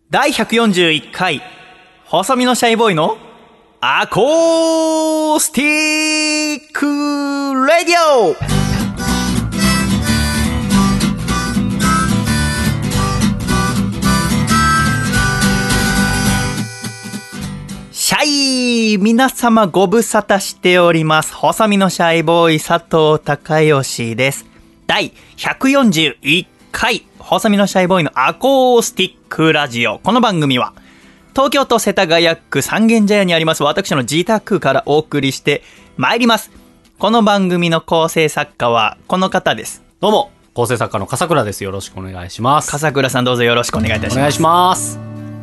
第141回細身のシャイボーイのアコースティックレディオ。シャイ皆様ご無沙汰しております。細身のシャイボーイ佐藤孝義です。第141回細身のシャイボーイのアコースティックラジオ。この番組は東京都世田谷区三軒茶屋にあります私の自宅からお送りしてまいります。この番組の構成作家はこの方です。 どうも構成作家の笠倉です。よろしくお願いします。 笠倉さんどうぞよろしくお願いいたします。 お願いします。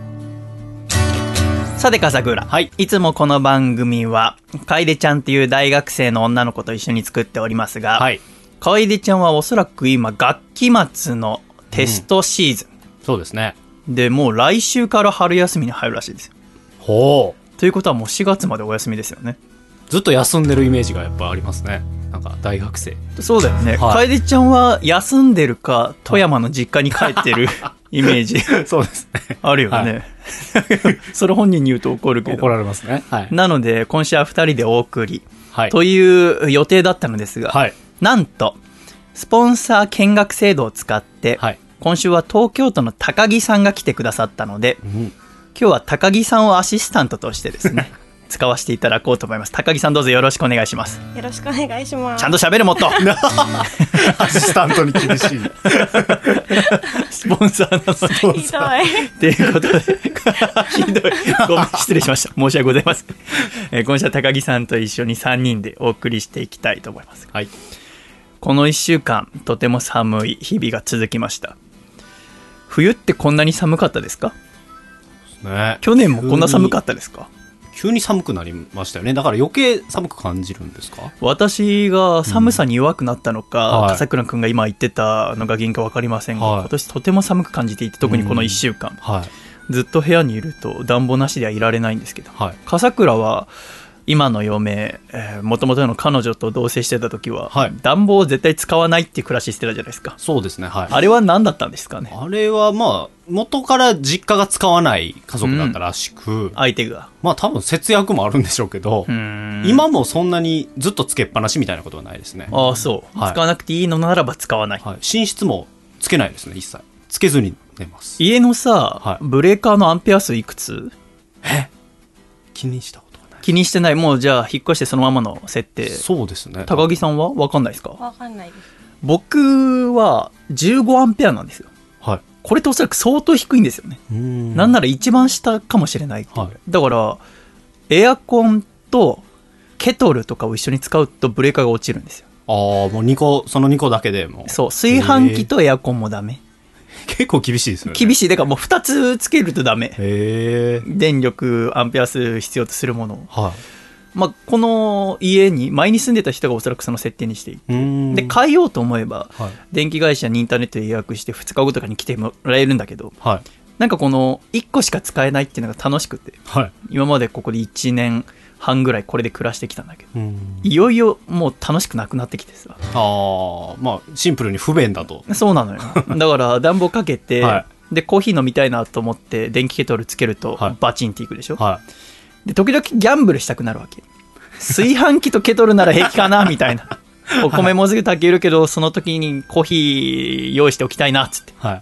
さて笠倉、 はい、 いつもこの番組は楓ちゃんっていう大学生の女の子と一緒に作っておりますが、 はい、 楓ちゃんはおそらく今学期末のテストシーズン、 そうですね。 でもう来週から春休みに入るらしいですよ。 ほう。 ということはもう4月までお休みですよね。 ずっと休んでるイメージがやっぱありますね。なんか大学生。 そうだよね、 はい、 楓ちゃんは休んでるか富山の実家に帰ってるイメージそうですね。 あるよね、はい、それ本人に言うと怒るけど怒られますね、はい、 なので今週は2人でお送り、 はい、 という予定だったのですが、 はい、 なんとスポンサー見学制度を使って、 はい、 今週は東京都の高木さんが来てくださったので、今日は高木さんをアシスタントとしてですね使わせていただこうと思います。高木さんどうぞよろしくお願いします。 よろしくお願いします。 ちゃんと喋るもっとアシスタントに厳しいスポンサーなのにひどいということでひどい、ごめん失礼しました、申し訳ございません。今週は高木さんと一緒に3人でお送りしていきたいと思います、 はい、 この1週間とても寒い日々が続きました。冬ってこんなに寒かったですか？ ね、 去年もこんな寒かったですか？ 急に寒くなりましたよね。だから余計寒く感じるんですか？ 私が寒さに弱くなったのか、 はい、 笠倉くんが今言ってたのが原因か分かりませんが、 はい、 今年とても寒く感じていて、特にこの1週間、 はい、 ずっと部屋にいると暖房なしではいられないんですけど、 はい、 笠倉は今の嫁、もともとの彼女と同棲してた時は、はい、暖房を絶対使わないっていう暮らししてたじゃないですか。 そうですね、はい、 あれは何だったんですかね？ あれはまあ元から実家が使わない家族だったらしく、 相手がまあ多分節約もあるんでしょうけど、今もそんなにずっとつけっぱなしみたいなことはないですね。 ああそう、はい、使わなくていいのならば使わない、 はい、寝室もつけないですね。一切つけずに寝ます。 家のさ、はい、ブレーカーのアンペア数いくつ？ 気にしたことがない。 気にしてない。もうじゃあ引っ越してそのままの設定。 そうですね。 高木さんは分かんないですか？ 分かんないです。 僕は15アンペアなんですよ。 はい。 これっておそらく相当低いんですよね。なんなら一番下かもしれないっていう、はい、だからエアコンとケトルとかを一緒に使うとブレーカーが落ちるんですよ。 ああ、もう2個、その2個だけでもう。 そう、炊飯器とエアコンもダメ。 結構厳しいですよね。 厳しい。だからもう2つつけるとダメ。 へー。 電力アンペア数必要とするものを、 はい、 まあ、この家に前に住んでた人がおそらくその設定にしていて、で変えようと思えば、はい、電気会社にインターネットで予約して2日後とかに来てもらえるんだけど、はい、なんかこの1個しか使えないっていうのが楽しくて、はい、今までここで1年半ぐらいこれで暮らしてきたんだけど、いよいよもう楽しくなくなってきてさ。 まあシンプルに不便だと。 そうなのよ。だから暖房かけて、はい、でコーヒー飲みたいなと思って電気ケトルつけると、はい、バチンっていくでしょ、はい、で時々ギャンブルしたくなるわけ。炊飯器とケトルなら平気かなみたいな。お米もずく炊けるけどその時にコーヒー用意しておきたいなっつって、はい、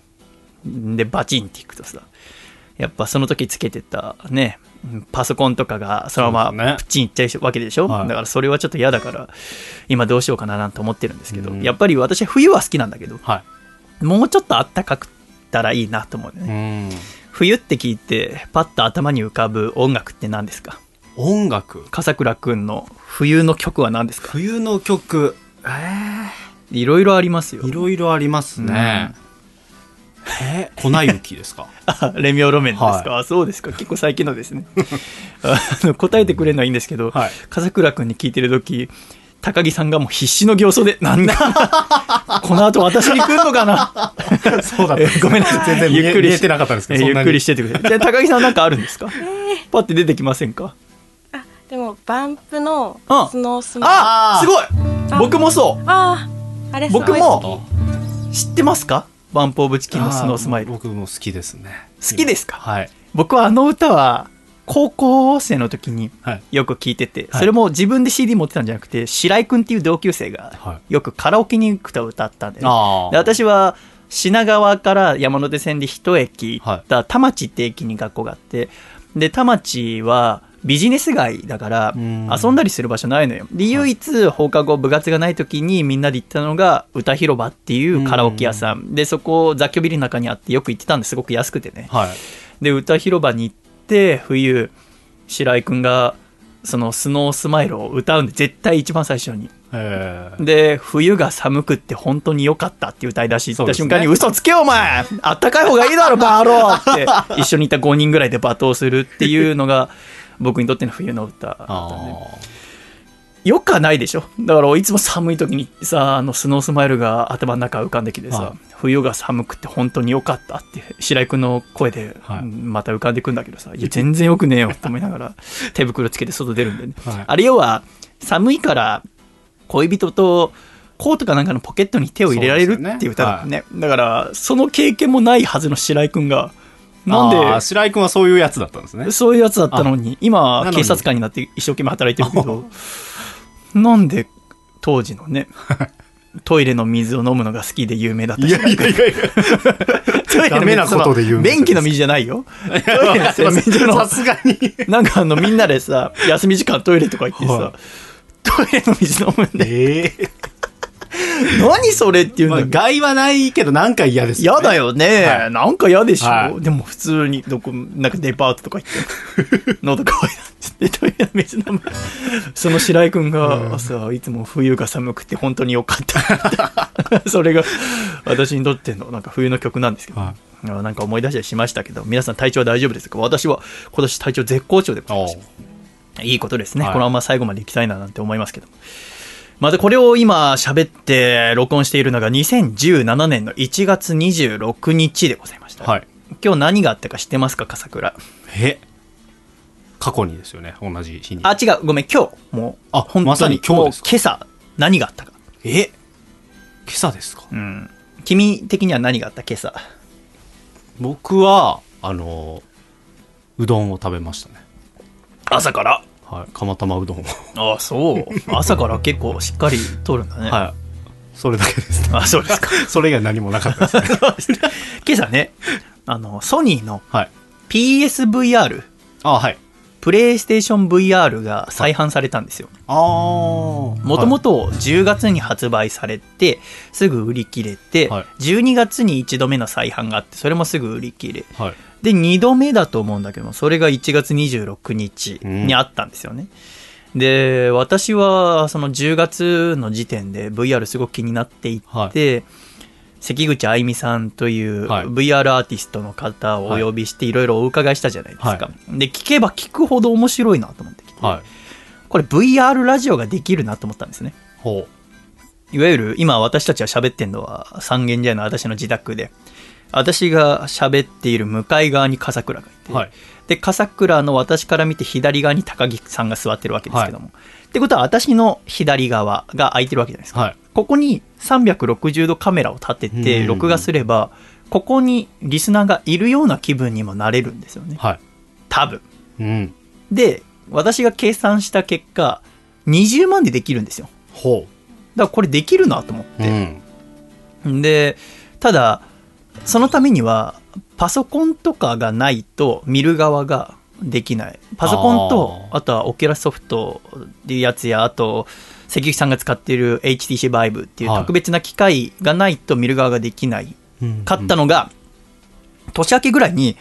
でバチンっていくとさ、やっぱその時つけてたねパソコンとかがそのままプッチンいっちゃうわけでしょ、はい、だからそれはちょっと嫌だから今どうしようかななんて思ってるんですけど、やっぱり私冬は好きなんだけど、はい、もうちょっとあったかくたらいいなと思うね。冬って聞いてパッと頭に浮かぶ音楽って何ですか？ 音楽。 笠倉くんの冬の曲は何ですか？ 冬の曲、 いろいろありますよ。 いろいろありますね。粉雪ですか？ レミオロメンですか？はい、そうですか。結構最近のですね。答えてくれるのはいいんですけど、はい、笠倉くんに聞いてる時高木さんがもう必死の形相でなんだこの後私に来るのかなそうだった、 ごめんなさい、 全然見えてなかったんですけど、 ゆっくりしててくれて。で高木さんなんかあるんですか？パッて出てきませんか？ でもバンプのスノースノー。 すごい。僕もそう。 あれ僕も知ってますか？ バンプオブチキンのスノースマイル。 僕も好きですね。 好きですか？ はい。 僕はあの歌は高校生の時によく聴いてて、それも自分で CD 持ってたんじゃなくて、白井くんっていう同級生がよくカラオケに行くと歌ったんで、ね、で私は品川から山手線で一駅行った田町って駅に学校があって、で田町はビジネス街だから遊んだりする場所ないのよ。で唯一放課後部活がない時にみんなで行ったのが歌広場っていうカラオケ屋さんで、そこ雑居ビルの中にあってよく行ってたんです。すごく安くてね、で歌広場に行って冬白井くんがそのスノースマイルを歌うんで、絶対一番最初にで冬が寒くって本当に良かったって歌い出し行った瞬間に、嘘つけよお前あったかい方がいいだろバーローって一緒にいた5人ぐらいで罵倒するっていうのが僕にとっての冬の歌だったね。よくはないでしょ。だからいつも寒い時にさ、スノースマイルが頭の中浮かんできてさ、冬が寒くて本当に良かったって白井君の声でまた浮かんでくんだけどさ、いや全然よくねえよと思いながら手袋つけて外出るんでね、あれ要は寒いから恋人とコートかなんかのポケットに手を入れられるっていう歌だもんね。だからその経験もないはずの白井君がなんで白井君はそういうやつだったんですね。 そういうやつだったのに今警察官になって一生懸命働いてるけどなんで当時のねトイレの水を飲むのが好きで有名だった人。いやダメなことで有名。 便器の水じゃないよ。トイレの水のさすがになんかみんなでさ休み時間トイレとか行ってさ、トイレの水飲むんで、何それっていうの、 害はないけどなんか嫌ですよね。 嫌だよね、なんか嫌でしょ、でも普通になんかデパートとか行って喉乾いたってトイレの水飲むその白井くんがさ、いつも冬が寒くて本当に良かったそれが私にとってのなんか冬の曲なんですけど、なんか思い出したりしましたけど、皆さん体調は大丈夫ですか？私は今年体調絶好調でございました。いいことですね、このまま最後まで行きたいななんて思いますけど、またこれを今喋って録音しているのが2017年の1月26日でございました、今日何があったか知ってますか？笠倉。 過去にですよね、同じ日に。 違う、ごめん、今日もう本当にまさに今日ですか？ 今朝何があったか。 今朝ですか？ 君的には何があった？今朝。 僕はうどんを食べましたね。 朝から？ 釜玉うどんを。 そう朝から結構しっかりとるんだね。 それだけですね。 そうですか。 それ以外何もなかったですね今朝ね、ソニーの PSVR、プレイステーション VR が再販されたんですよ。もともと10月に発売されてすぐ売り切れて、12月に1度目の再販があってそれもすぐ売り切れ、で2度目だと思うんだけども、それが1月26日にあったんですよね。で私はその10月の時点で VR すごく気になっていって、関口愛美さんという VR アーティストの方をお呼びしていろいろお伺いしたじゃないですか、で聞けば聞くほど面白いなと思ってきて、これ VR ラジオができるなと思ったんですね。いわゆる今私たちが喋ってるのは三軒茶屋の私の自宅で、私が喋っている向かい側に笠倉がいて、で笠倉の私から見て左側に高木さんが座ってるわけですけども、ってことは私の左側が空いてるわけじゃないですか、ここに360度カメラを立てて録画すれば、ここにリスナーがいるような気分にもなれるんですよね、多分、で私が計算した結果20万でできるんですよ。だからこれできるなと思って、でただそのためにはパソコンとかがないと見る側ができない。パソコンとあとはオキュラスソフトっていうやつや、あと関口さんが使っている HTC Vive っていう特別な機械がないと見る側ができないかったのが、年明けぐらいに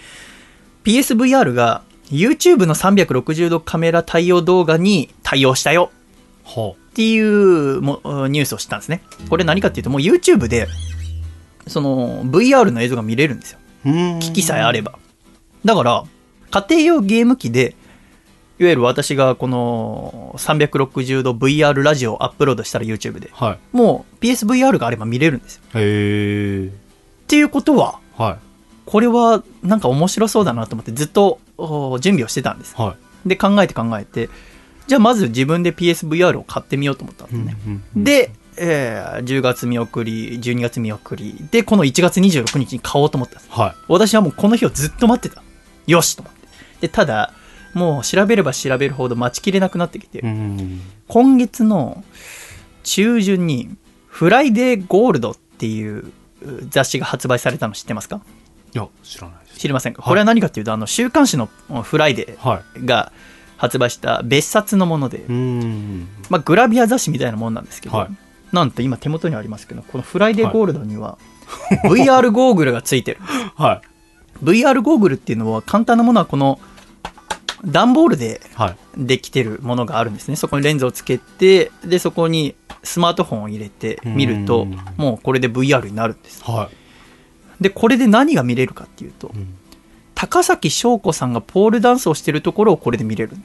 PSVR が YouTube の360度カメラ対応動画に対応したよっていうニュースを知ったんですね。これ何かっていうと、もう YouTube でその VR の映像が見れるんですよ、機器さえあれば。だから家庭用ゲーム機でいわゆる私がこの360度 VR ラジオをアップロードしたら YouTube で、もう PSVR があれば見れるんですよ。っていうことは、これはなんか面白そうだなと思ってずっと準備をしてたんです、で考えてじゃあまず自分で PSVR を買ってみようと思ったんですね、で 10月見送り、12月見送りで、この1月26日に買おうと思ったんです、 はい、 私はもうこの日をずっと待ってた。よしと思って。でただもう調べれば調べるほど待ちきれなくなってきて、今月の中旬にフライデーゴールドっていう雑誌が発売されたの知ってますか？ いや知らないです。 知りませんか？これは何かというと、週刊誌のフライデーが発売した別冊のもので、グラビア雑誌みたいなもんなんですけど、なんと今手元にありますけど、このフライデーゴールドには VR ゴーグルがついてるんです、VR ゴーグルっていうのは簡単なものはこの段ボールでできてるものがあるんですね。そこにレンズをつけて、でそこにスマートフォンを入れて見ると、もうこれで VR になるんです、でこれで何が見れるかっていうと、高崎翔子さんがポールダンスをしてるところをこれで見れるんです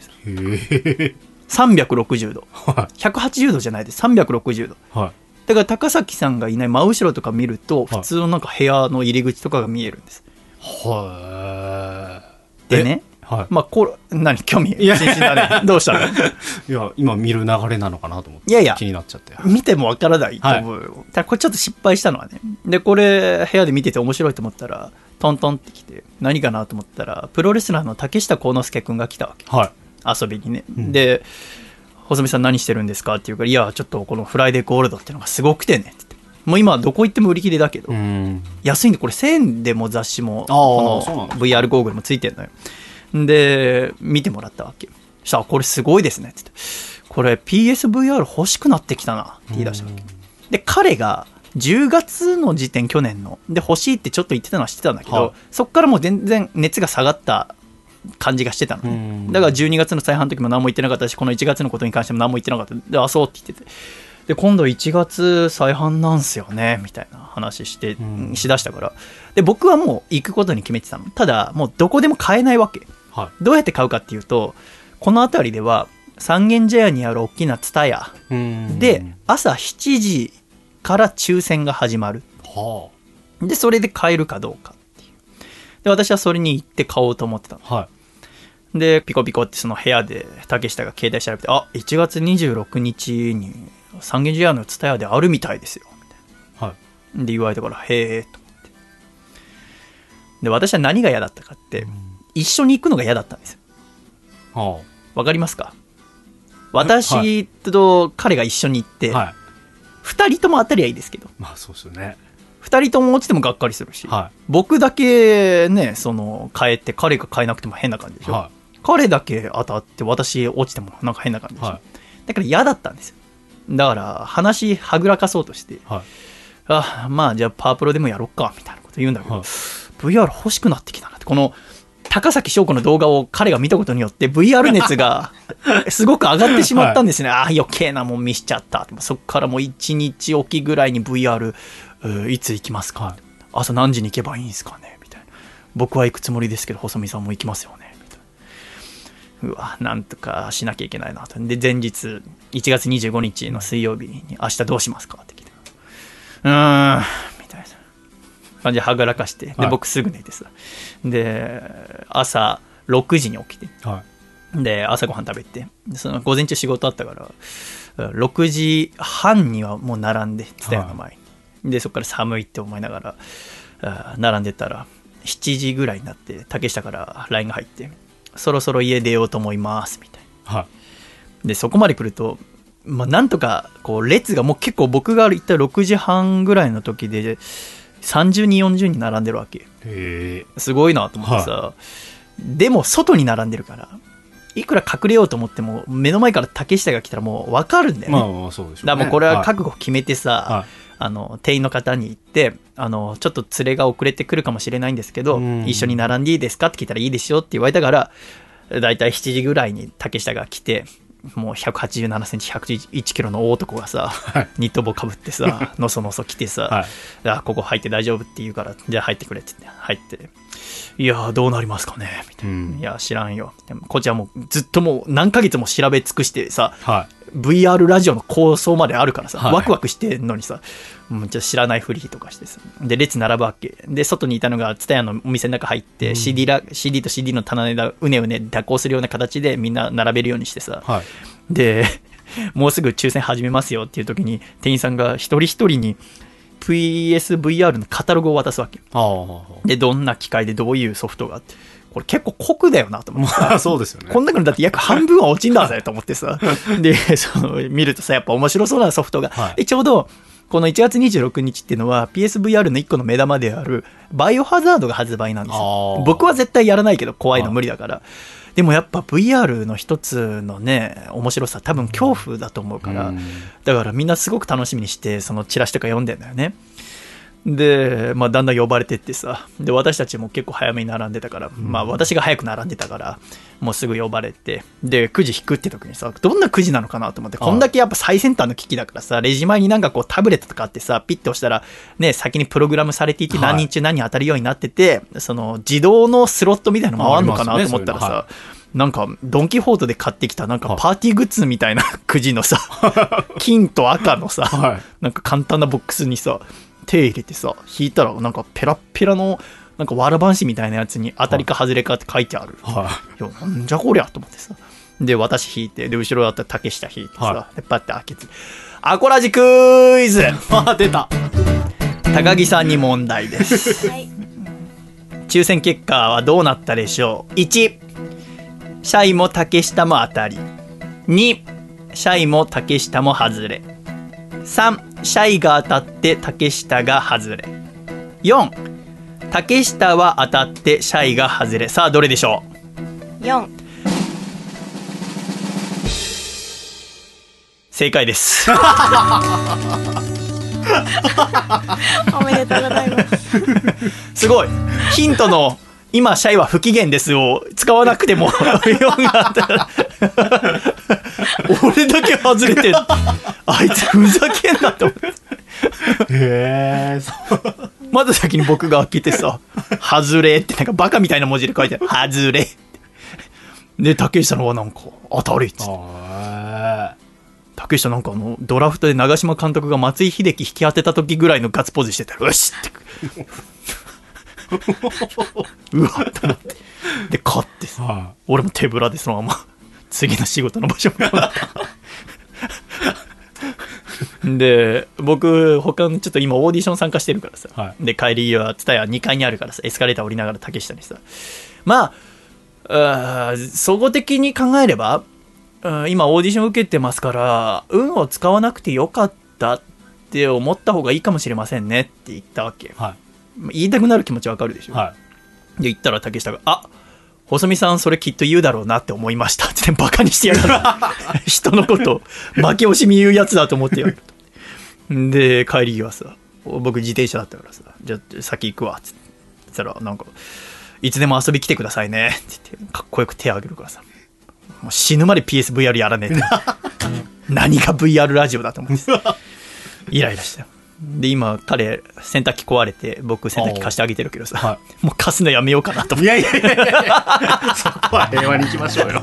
。360度、180度じゃないです、360度、だから高崎さんがいない真後ろとか見ると、普通のなんか部屋の入り口とかが見えるんです、でね、何興味津々だね。どうしたの？いや今見る流れなのかなと思って、気になっちゃって、 見てもわからないと思うよ、ただこれちょっと失敗したのはね、でこれ部屋で見てて面白いと思ったらトントンってきて、何かなと思ったらプロレスラーの竹下幸之助君が来たわけ、遊びにね、で細見さん何してるんですかって言うから、いやちょっとこのフライデーゴールドっていうのがすごくてねって言って、もう今どこ行っても売り切れだけど、安いんで、これ1000円でも雑誌もこの VR ゴーグルもついてるのよ。で見てもらったわけ。そしたらこれすごいですねって言って、これ PSVR 欲しくなってきたなって言い出したわけで、彼が10月の時点、去年ので欲しいってちょっと言ってたのは知ってたんだけど、そっからもう全然熱が下がった感じがしてたのね。だから12月の再販の時も何も言ってなかったし、この1月のことに関しても何も言ってなかったで、あそうって言ってて、で今度1月再販なんすよねみたいな話しだしたから、で僕はもう行くことに決めてたの。ただもうどこでも買えないわけ、どうやって買うかっていうと、この辺りでは三軒茶屋にある大きな蔦屋で朝7時から抽選が始まる、でそれで買えるかどうかっていう。で私はそれに行って買おうと思ってたの、でピコピコってその部屋で竹下が携帯調べて、1月26日に三軒茶屋の蔦屋であるみたいですよみたいな、で言われたから、へえと思って。で私は何が嫌だったかって、一緒に行くのが嫌だったんですよ。わかりますか？私と彼が一緒に行って、2人とも当たりはいいですけど、 そうですよね、 2人とも落ちてもがっかりするし、僕だけね変えて彼が変えなくても変な感じでしょ、彼だけ当たって私落ちてもなんか変な感じでしょ、だから嫌だったんですよ。だから話はぐらかそうとして、まあじゃあパワープロでもやろっかみたいなこと言うんだけど、VR 欲しくなってきたなって。この高崎翔子の動画を彼が見たことによって VR 熱がすごく上がってしまったんですね、余計なもん見しちゃった。そっからもう1日おきぐらいに VR、いつ行きますか、朝何時に行けばいいんですかねみたいな。僕は行くつもりですけど細見さんも行きますよねみたいな。うわなんとかしなきゃいけないなと。で前日1月25日の水曜日に明日どうしますかって聞いて、みたいな感じではぐらかして、で僕すぐ寝てさ、で朝6時に起きて、で朝ごはん食べて、その午前中仕事あったから6時半にはもう並んで蔦屋の前に、でそこから寒いって思いながら並んでたら7時ぐらいになって、竹下から LINE が入って、そろそろ家出ようと思いますみたいな、でそこまで来ると、なんとかこう列がもう結構、僕が行った6時半ぐらいの時で30人40人並んでるわけ。すごいなと思ってさ、でも外に並んでるから、いくら隠れようと思っても目の前から竹下が来たらもう分かるんだよね。そうでしょうね。だからもうこれは覚悟決めてさ、店員の方に言って、ちょっと連れが遅れてくるかもしれないんですけど、一緒に並んでいいですかって聞いたらいいですよって言われたから、だいたい7時ぐらいに竹下が来て、もう187センチ101キロの大男がさ、ニット帽かぶってさ、のそのそ来てさ、ここ入って大丈夫って言うから、じゃあ入ってくれって言って入って、いやどうなりますかねみたいな、いや知らんよ。でもこっちはもうずっともう何ヶ月も調べ尽くしてさ、VR ラジオの構想まであるからさ、ワクワクしてんのにさ、もう知らないふりとかしてさ、で列並ぶわけで、外にいたのが蔦屋のお店の中入って、CD と CD の棚の間うねうね蛇行するような形でみんな並べるようにしてさ、でもうすぐ抽選始めますよっていう時に、店員さんが一人一人に PSVR のカタログを渡すわけ。で、どんな機械でどういうソフトがあって。これ結構酷だよなと思ってさ。 そうですよね。 こん中のだって約半分は落ちんだぜと思ってさ。で、見るとさ、やっぱ面白そうなソフトが。はい、で、ちょうど、この1月26日っていうのは PSVR の1個の目玉であるバイオハザードが発売なんですよ。僕は絶対やらないけど怖いの無理だから。でもやっぱ VR の一つのね、面白さ多分恐怖だと思うから、だからみんなすごく楽しみにしてそのチラシとか読んでんだよね。で、まあ、だんだん呼ばれてってさ、で私たちも結構早めに並んでたから、まあ私が早く並んでたからもうすぐ呼ばれて、でくじ引くって時にさ、どんなくじなのかなと思って、こんだけやっぱ最先端の機器だからさ、レジ前になんかこうタブレットとかあってさ、ピッて押したらね、先にプログラムされていて何人中何人当たるようになってて、その自動のスロットみたいなの回るのかなと思ったらさ、なんかドンキホートで買ってきたなんかパーティーグッズみたいなくじのさ、金と赤のさ、なんか簡単なボックスにさ手入れてさ、引いたらなんかペラッペラのなんかわらばんしみたいなやつに当たりか外れかって書いてある。いや、なんじゃこりゃと思ってさ。で、私引いて、で、後ろだったら竹下引いてさ、で、パッて開けて、アコラジクイズ出た。 高木さんに問題です。はい、抽選結果はどうなったでしょう。1、シャイも竹下も当たり。2、シャイも竹下も外れ。3、シャイが当たって竹下が外れ。4、竹下は当たってシャイが外れ。さあどれでしょう。4。 正解です。 おめでとうございます。 すごい。ヒントの今シャイは不機嫌ですを使わなくても4があったら俺だけ外れて、あいつふざけんなと思って。 へえ。 まず先に僕が開けてさ、外れってなんかバカみたいな文字で書いてある。外れで、竹下のはなんか当たりっつって。竹下なんかドラフトで長嶋監督が松井秀喜引き当てた時ぐらいのガッツポーズしてたら、よしってうわっと思って、で勝ってさ、俺も手ぶらでそのまま次の仕事の場所に戻ったで、僕他のちょっと今オーディション参加してるからさ、で帰りは蔦屋2階にあるからさ、エスカレーター降りながら竹下にさ、まあ総合的に考えれば、今オーディション受けてますから運を使わなくてよかったって思った方がいいかもしれませんねって言ったわけ、言いたくなる気持ちわかるでしょ、で言ったら竹下が、あ、細見さんそれきっと言うだろうなって思いましたってバカにしてやがる人のこと負け惜しみ言うやつだと思ってやるで帰り際さ、僕自転車だったからさ、じゃあ先行くわって言ったら、なんかいつでも遊び来てくださいねって言ってかっこよく手を挙げるからさ、もう死ぬまで PSVR やらねえって何が VR ラジオだと思ってイライラしたよ。で今彼洗濯機壊れて僕洗濯機貸してあげてるけどさ、もう貸すのやめようかなと思って。いやそこは平和に行きましょうよ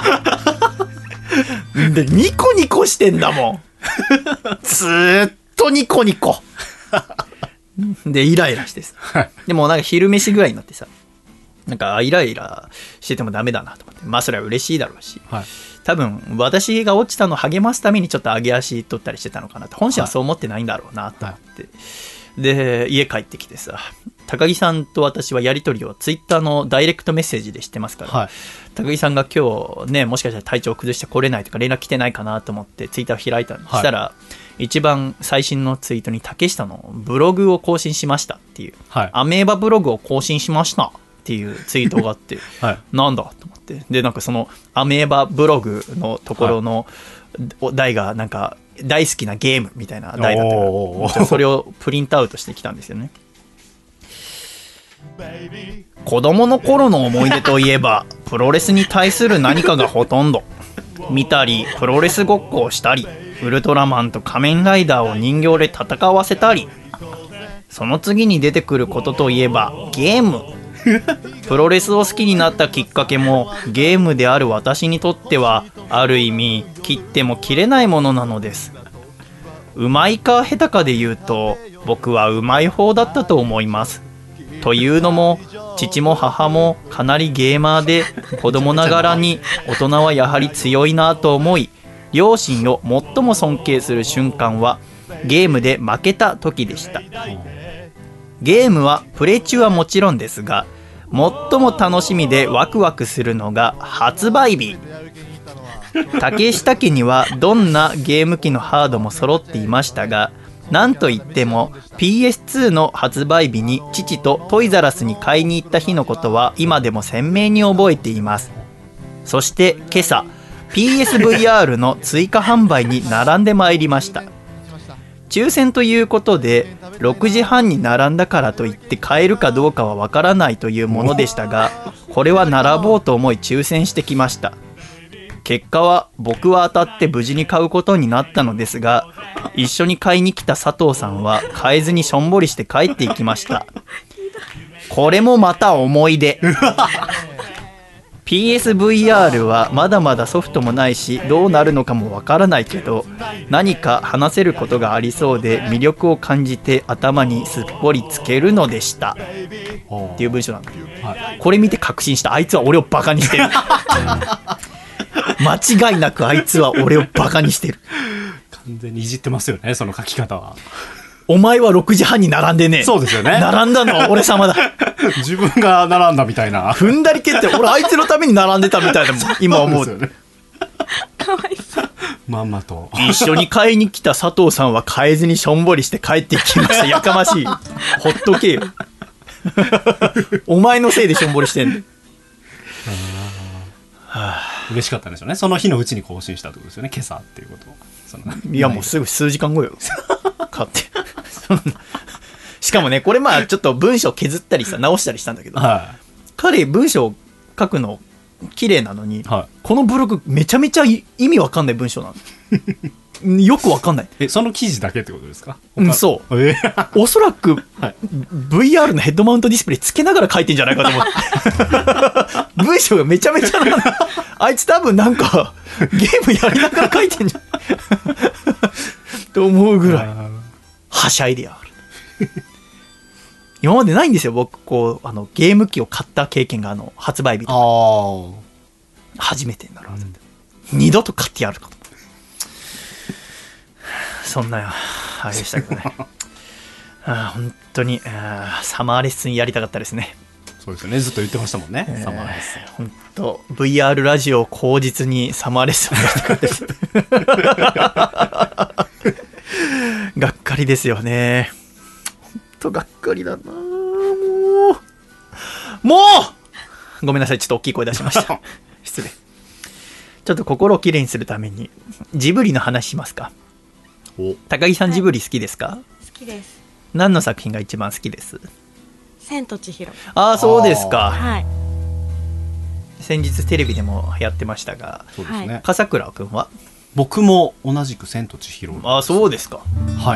でニコニコしてんだもんずーっとニコニコでイライラしてさ、でもなんか昼飯ぐらいになってさ、なんかイライラしててもダメだなと思って、まあそれは嬉しいだろうし、多分私が落ちたのを励ますためにちょっと上げ足取ったりしてたのかなと、本心はそう思ってないんだろうなと思って、で家帰ってきてさ、高木さんと私はやり取りをツイッターのダイレクトメッセージでしてますから、高木さんが今日ね、もしかしたら体調を崩して来れないとか連絡来てないかなと思ってツイッターを開いたんで、したら一番最新のツイートに竹下のブログを更新しましたっていう、アメーバブログを更新しましたっていうツイートがあって、なんだと思って、でなんかそのアメーバブログのところの題がなんか大好きなゲームみたいな題だったから、それをプリントアウトしてきたんですよね。子供の頃の思い出といえばプロレスに対する何かがほとんど。見たりプロレスごっこをしたり、ウルトラマンと仮面ライダーを人形で戦わせたり、その次に出てくることといえばゲーム。プロレスを好きになったきっかけもゲームである私にとってはある意味切っても切れないものなのです。うまいか下手かで言うと僕はうまい方だったと思います。というのも父も母もかなりゲーマーで、子供ながらに大人はやはり強いなと思い、 両親を最も尊敬する瞬間はゲームで負けた時でした。ゲームはプレ中はもちろんですが、最も楽しみでワクワクするのが発売日。竹下家にはどんなゲーム機のハードも揃っていましたが、なんといっても PS2 の発売日に父とトイザラスに買いに行った日のことは今でも鮮明に覚えています。そして今朝 PSVR の追加販売に並んでまいりました。抽選ということで6時半に並んだからといって買えるかどうかはわからないというものでしたが、これは並ぼうと思い抽選してきました。結果は僕は当たって無事に買うことになったのですが、一緒に買いに来た佐藤さんは買えずにしょんぼりして帰っていきました。これもまた思い出。PSVR はまだまだソフトもないしどうなるのかもわからないけど、何か話せることがありそうで魅力を感じて頭にすっぽりつけるのでしたっていう文章なんだけど、これ見て確信した。あいつは俺をバカにしてる。間違いなくあいつは俺をバカにしてる。 完全にいじってますよね、その書き方は。 お前は6時半に並んでね。 そうですよね。 並んだのは俺様だ。 自分が並んだみたいな。 踏んだり蹴って俺あいつのために並んでたみたいなもん今思う。 そうですよね。 かわいそう。 まんまと一緒に買いに来た佐藤さんは買えずにしょんぼりして帰っていきました。やかましい。ほっとけよ。お前のせいでしょんぼりしてんねん。 嬉しかったんでしょうね、その日のうちに更新したってことですよね、今朝っていうことを。 いやもうすぐ数時間後よ。買ってしかもねこれまあちょっと文章削ったりさ直したりしたんだけど、はい、彼文章書くの綺麗なのに、はい、このブログめちゃめちゃ意味わかんない文章なの。よくわかんない。その記事だけってことですか？ そう、おそらく、はい、VR のヘッドマウントディスプレイつけながら書いてんじゃないかと思って文章がめちゃめちゃなあいつ多分なんかゲームやりながら書いてんじゃんと思うぐらいはしゃいでやる。今までないんですよ僕こうゲーム機を買った経験が発売日とか初めてになるはずで、二度と買ってやるかと。そんなあれでしたけどね。本当にサマーレッスンやりたかったですね。 そうですよね、ずっと言ってましたもんね、サマーレッスン。 本当 VR ラジオ口実にサマーレッスンやりたかったです。がっかりですよね。本当がっかりだな。もうごめんなさい、ちょっと大きい声出しました。失礼。ちょっと心をきれいにするためにジブリの話しますか。高木さん、ジブリ好きですか？ 好きです。 何の作品が一番好きです？ 千と千尋。 ああ、そうですか。 はい。 先日テレビでもやってましたが、 そうですね。 笠倉くんは？ 僕も同じく千と千尋。 ああ、そうですか。 はい。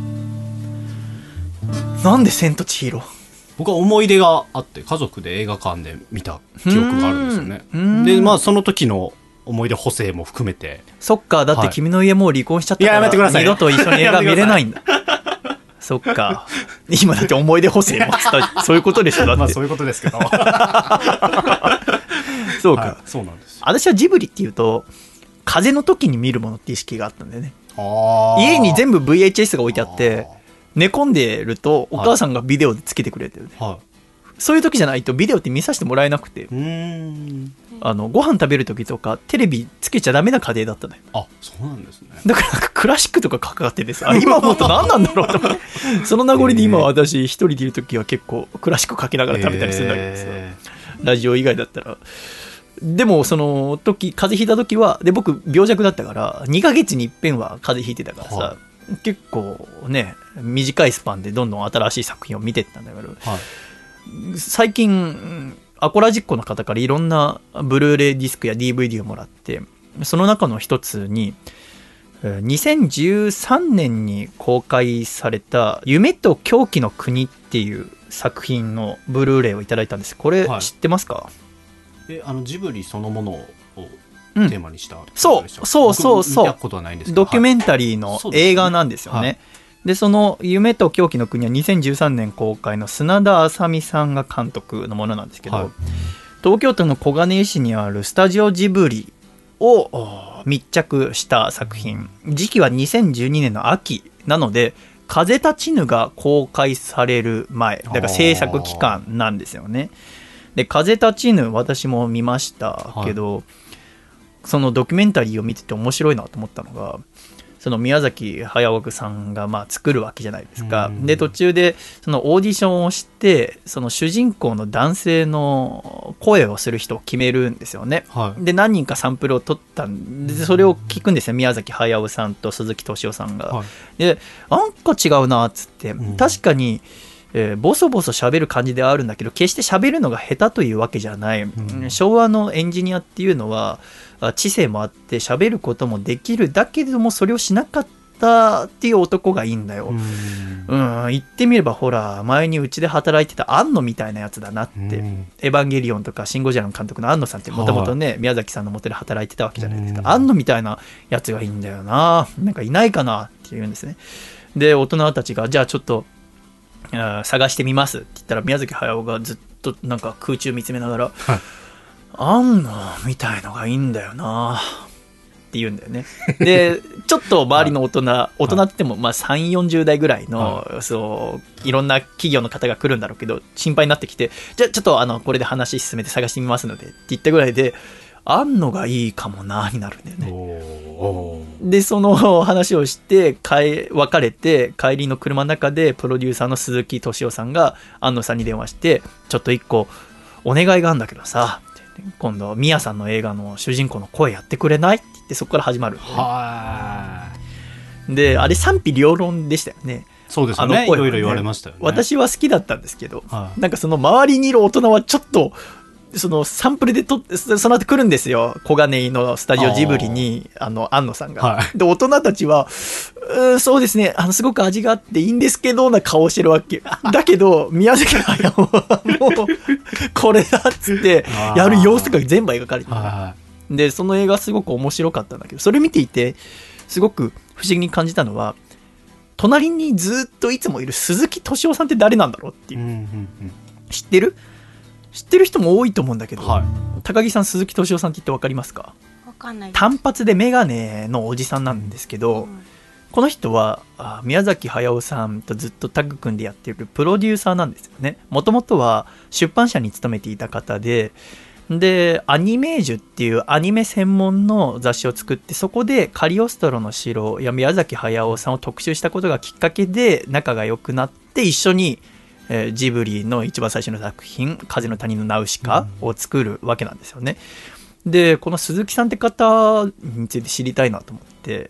なんで千と千尋？ 僕は思い出があって家族で映画館で見た記憶があるんですよね。で、まあその時の思い出補正も含めて。 そっか、だって君の家もう離婚しちゃったから、 やめてください、 二度と一緒に映画見れないんだ。そっか。今だって思い出補正もそういうことでしょ。だってまあそういうことですけど。 そうか、 そうなんです。 私はジブリっていうと風邪の時に見るものって意識があったんだよね。家に全部 VHS が置いてあって寝込んでるとお母さんがビデオでつけてくれてるね、そういう時じゃないとビデオって見させてもらえなくて、ご飯食べる時とかテレビつけちゃダメな家庭だったのよ。 あ、そうなんですね。 だからなんかクラシックとかかかっててさ、今思うと何なんだろうと思って、その名残で今私一人でいる時は結構クラシックかけながら食べたりするんだけどさ、ラジオ以外だったら。でもその時風邪ひいた時はで僕病弱だったから2ヶ月に一遍は風邪ひいてたからさ、結構ね短いスパンでどんどん新しい作品を見てったんだけど、最近アコラジックの方からいろんなブルーレイディスクや DVD をもらって、その中の一つに2013年に公開された夢と狂気の国っていう作品のブルーレイをいただいたんです。これ知ってますか？ ジブリそのものをテーマにした、 そう見たことはないんですけど、 ドキュメンタリーの映画なんですよね。でその夢と狂気の国は2013年公開の砂田あさみさんが監督のものなんですけど、東京都の小金井市にあるスタジオジブリを密着した作品。時期は2012年の秋なので、風立ちぬが公開される前、だから制作期間なんですよね。で、風立ちぬ私も見ましたけど、そのドキュメンタリーを見てて面白いなと思ったのが、その宮崎駿さんが作るわけじゃないですか。で、途中でそのオーディションをして、その主人公の男性の声をする人を決めるんですよね。で、何人かサンプルを取ったんで、それを聞くんですよ。宮崎駿さんと鈴木敏夫さんが。で、なんか違うなっつって、確かに、ボソボソ喋る感じではあるんだけど、決して喋るのが下手というわけじゃない。昭和のエンジニアっていうのは、知性もあって喋ることもできる。だけれどもそれをしなかったっていう男がいいんだよ。言ってみればほら、前にうちで働いてた庵野みたいなやつだなって。エヴァンゲリオンとかシン・ゴジラの監督の庵野さんってもともとね、宮崎さんの元で働いてたわけじゃないですか。庵野みたいなやつがいいんだよな。なんかいないかなって言うんですね。で、大人たちがじゃあちょっと探してみますって言ったら、宮崎駿がずっとなんか空中見つめながら、庵野みたいのがいいんだよなって言うんだよね。で、ちょっと周りの大人って言っても3、40代ぐらいの、いろんな企業の方が来るんだろうけど、心配になってきて、じゃあちょっとこれで話進めて探してみますのでって言ったぐらいで、庵野がいいかもなになるんだよね。で、その話をして別れて、帰りの車の中でプロデューサーの鈴木敏夫さんが庵野さんに電話して、ちょっと一個お願いがあるんだけどさ、今度ミヤさんの映画の主人公の声やってくれないって言って、そこから始まる、ね。で、あれ賛否両論でしたよね。 そうですよね。いろいろ言われましたよね。 私は好きだったんですけど、なんかその周りにいる大人はちょっとそのサンプルでその後来るんですよ。小金井のスタジオジブリに庵野さんが、で大人たちはそうですね、すごく味があっていいんですけどな顔してるわけだけど、宮崎駿はもうこれだっつってやる様子が全部描かれてる。でその映画すごく面白かったんだけど、それ見ていてすごく不思議に感じたのは、隣にずっといつもいる鈴木敏夫さんって誰なんだろうっていう、知ってる人も多いと思うんだけど、高木さん、鈴木敏夫さんって言って分かりますか？ 分かんない。 単発でメガネのおじさんなんですけど、この人は宮崎駿さんとずっとタッグ組んでやってるプロデューサーなんですよね。もともとは出版社に勤めていた方で、アニメージュっていうアニメ専門の雑誌を作って、そこでカリオストロの城や宮崎駿さんを特集したことがきっかけで仲が良くなって、一緒にジブリの一番最初の作品風の谷のナウシカを作るわけなんですよね。でこの鈴木さんって方について知りたいなと思って、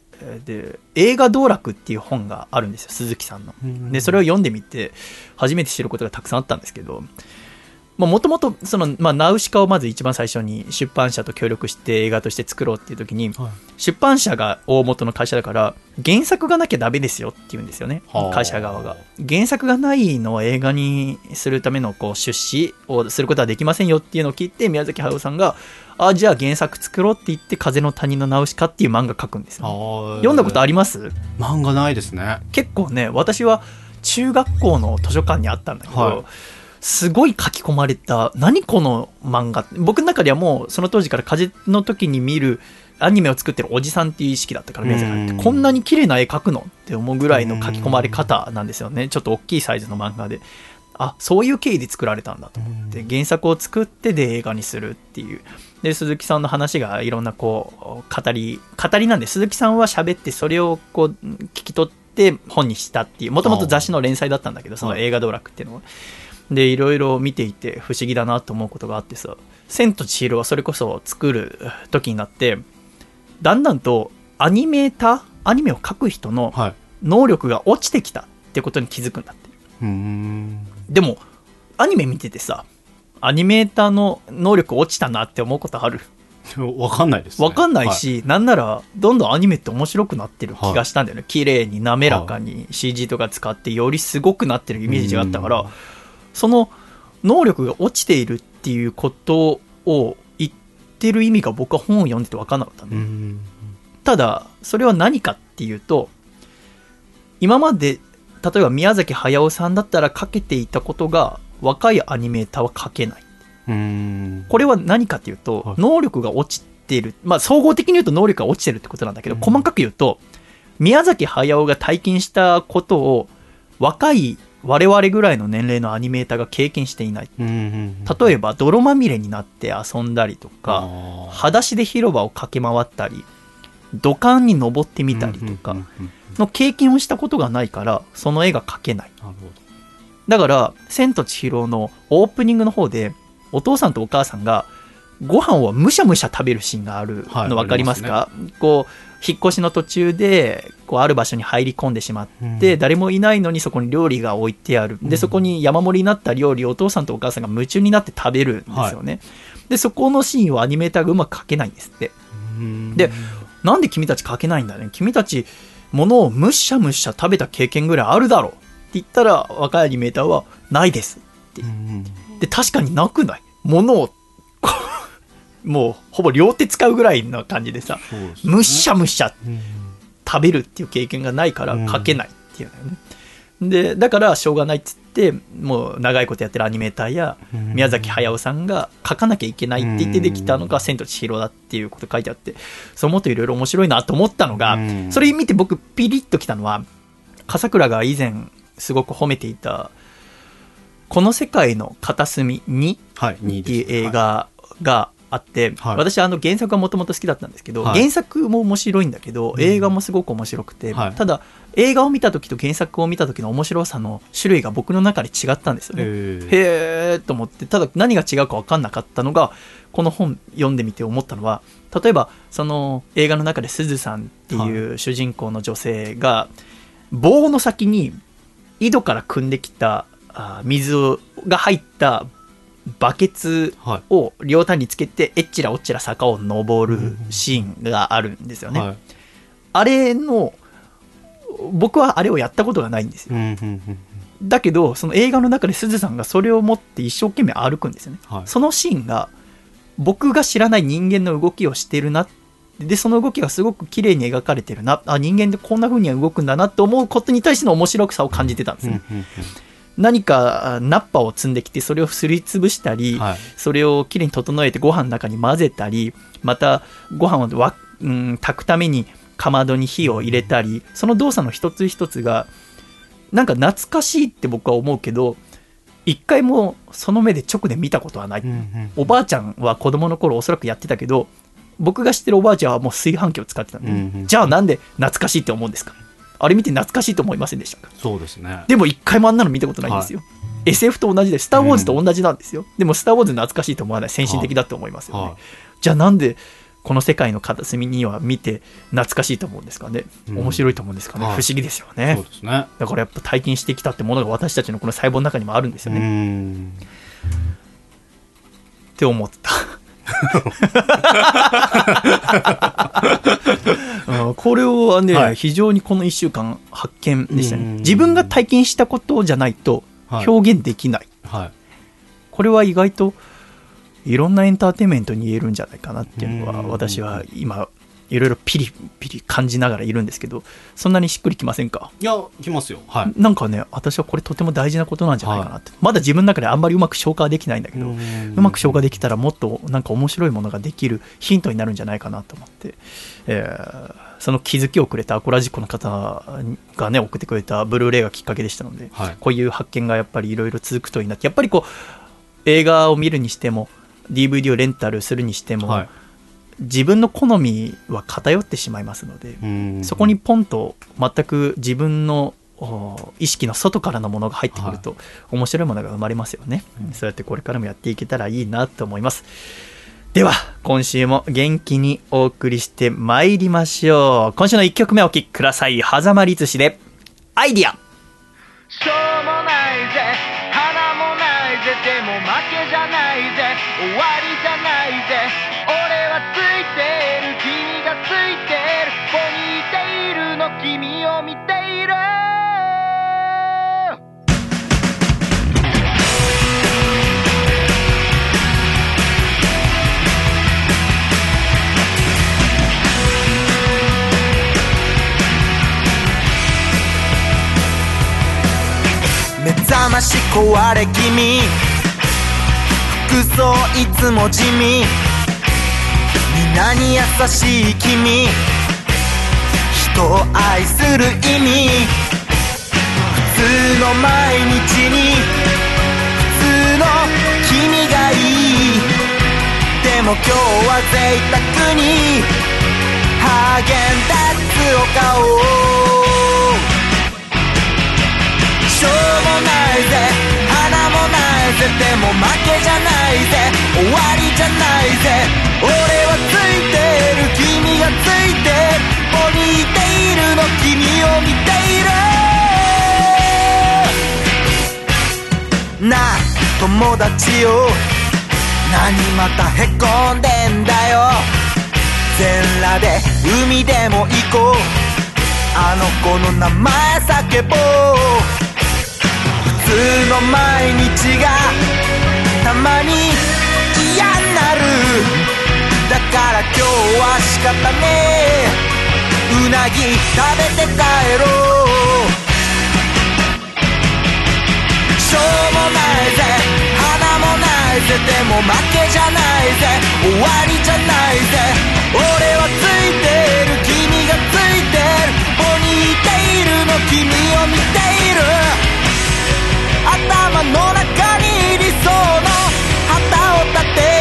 で映画道楽っていう本があるんですよ、鈴木さんの。でそれを読んでみて初めて知ることがたくさんあったんですけど、もともとナウシカをまず一番最初に出版社と協力して映画として作ろうっていう時に、出版社が大元の会社だから原作がなきゃダメですよって言うんですよね、会社側が。原作がないのを映画にするための出資をすることはできませんよっていうのを聞いて、宮崎駿さんがじゃあ原作作ろうって言って風の谷のナウシカっていう漫画書くんですよ。読んだことあります？ 漫画ないですね。 結構ね、私は中学校の図書館にあったんだけど、すごい書き込まれた、何この漫画、僕の中ではもうその当時から風の時に見るアニメを作ってるおじさんっていう意識だったから、宮崎駿ってこんなに綺麗な絵描くのって思うぐらいの書き込まれ方なんですよね。ちょっと大きいサイズの漫画で、そういう経緯で作られたんだと思って、原作を作ってで映画にするっていう。で鈴木さんの話がいろんな語りなんで、鈴木さんは喋ってそれを聞き取って本にしたっていう、もともと雑誌の連載だったんだけど、その映画道楽っていうのは。でいろいろ見ていて不思議だなと思うことがあってさ、千と千尋はそれこそ作る時になってだんだんとアニメを描く人の能力が落ちてきたってことに気づくんだって。でもアニメ見ててさ、アニメーターの能力落ちたなって思うことある？ 分かんないですね。 分かんないし、なんならどんどんアニメって面白くなってる気がしたんだよね。綺麗に滑らかに CG とか使ってよりすごくなってるイメージがあったから、その能力が落ちているっていうことを言ってる意味が僕は本を読んでて分かんなかったんで、ただそれは何かっていうと、今まで例えば宮崎駿さんだったら書けていたことが若いアニメーターは書けない。これは何かっていうと、能力が落ちている、まあ、総合的に言うと能力が落ちてるってことなんだけど、細かく言うと宮崎駿が体験したことを若い我々ぐらいの年齢のアニメーターが経験していない。例えば泥まみれになって遊んだりとか、裸足で広場を駆け回ったり、土管に登ってみたりとかの経験をしたことがないから、その絵が描けない。だから千と千尋のオープニングの方でお父さんとお母さんがご飯をむしゃむしゃ食べるシーンがあるの分かりますか？こう引っ越しの途中でこうある場所に入り込んでしまって、誰もいないのにそこに料理が置いてある。でそこに山盛りになった料理をお父さんとお母さんが夢中になって食べるんですよね。でそこのシーンをアニメーターがうまく描けないんですって。でなんで君たち描けないんだね、君たち物をむしゃむしゃ食べた経験ぐらいあるだろうって言ったら、若いアニメーターはないですって。で確かになくない、物をもうほぼ両手使うぐらいの感じでさ、むしゃむしゃ食べるっていう経験がないから描けないっていうのよね。でだからしょうがないっつって、もう長いことやってるアニメーターや宮崎駿さんが描かなきゃいけないって言ってできたのが千と千尋だっていうこと書いてあって、そのもっといろいろ面白いなと思ったのが、それ見て僕ピリッときたのは、笠倉が以前すごく褒めていたこの世界の片隅にっていう映画があって、私原作はもともと好きだったんですけど、原作も面白いんだけど映画もすごく面白くて、ただ映画を見た時と原作を見た時の面白さの種類が僕の中で違ったんですよね。へーと思って、ただ何が違うか分かんなかったのが、この本読んでみて思ったのは、例えばその映画の中ですずさんっていう主人公の女性が棒の先に井戸から汲んできた水が入ったバケツを両端につけてえっちらおっちら坂を登るシーンがあるんですよね。あれの僕はあれをやったことがないんですよ。だけどその映画の中ですずさんがそれを持って一生懸命歩くんですよね。そのシーンが僕が知らない人間の動きをしてるな、でその動きがすごく綺麗に描かれてるな、人間ってこんな風には動くんだなと思うことに対しての面白さを感じてたんですね。何かナッパを積んできてそれをすりつぶしたり、それをきれいに整えてご飯の中に混ぜたり、またご飯を炊くためにかまどに火を入れたり、その動作の一つ一つがなんか懐かしいって僕は思うけど、一回もその目で直で見たことはない。おばあちゃんは子供の頃おそらくやってたけど、僕が知ってるおばあちゃんはもう炊飯器を使ってたんで、じゃあなんで懐かしいって思うんですか？あれ見て懐かしいと思いませんでしたか？そうですね。でも一回もあんなの見たことないんですよ。SF と同じで、スターウォーズと同じなんですよ。でもスターウォーズ懐かしいと思わない、先進的だと思いますよね。じゃあなんでこの世界の片隅には見て懐かしいと思うんですかね。面白いと思うんですかね。不思議ですよね。そうですね。だからやっぱ体験してきたってものが私たちのこの細胞の中にもあるんですよね。って思ったこれはね、非常にこの1週間発見でしたね。自分が体験したことじゃないと表現できない、これは意外といろんなエンターテインメントに言えるんじゃないかなっていうのは、私は今いろいろピリピリ感じながらいるんですけど、そんなにしっくりきませんか？いや、きますよ。なんかね、私はこれとても大事なことなんじゃないかなって、まだ自分の中であんまりうまく消化できないんだけど、うまく消化できたらもっとなんか面白いものができるヒントになるんじゃないかなと思って、その気づきをくれたアコラジックの方がね送ってくれたブルーレイがきっかけでしたので、こういう発見がやっぱりいろいろ続くといいなって。やっぱりこう映画を見るにしても DVD をレンタルするにしても、自分の好みは偏ってしまいますので、そこにポンと全く自分の意識の外からのものが入ってくると、面白いものが生まれますよね。そうやってこれからもやっていけたらいいなと思います。では今週も元気にお送りしてまいりましょう。今週の1曲目お聴きください。狭間律師でアイディア。しょうもないぜ、花もないぜ、でも負けじゃないぜ、終わりじゃないぜ、俺はついてる、君がついてる、ここにいているの、君を見ている。目覚まし壊れ気味、服装いつも地味、 皆に優しい君、人を愛する意味、普通の毎日に普通の君がいい。でも今日は贅沢にハーゲンダッツを買おう。しょうもないぜ、花もないぜ、でも負けじゃないぜ、終わりじゃないぜ。俺はついてる、君がついてる、ポニーテールの君を見ている。なあ友達よ、何またへこんでんだよ。全裸で海でも行こう、あの子の名前叫ぼう。普通の毎日がたまに嫌になる。だから今日は仕方ねえ、うなぎ食べて帰ろう。しょうもないぜ、花もないぜ、でも負けじゃないぜ、終わりじゃないぜ。俺はついてる、君がついてる、ポニーテールの君を見ている。頭の中に理想の旗を立て、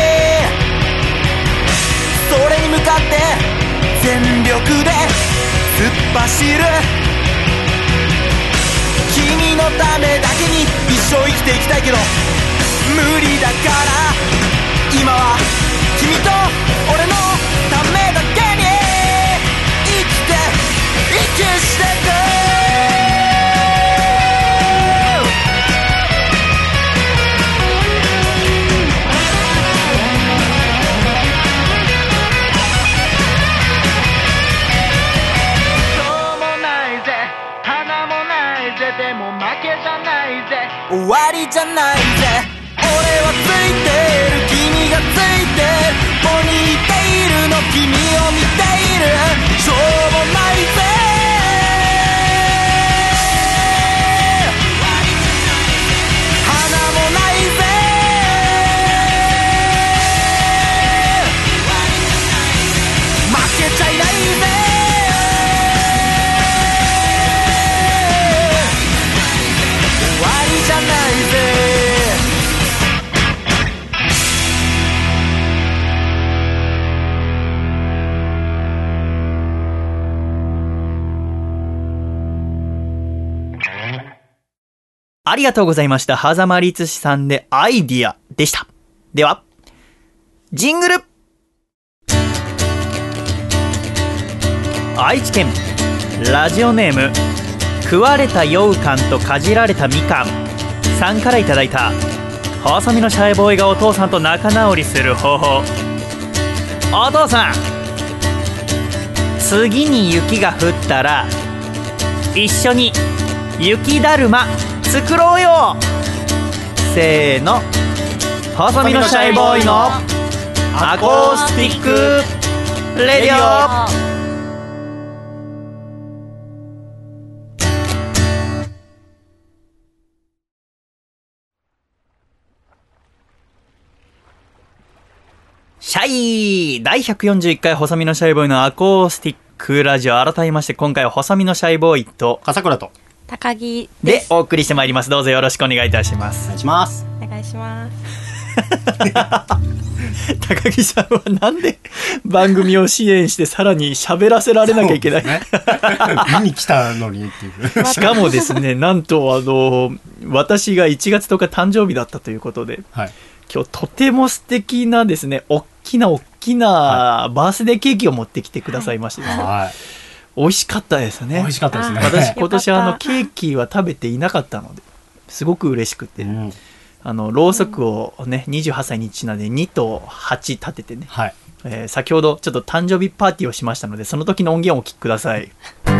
それに向かって全力で突っ走る。君のためだけに一生生きていきたいけど無理だから、今は君と俺のためだけに生きて息してく。でも負けじゃないぜ、終わりじゃないぜ。俺はついてる、君がついてる、ポニーテールの君を見ている。しょうもないぜ、花もないぜ、負けちゃいないぜ。 ありがとうございました。狭間律師さんでアイディアでした。では、ジングル。愛知県ラジオネーム食われた羊羹とかじられたみかんさんからいただいた、細身のシャイボーイがお父さんと仲直りする方法。お父さん、次に雪が降ったら一緒に雪だるま作ろうよ。せーの、細身のシャイボーイのアコースティックレディオ。シャイ第141回細身のシャイボーイのアコースティックラジオ。改めまして今回は細身のシャイボーイと笠倉と高木でお送りしてまいります。どうぞよろしくお願いいたします。 お願いします。 お願いします。 高木さんはなんで番組を支援してさらに喋らせられなきゃいけない、ね、 見に来たのにっていうしかもですね、なんと私が1月10日誕生日だったということで、はい、今日とても素敵なですね、大きなバースデーケーキを持ってきてくださいましてですね、はい、美味しかったですね。 美味しかったですね。 私今年ケーキは食べていなかったのですごく嬉しくて、ろうそくをね、28歳にちなんで2と8立ててね、はい、先ほどちょっと誕生日パーティーをしましたので、その時の音源をお聞きください。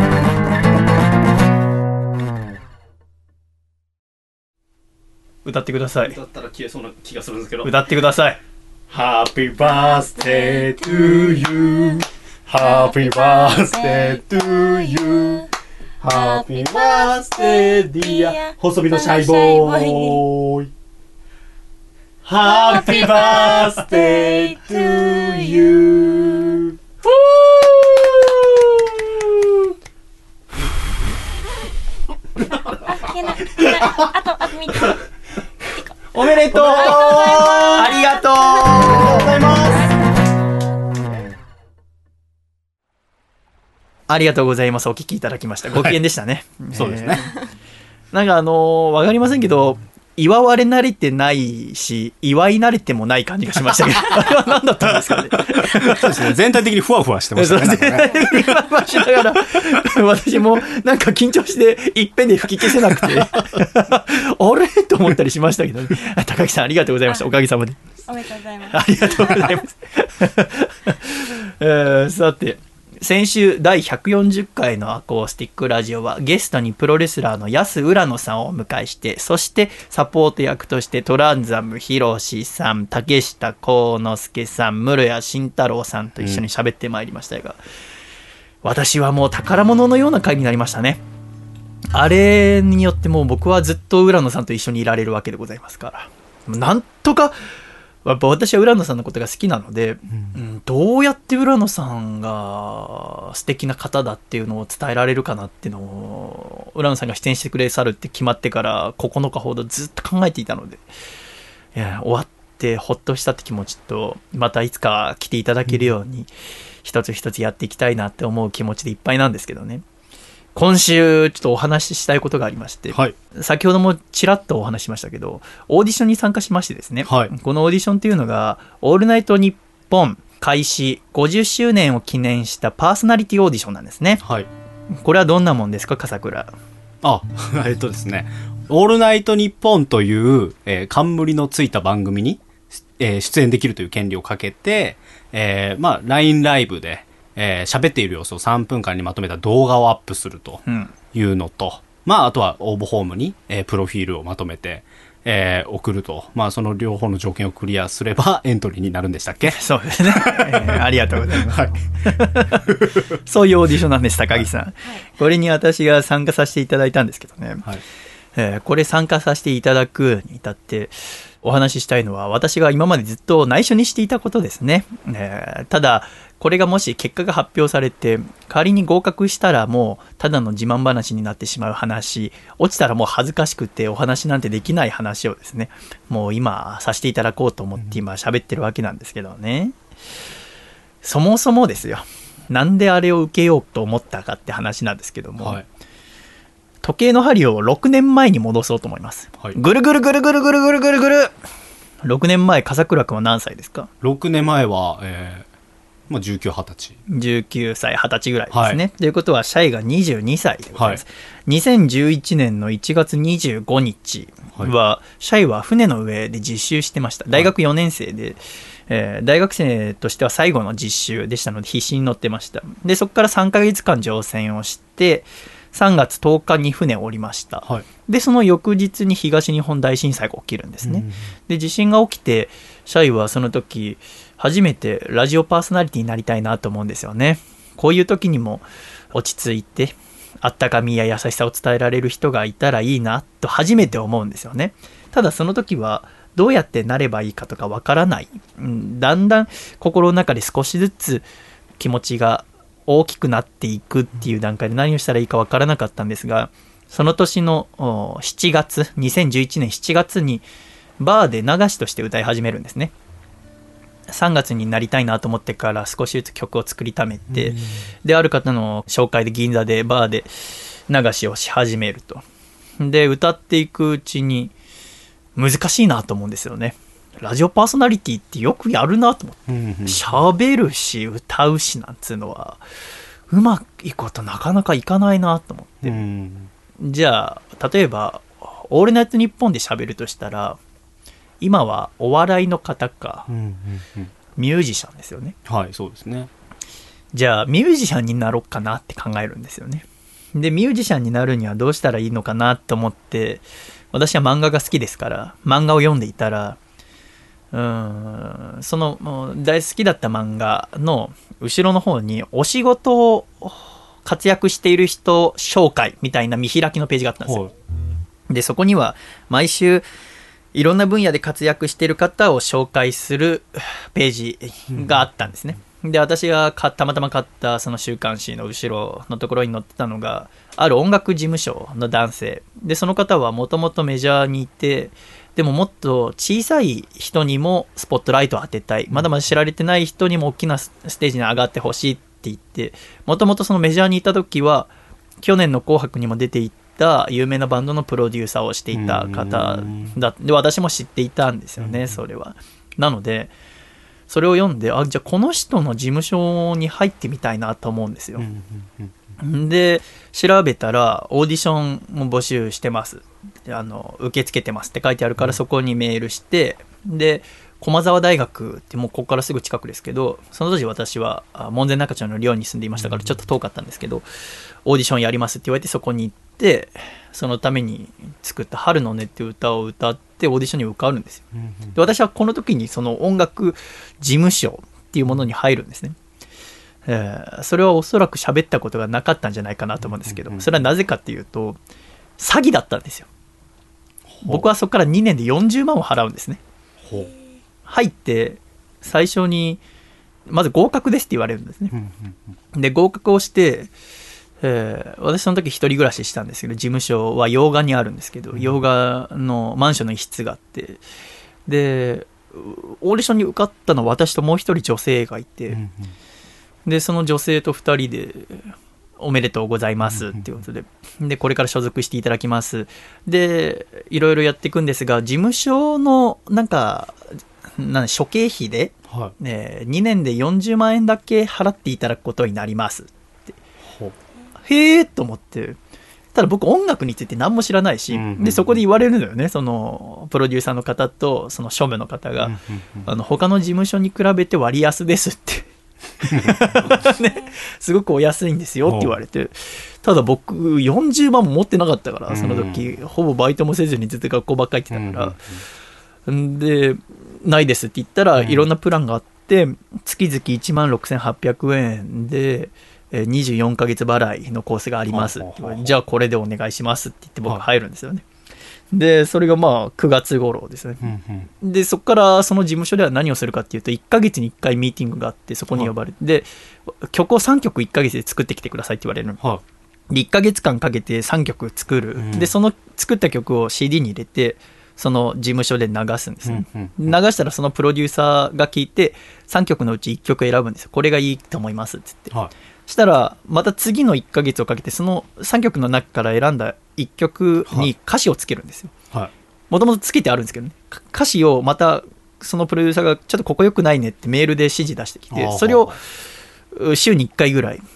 歌ってください。 歌ったら消えそうな気がするんですけど、 歌ってください。 Happy birthday to you, Happy birthday to you, Happy birthday dear 細身のシャイボーイ、 Happy birthday to you. あと3つ。 おめでとう。ありがとう。ありがとうございます。ありがとうございます。お聞きいただきました。ご機嫌でしたね。 そうですね。 なんかわかりませんけど、祝われ慣れてないし、祝い慣れてもない感じがしましたけど、あれは何だったんですかね。 そうですね。全体的にふわふわしてましたね。 全体的にふわふわしながら、私もなんか緊張していっぺんで吹き消せなくて、あれと思ったりしましたけどね。高木さんありがとうございました。おかげさまで。 おめでとうございます。 ありがとうございます。さて、先週第140回のアコースティックラジオはゲストにプロレスラーの安浦野さんをお迎えして、そしてサポート役としてトランザムヒロシさん、竹下幸之助さん、室谷慎太郎さんと一緒に喋ってまいりましたが、私はもう宝物のような回になりましたね。あれによってもう僕はずっと浦野さんと一緒にいられるわけでございますから、なんとかやっぱ私は浦野さんのことが好きなので、どうやって浦野さんが素敵な方だっていうのを伝えられるかなっていうのを、浦野さんが出演してくれ去るって決まってから9日ほどずっと考えていたので、いや終わってほっとしたって気持ちと、またいつか来ていただけるように一つ一つやっていきたいなって思う気持ちでいっぱいなんですけどね。今週ちょっとお話ししたいことがありまして、はい、先ほどもちらっとお話ししましたけど、オーディションに参加しましてですね、はい、このオーディションというのがオールナイトニッポン開始50周年を記念したパーソナリティオーディションなんですね、はい、これはどんなもんですか、笠倉。 ですね、オールナイトニッポンという、冠のついた番組に、出演できるという権利をかけて、LINE ライブで喋っている様子を3分間にまとめた動画をアップするというのと、あとは応募フォームに、プロフィールをまとめて、送ると、その両方の条件をクリアすればエントリーになるんでしたっけ。 そうですね、ありがとうございます、はい、そういうオーディションなんです、高木さん、はい、これに私が参加させていただいたんですけどね、はい、これ参加させていただくに至ってお話ししたいのは、私が今までずっと内緒にしていたことですね。ただこれがもし結果が発表されて仮に合格したらもうただの自慢話になってしまう話、落ちたらもう恥ずかしくてお話なんてできない話をですね、もう今させていただこうと思って今喋ってるわけなんですけどね。そもそもですよ、なんであれを受けようと思ったかって話なんですけども、はい、時計の針を6年前に戻そうと思います、はい、ぐるぐるぐるぐるぐるぐるぐるぐる。6年前、笠倉君は何歳ですか。 6年前は、19、20歳。 19歳、20歳ぐらいですね。はい、ということは、シャイが22歳でございます。はい、2011年の1月25日は、はい、シャイは船の上で実習してました。大学4年生で、大学生としては最後の実習でしたので、必死に乗ってました。で、そこから3ヶ月間乗船をして、3月10日に船を降りました、はい、でその翌日に東日本大震災が起きるんですね、で地震が起きてシャイはその時初めてラジオパーソナリティになりたいなと思うんですよね。こういう時にも落ち着いてあったかみや優しさを伝えられる人がいたらいいなと初めて思うんですよね。ただその時はどうやってなればいいかとかわからない、だんだん心の中で少しずつ気持ちが大きくなっていくっていう段階で何をしたらいいか分からなかったんですが、その年の7月2011年7月にバーで流しとして歌い始めるんですね。3月になりたいなと思ってから少しずつ曲を作りためて、である方の紹介で銀座でバーで流しをし始めると。で歌っていくうちに難しいなと思うんですよね。ラジオパーソナリティってよくやるなと思って、喋るし歌うしなんつうのはうまいことなかなかいかないなと思って、じゃあ例えばオールナイトニッポンで喋るとしたら今はお笑いの方か、ミュージシャンですよね。 はい、そうですね。 じゃあミュージシャンになろうかなって考えるんですよね。でミュージシャンになるにはどうしたらいいのかなと思って、私は漫画が好きですから漫画を読んでいたら、その大好きだった漫画の後ろの方にお仕事を活躍している人紹介みたいな見開きのページがあったんですよ。でそこには毎週いろんな分野で活躍している方を紹介するページがあったんですね。で、私がたまたま買ったその週刊誌の後ろのところに載ってたのが、ある音楽事務所の男性。で、その方はもともとメジャーにいて、でももっと小さい人にもスポットライトを当てたい。まだまだ知られてない人にも大きなステージに上がってほしいって言って、もともとそのメジャーにいた時は、去年の紅白にも出ていた有名なバンドのプロデューサーをしていた方だ。で、私も知っていたんですよね、それは。なので、それを読んで、じゃあこの人の事務所に入ってみたいなと思うんですよ。で、調べたらオーディションも募集してます。受け付けてますって書いてあるから、そこにメールして、で、駒沢大学ってもうここからすぐ近くですけど、その当時私は門前仲町の寮に住んでいましたからちょっと遠かったんですけど、オーディションやりますって言われてそこに行って、そのために作った春の音っていう歌を歌ってオーディションに受かるんですよ。で、私はこの時にその音楽事務所っていうものに入るんですね。それはおそらく喋ったことがなかったんじゃないかなと思うんですけど、それはなぜかっていうと、詐欺だったんですよ。僕はそこから2年で40万を払うんですね。入って最初にまず合格ですって言われるんですね。で、合格をして、私その時一人暮らししたんですけど、事務所は洋画にあるんですけど、洋画のマンションの一室があって、でオーディションに受かったのは私ともう一人女性がいて、でその女性と2人でおめでとうございますっていうことで、でこれから所属していただきます、でいろいろやっていくんですが、事務所のなんか諸経費で、2年で40万円だけ払っていただくことになりますって、へーと思って、ただ僕音楽について何も知らないし、でそこで言われるのよね、そのプロデューサーの方とその庶務の方が、他の事務所に比べて割安ですってね、すごくお安いんですよって言われて、ただ僕40万も持ってなかったから、その時ほぼバイトもせずにずっと学校ばっかり行ってたから、でないですって言ったら、いろんなプランがあって、月々1万6800円で24ヶ月払いのコースがありますって言われて、じゃあこれでお願いしますって言って僕入るんですよね。でそれがまあ9月頃ですね。でそこからその事務所では何をするかっていうと、1ヶ月に1回ミーティングがあって、そこに呼ばれて、で曲を3曲1ヶ月で作ってきてくださいって言われるの。で1ヶ月間かけて3曲作る。でその作った曲を CD に入れてその事務所で流すんですね。流したらそのプロデューサーが聞いて3曲のうち1曲選ぶんですよ。これがいいと思いますって言って、したらまた次の1ヶ月をかけてその3曲の中から選んだ1曲に歌詞をつけるんですよ。もともとつけてあるんですけどね、歌詞をまたそのプロデューサーがちょっとここ良くないねってメールで指示出してきて、それを週に1回ぐらい、で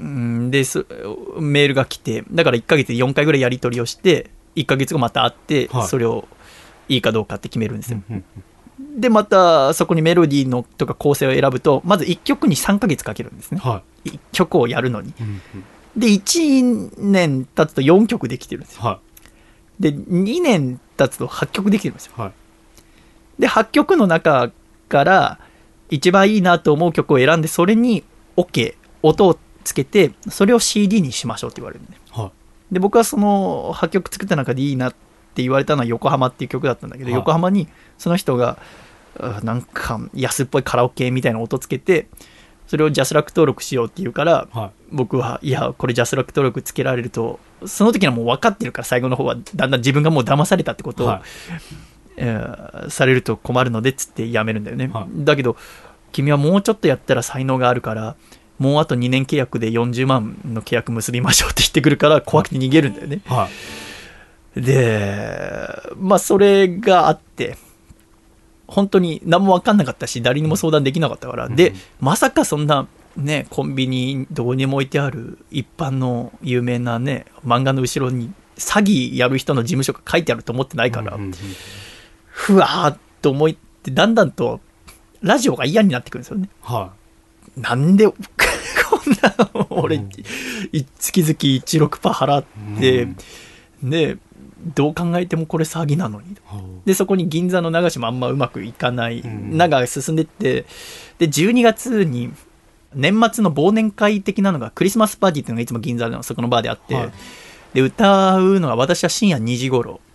メールが来て、だから1ヶ月で4回ぐらいやり取りをして1ヶ月後また会って、それをいいかどうかって決めるんですよ。でまたそこにメロディーのとか構成を選ぶと、まず1曲に3ヶ月かけるんですね、1曲をやるのに。で1年経つと4曲できてるんですよ。で2年経つと8曲できてるんですよ。で8曲の中から一番いいなと思う曲を選んで、それに OK 音をつけてそれを CD にしましょうって言われるんで、で僕はその8曲作った中でいいなって言われたのは横浜っていう曲だったんだけど、横浜にその人がなんか安っぽいカラオケみたいな音つけて、それをジャスラック登録しようって言うから、僕はいやこれジャスラック登録つけられると、その時にはもう分かってるから、最後の方はだんだん自分がもう騙されたってことを、されると困るのでっつってやめるんだよね。だけど君はもうちょっとやったら才能があるから、もうあと2年契約で40万の契約結びましょうって言ってくるから、怖くて逃げるんだよね。でまあそれがあって、本当に何も分かんなかったし、誰にも相談できなかったから、でまさかそんなね、コンビニどこにも置いてある一般の有名なね漫画の後ろに詐欺やる人の事務所が書いてあると思ってないから、ふわーっと思って、だんだんとラジオが嫌になってくるんですよね。なんでこんなの俺月々 1,6% 払って、ね、どう考えてもこれ詐欺なのに。でそこに銀座の流しもあんまうまくいかない、中が進んでって、で12月に年末の忘年会的なのが、クリスマスパーティーっていうのがいつも銀座のそこのバーであって、で歌うのが私は深夜2時頃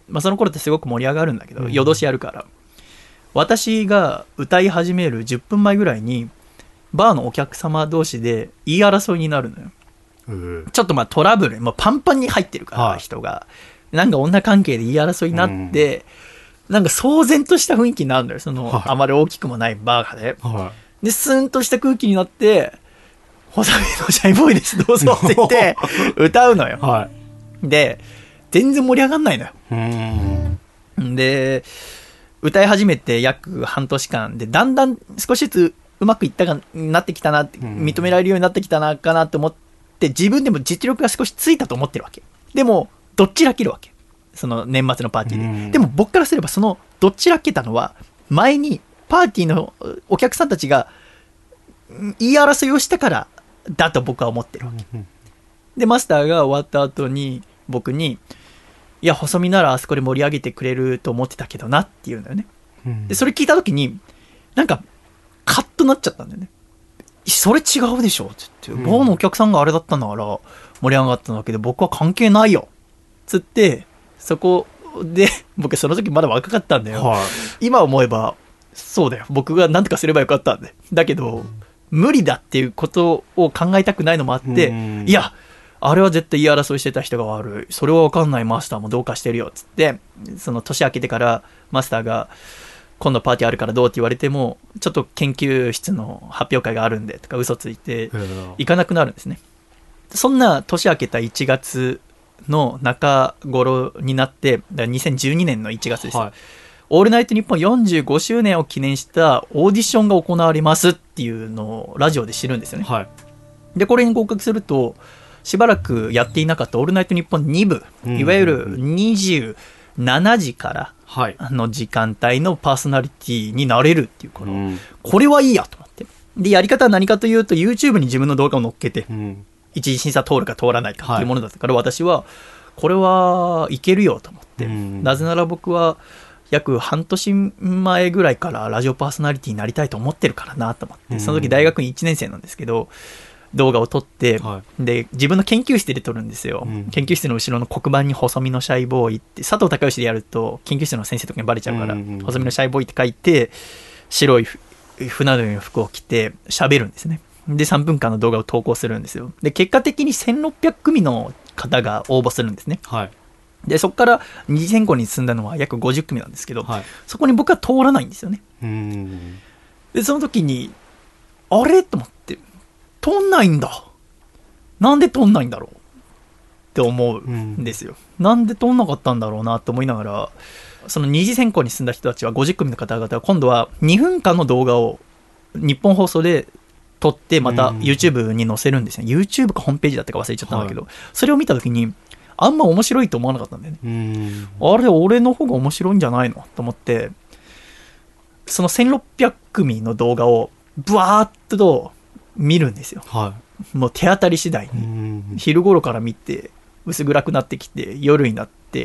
その頃ってすごく盛り上がるんだけど、夜通しやるから。私が歌い始める10分前ぐらいに、バーのお客様同士で言い争いになるのよ。ちょっとトラブル、パンパンに入ってるから、人が。なんか女関係で言い争いになって、なんか騒然とした雰囲気になるのよ。あまり大きくもないバーで。で、スーンとした空気になって、細身のシャイボーイです、どうぞって言って、歌うのよ。で、全然盛り上がんないのよ。で、歌い始めて約半年間で、だんだん少しずつうまくいったかなってきたなって、認められるようになってきたなかなと思って、自分でも実力が少しついたと思ってるわけ。でも、どっちらけるわけ。その年末のパーティーで。でも僕からすれば、そのどっちらけたのは、前にパーティーのお客さんたちが言い争いをしたからだと僕は思ってるわけ。で、マスターが終わった後に、僕に、いや、細身ならあそこで盛り上げてくれると思ってたけどなって言うんだよね。で、それ聞いた時に、なんか、カッとなっちゃったんだよね。それ違うでしょつって、バーのお客さんがあれだったんだから盛り上がっただけで僕は関係ないよつって、そこで、僕その時まだ若かったんだよ。今思えば、そうだよ。僕が何とかすればよかったんで。だけど、無理だっていうことを考えたくないのもあって、いや、あれは絶対言い争いしてた人が悪い。それは分かんないマスターもどうかしてるよ。つって、その年明けてからマスターが、今度パーティーあるからどうって言われても、ちょっと研究室の発表会があるんでとか嘘ついて、行かなくなるんですね。そんな年明けた1月の中頃になって、だから2012年の1月です。オールナイトニッポン45周年を記念したオーディションが行われますっていうのをラジオで知るんですよね。で、これに合格すると、しばらくやっていなかったオールナイトニッポン2部、いわゆる27時からの時間帯のパーソナリティになれるっていうから、これはいいやと思って。で、やり方は何かというと、YouTube に自分の動画を載っけて、一次審査通るか通らないかっていうものだったから、私は、これはいけるよと思って。なぜなら僕は、約半年前ぐらいからラジオパーソナリティになりたいと思ってるからなと思って、その時大学1年生なんですけど、動画を撮って、で、自分の研究室で撮るんですよ。研究室の後ろの黒板に細身のシャイボーイって、佐藤孝義でやると、研究室の先生とかにバレちゃうから、細身のシャイボーイって書いて、白い船のような服を着て喋るんですね。で、3分間の動画を投稿するんですよ。で、結果的に1600組の方が応募するんですね。で、そこから二次選考に進んだのは約50組なんですけど、そこに僕は通らないんですよね。で、その時に、あれと思って、通んないんだ。なんで通んないんだろうって思うんですよ。なんで通んなかったんだろうなと思いながら、その二次選考に進んだ人たちは50組の方々は今度は2分間の動画を日本放送で撮ってまた YouTube に載せるんですよ。YouTube かホームページだったか忘れちゃったんだけど、それを見た時にあんま面白いと思わなかったんだよね。あれ、俺の方が面白いんじゃないのと思って、その1600組の動画をブワーッと見るんですよ。もう手当たり次第に。昼頃から見て、薄暗くなってきて、夜になって、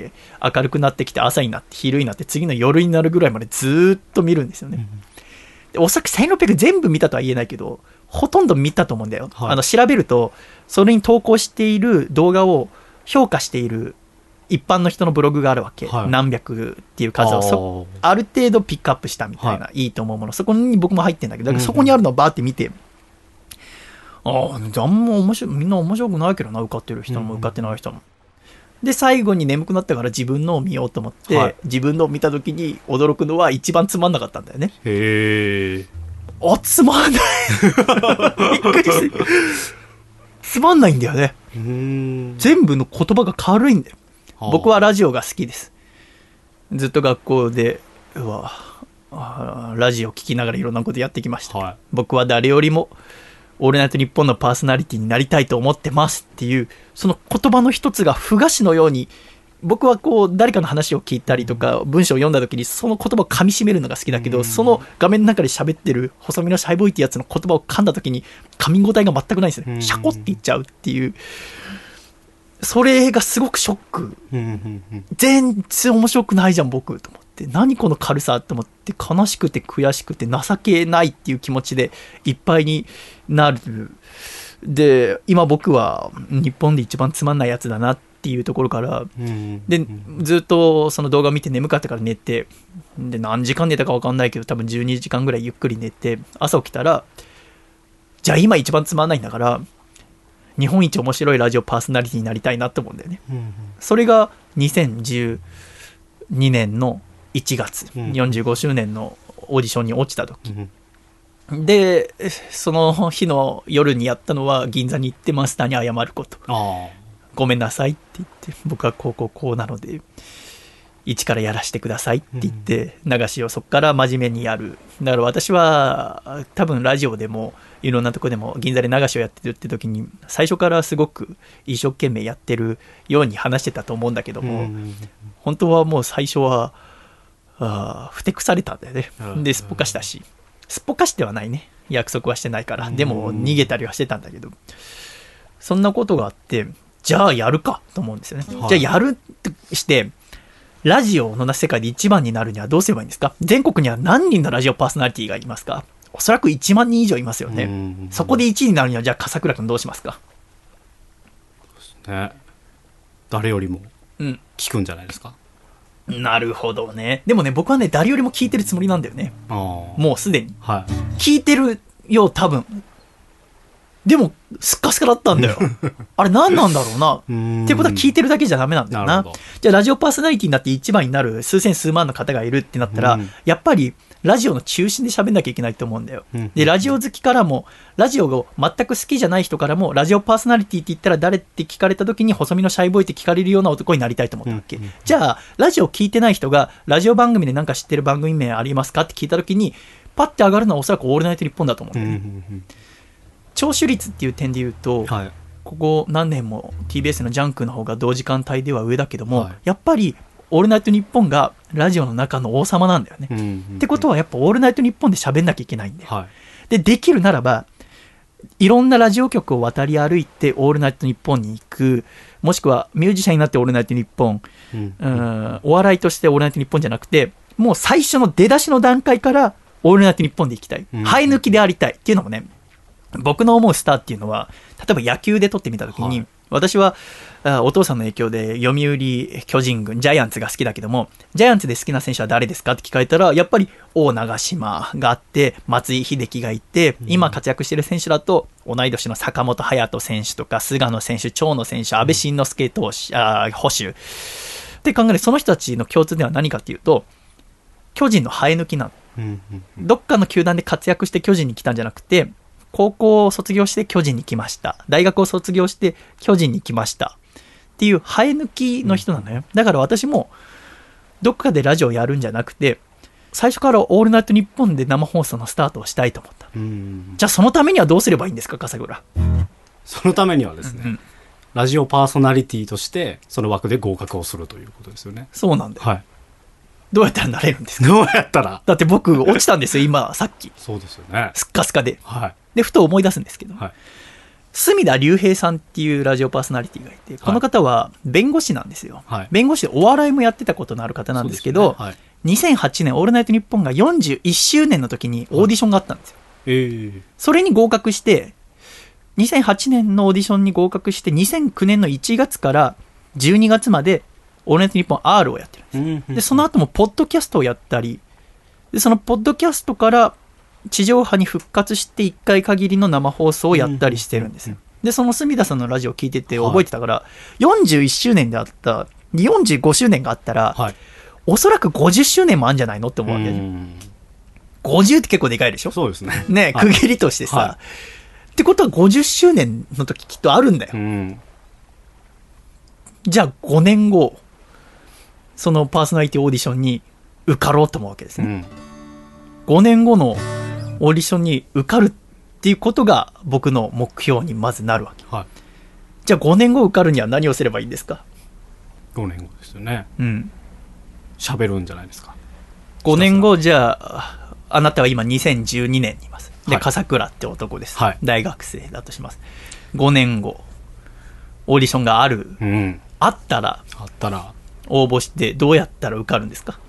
明るくなってきて、朝になって、昼になって、次の夜になるぐらいまでずーっと見るんですよね。で、おそらく1600全部見たとは言えないけど、ほとんど見たと思うんだよ。調べると、それに投稿している動画を評価している一般の人のブログがあるわけ。何百っていう数をある程度ピックアップしたみたいな、いいと思うもの。そこに僕も入ってんだけど、そこにあるのをバーって見て、あんまみんな面白くないけどな、受かってる人も受かってない人も。で、最後に眠くなったから自分のを見ようと思って、自分のを見た時に驚くのは一番つまんなかったんだよね。つまんない。びっくりして。つまんないんだよね。全部の言葉が軽いんだよ。僕はラジオが好きです。ずっと学校でラジオ聞きながらいろんなことやってきました。僕は誰よりもオールナイトニッポンのパーソナリティになりたいと思ってますっていう、その言葉の一つが不菓子のように、僕は誰かの話を聞いたりとか文章を読んだ時にその言葉を噛み締めるのが好きだけど、その画面の中で喋ってる細身のシャイボーイってやつの言葉を噛んだ時に噛み応えが全くないんですよね。シャコって言っちゃうっていう、それがすごくショック。全然面白くないじゃん僕と思って、何この軽さと思って、悲しくて悔しくて情けないっていう気持ちでいっぱいになる。で、今僕は日本で一番つまんないやつだなってっていうところから、でずっとその動画を見て眠かったから寝て、で何時間寝たか分かんないけど多分12時間ぐらいゆっくり寝て、朝起きたらじゃあ今一番つまんないんだから日本一面白いラジオパーソナリティになりたいなと思うんだよね、それが2012年の1月、45周年のオーディションに落ちた時、でその日の夜にやったのは銀座に行ってマスターに謝ること。ごめんなさいって言って、僕はこうなので一からやらせてくださいって言って流しをそこから真面目にやる。だから私は多分ラジオでもいろんなとこでも銀座で流しをやってるって時に最初からすごく一生懸命やってるように話してたと思うんだけども、本当はもう最初はふてくされたんだよね。ですっぽかしたし、すっぽかしてはないね、約束はしてないから。でも逃げたりはしてたんだけど、そんなことがあって、じゃあやるかと思うんですよね、じゃあやるってしてラジオの世界で一番になるにはどうすればいいんですか。全国には何人のラジオパーソナリティがいますか。おそらく1万人以上いますよね。そこで1位になるにはじゃあ笠倉君どうしますか。 ね、誰よりも聞くんじゃないですか。 なるほどね。でもね、僕はね誰よりも聞いてるつもりなんだよね。もうすでに、聞いてるよ多分。でもスッカスカだったんだよあれ何なんだろうなってことは聞いてるだけじゃダメなんだよな。じゃあラジオパーソナリティになって一番になる数千数万の方がいるってなったら、やっぱりラジオの中心で喋んなきゃいけないと思うんだよ。でラジオ好きからもラジオを全く好きじゃない人からもラジオパーソナリティって言ったら誰って聞かれた時に細身のシャイボーイって聞かれるような男になりたいと思ったわけ、じゃあラジオ聞いてない人がラジオ番組で何か知ってる番組名ありますかって聞いた時にパッて上がるのはおそらくオールナイトニッポンだと思うんだよね、聴取率っていう点で言うと、ここ何年も TBS のジャンクの方が同時間帯では上だけども、やっぱりオールナイトニッポンがラジオの中の王様なんだよね、ってことはやっぱオールナイトニッポンで喋んなきゃいけないんだよ、できるならばいろんなラジオ局を渡り歩いてオールナイトニッポンに行く、もしくはミュージシャンになってオールナイトニッポン、お笑いとしてオールナイトニッポンじゃなくてもう最初の出だしの段階からオールナイトニッポンで行きたい、生え抜きでありたいっていうのもね、僕の思うスターっていうのは例えば野球で撮ってみたときに、私はお父さんの影響で読売巨人軍ジャイアンツが好きだけども、ジャイアンツで好きな選手は誰ですかって聞かれたらやっぱり大長島があって松井秀喜がいて、今活躍している選手だと同い年の坂本勇人選手とか菅野選手、長野選手、阿部慎之助投手、捕手って考えるその人たちの共通では何かっていうと巨人の生え抜きなの、どっかの球団で活躍して巨人に来たんじゃなくて高校を卒業して巨人に来ました、大学を卒業して巨人に来ましたっていう生え抜きの人なのよ。だから私もどっかでラジオやるんじゃなくて最初からオールナイトニッポンで生放送のスタートをしたいと思った。じゃあそのためにはどうすればいいんですか笠倉。 そのためにはですね、ラジオパーソナリティとしてその枠で合格をするということですよね。 そうなんだよ、どうやったらなれるんですか。 どうやったらだって僕落ちたんですよ今さっき。 そうですよね、 すっかすかで、でふと思い出すんですけど、隅田隆平さんっていうラジオパーソナリティがいて、この方は弁護士なんですよ、弁護士でお笑いもやってたことのある方なんですけど、2008年オールナイトニッポンが41周年の時にオーディションがあったんですよ、それに合格して2008年のオーディションに合格して2009年の1月から12月までオールナイトニッポン R をやってるんです、でその後もポッドキャストをやったりで、そのポッドキャストから地上波に復活して1回限りの生放送をやったりしてるんですよ。でその隅田さんのラジオを聞いてて覚えてたから、41周年であった45周年があったら、おそらく50周年もあるんじゃないのって思うわけで、50って結構でかいでしょ。 そうですね、 ね、区切りとしてさ、ってことは50周年の時きっとあるんだよ、じゃあ5年後そのパーソナリティオーディションに受かろうと思うわけですね、5年後のオーディションに受かるっていうことが僕の目標にまずなるわけ、じゃあ5年後受かるには何をすればいいんですか。 5年後ですよね。喋るんじゃないですか。 5年後じゃああなたは今2012年にいます。で笠倉って男です、大学生だとします。5年後オーディションがある、あったら応募してどうやったら受かるんですか。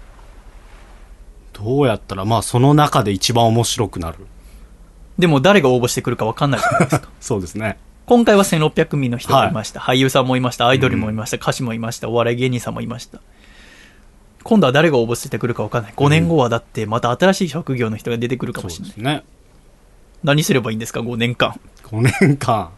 どうやったらその中で一番面白くなる。 でも誰が応募してくるか分かんないじゃないですかそうですね。 今回は1600組の人がいました、はい、俳優さんもいました、アイドルもいました、歌手もいました、お笑い芸人さんもいました。今度は誰が応募してくるか分からない。5年後はだってまた新しい職業の人が出てくるかもしれない、そうですね。何すればいいんですか5年間。 5年間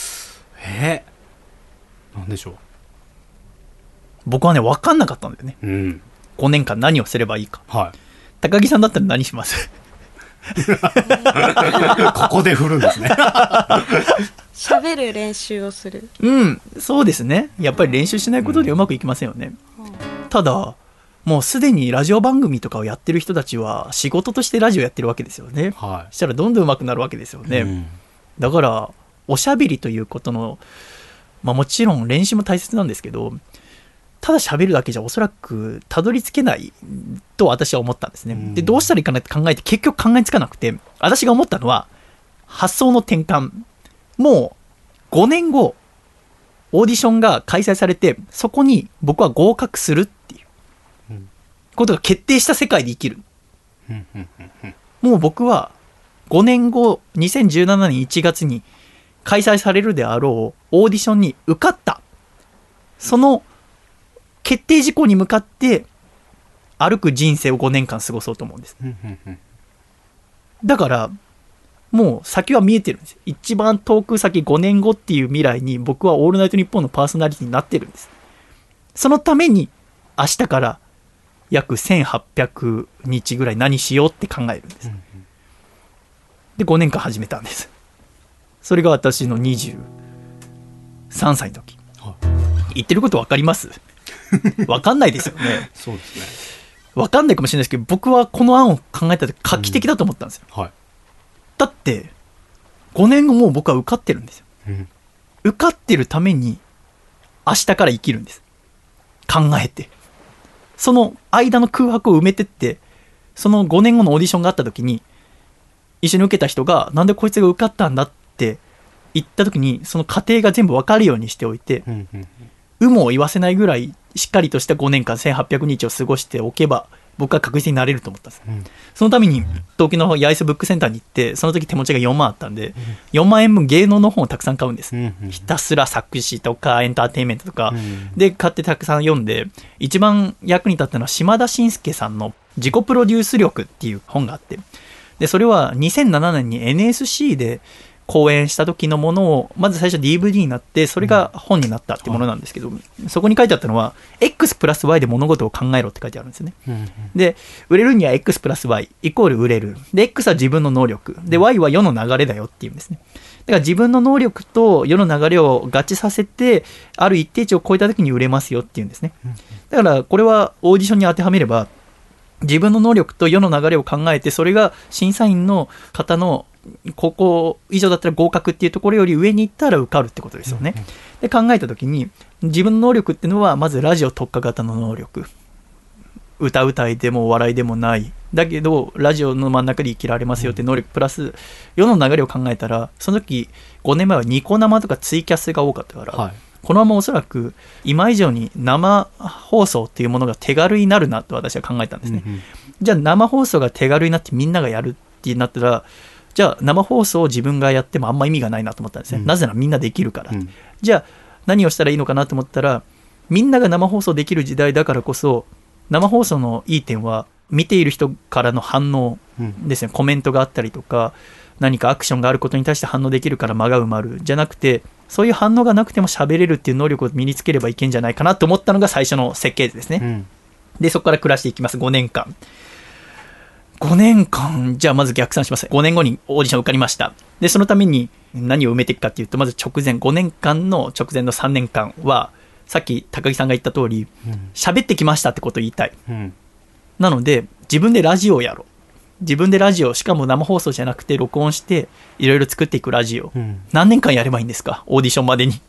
なんでしょう。 僕はね分かんなかったんだよね、5年間何をすればいいか、高木さんだったら何しますここで振るんですね。 喋る練習をする。 そうですね。やっぱり練習しないことでうまくいきませんよね、ただもうすでにラジオ番組とかをやってる人たちは仕事としてラジオやってるわけですよね、そしたらどんどん上手くなるわけですよね、だからおしゃべりということの、もちろん練習も大切なんですけど、ただ喋るだけじゃおそらくたどり着けないと私は思ったんですね、でどうしたらいいかなって考えて結局考えつかなくて、私が思ったのは発想の転換。もう5年後オーディションが開催されて、そこに僕は合格するっていうことが決定した世界で生きる。もう僕は5年後2017年1月に開催されるであろうオーディションに受かった、その決定事項に向かって歩く人生を5年間過ごそうと思うんです。だからもう先は見えてるんです。一番遠く先5年後っていう未来に僕はオールナイトニッポンのパーソナリティになってるんです。そのために明日から約1800日ぐらい何しようって考えるんです。で5年間始めたんです。それが私の23歳の時。言ってること分かります？分かんないですよね。 そうですね。 分かんないかもしれないですけど、僕はこの案を考えた時画期的だと思ったんですよ、だって5年後もう僕は受かってるんですよ、受かってるために明日から生きるんです。考えてその間の空白を埋めてって、その5年後のオーディションがあった時に一緒に受けた人がなんでこいつが受かったんだって言った時に、その過程が全部分かるようにしておいて、有無を言わせないぐらいしっかりとした5年間1800日を過ごしておけば僕は確実になれると思ったんです、そのために東京の八重洲ブックセンターに行って、その時手持ちが4万あったんで、4万円分芸能の本をたくさん買うんです、ひたすら作詞とかエンターテインメントとか、で買ってたくさん読んで、一番役に立ったのは島田紳介さんの自己プロデュース力っていう本があって、でそれは2007年に NSC で講演した時のものをまず最初 DVD になって、それが本になったっていうものなんですけど、そこに書いてあったのは X プラス Y で物事を考えろって書いてあるんですよね、で売れるには X プラス Y イコール売れるで、 X は自分の能力で Y は世の流れだよっていうんですね。だから自分の能力と世の流れを合致させて、ある一定値を超えた時に売れますよっていうんですね。だからこれはオーディションに当てはめれば、自分の能力と世の流れを考えて、それが審査員の方のここ以上だったら合格っていうところより上に行ったら受かるってことですよね。で考えた時に、自分の能力っていうのはまずラジオ特化型の能力、歌うたいでもお笑いでもない、だけどラジオの真ん中で生きられますよって能力プラス世の流れを考えたら、その時5年前はニコ生とかツイキャスが多かったから、このままおそらく今以上に生放送っていうものが手軽になるなと私は考えたんですね、じゃあ生放送が手軽になってみんながやるってなったら、じゃあ生放送を自分がやってもあんま意味がないなと思ったんですね、なぜならみんなできるから、じゃあ何をしたらいいのかなと思ったら、みんなが生放送できる時代だからこそ、生放送のいい点は見ている人からの反応ですね、コメントがあったりとか何かアクションがあることに対して反応できるから間が埋まるじゃなくて、そういう反応がなくても喋れるっていう能力を身につければいけんじゃないかなと思ったのが最初の設計図ですね、でそこから暮らしていきます。5年間じゃあまず逆算します。5年後にオーディション受かりました。でそのために何を埋めていくかっていうと、まず直前5年間の直前の3年間はさっき高木さんが言った通り喋ってきましたってことを言いたい、なので自分でラジオをやろう。自分でラジオ、しかも生放送じゃなくて録音していろいろ作っていくラジオ、何年間やればいいんですか、オーディションまでに。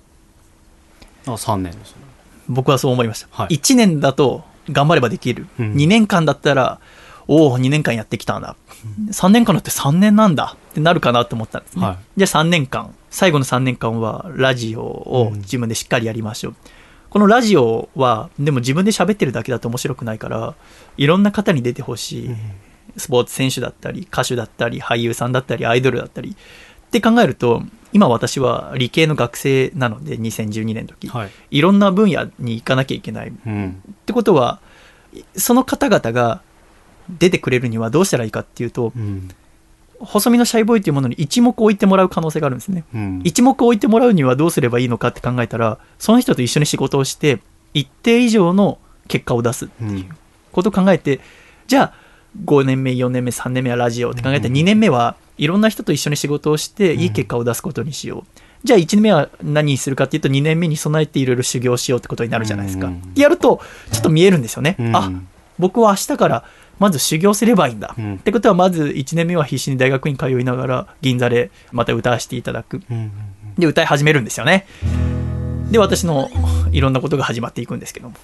3年ですね。 僕はそう思いました、1年だと頑張ればできる、2年間だったら2年間やってきたんだ、3年間だって3年なんだってなるかなと思ったんですね、じゃあ3年間、最後の3年間はラジオを自分でしっかりやりましょう、このラジオはでも自分で喋ってるだけだと面白くないから、いろんな方に出てほしい、スポーツ選手だったり歌手だったり俳優さんだったりアイドルだったり、 って考えると、今私は理系の学生なので、2012年の時、 はい、 いろんな分野に行かなきゃいけない。ってことは、その方々が出てくれるにはどうしたらいいかっていうと、細身のシャイボーイというものに一目置いてもらう可能性があるんですね。一目置いてもらうにはどうすればいいのかって考えたら、その人と一緒に仕事をして、一定以上の結果を出すっていうことを考えて、じゃあ、5年目、4年目、3年目はラジオって考えて、2年目はいろんな人と一緒に仕事をしていい結果を出すことにしよう。じゃあ1年目は何にするかっていうと、2年目に備えていろいろ修行しようってことになるじゃないですか。やるとちょっと見えるんですよね。あ、僕は明日からまず修行すればいいんだ、ってことは、まず1年目は必死に大学院通いながら銀座でまた歌わせていただく。で歌い始めるんですよね。で私のいろんなことが始まっていくんですけども、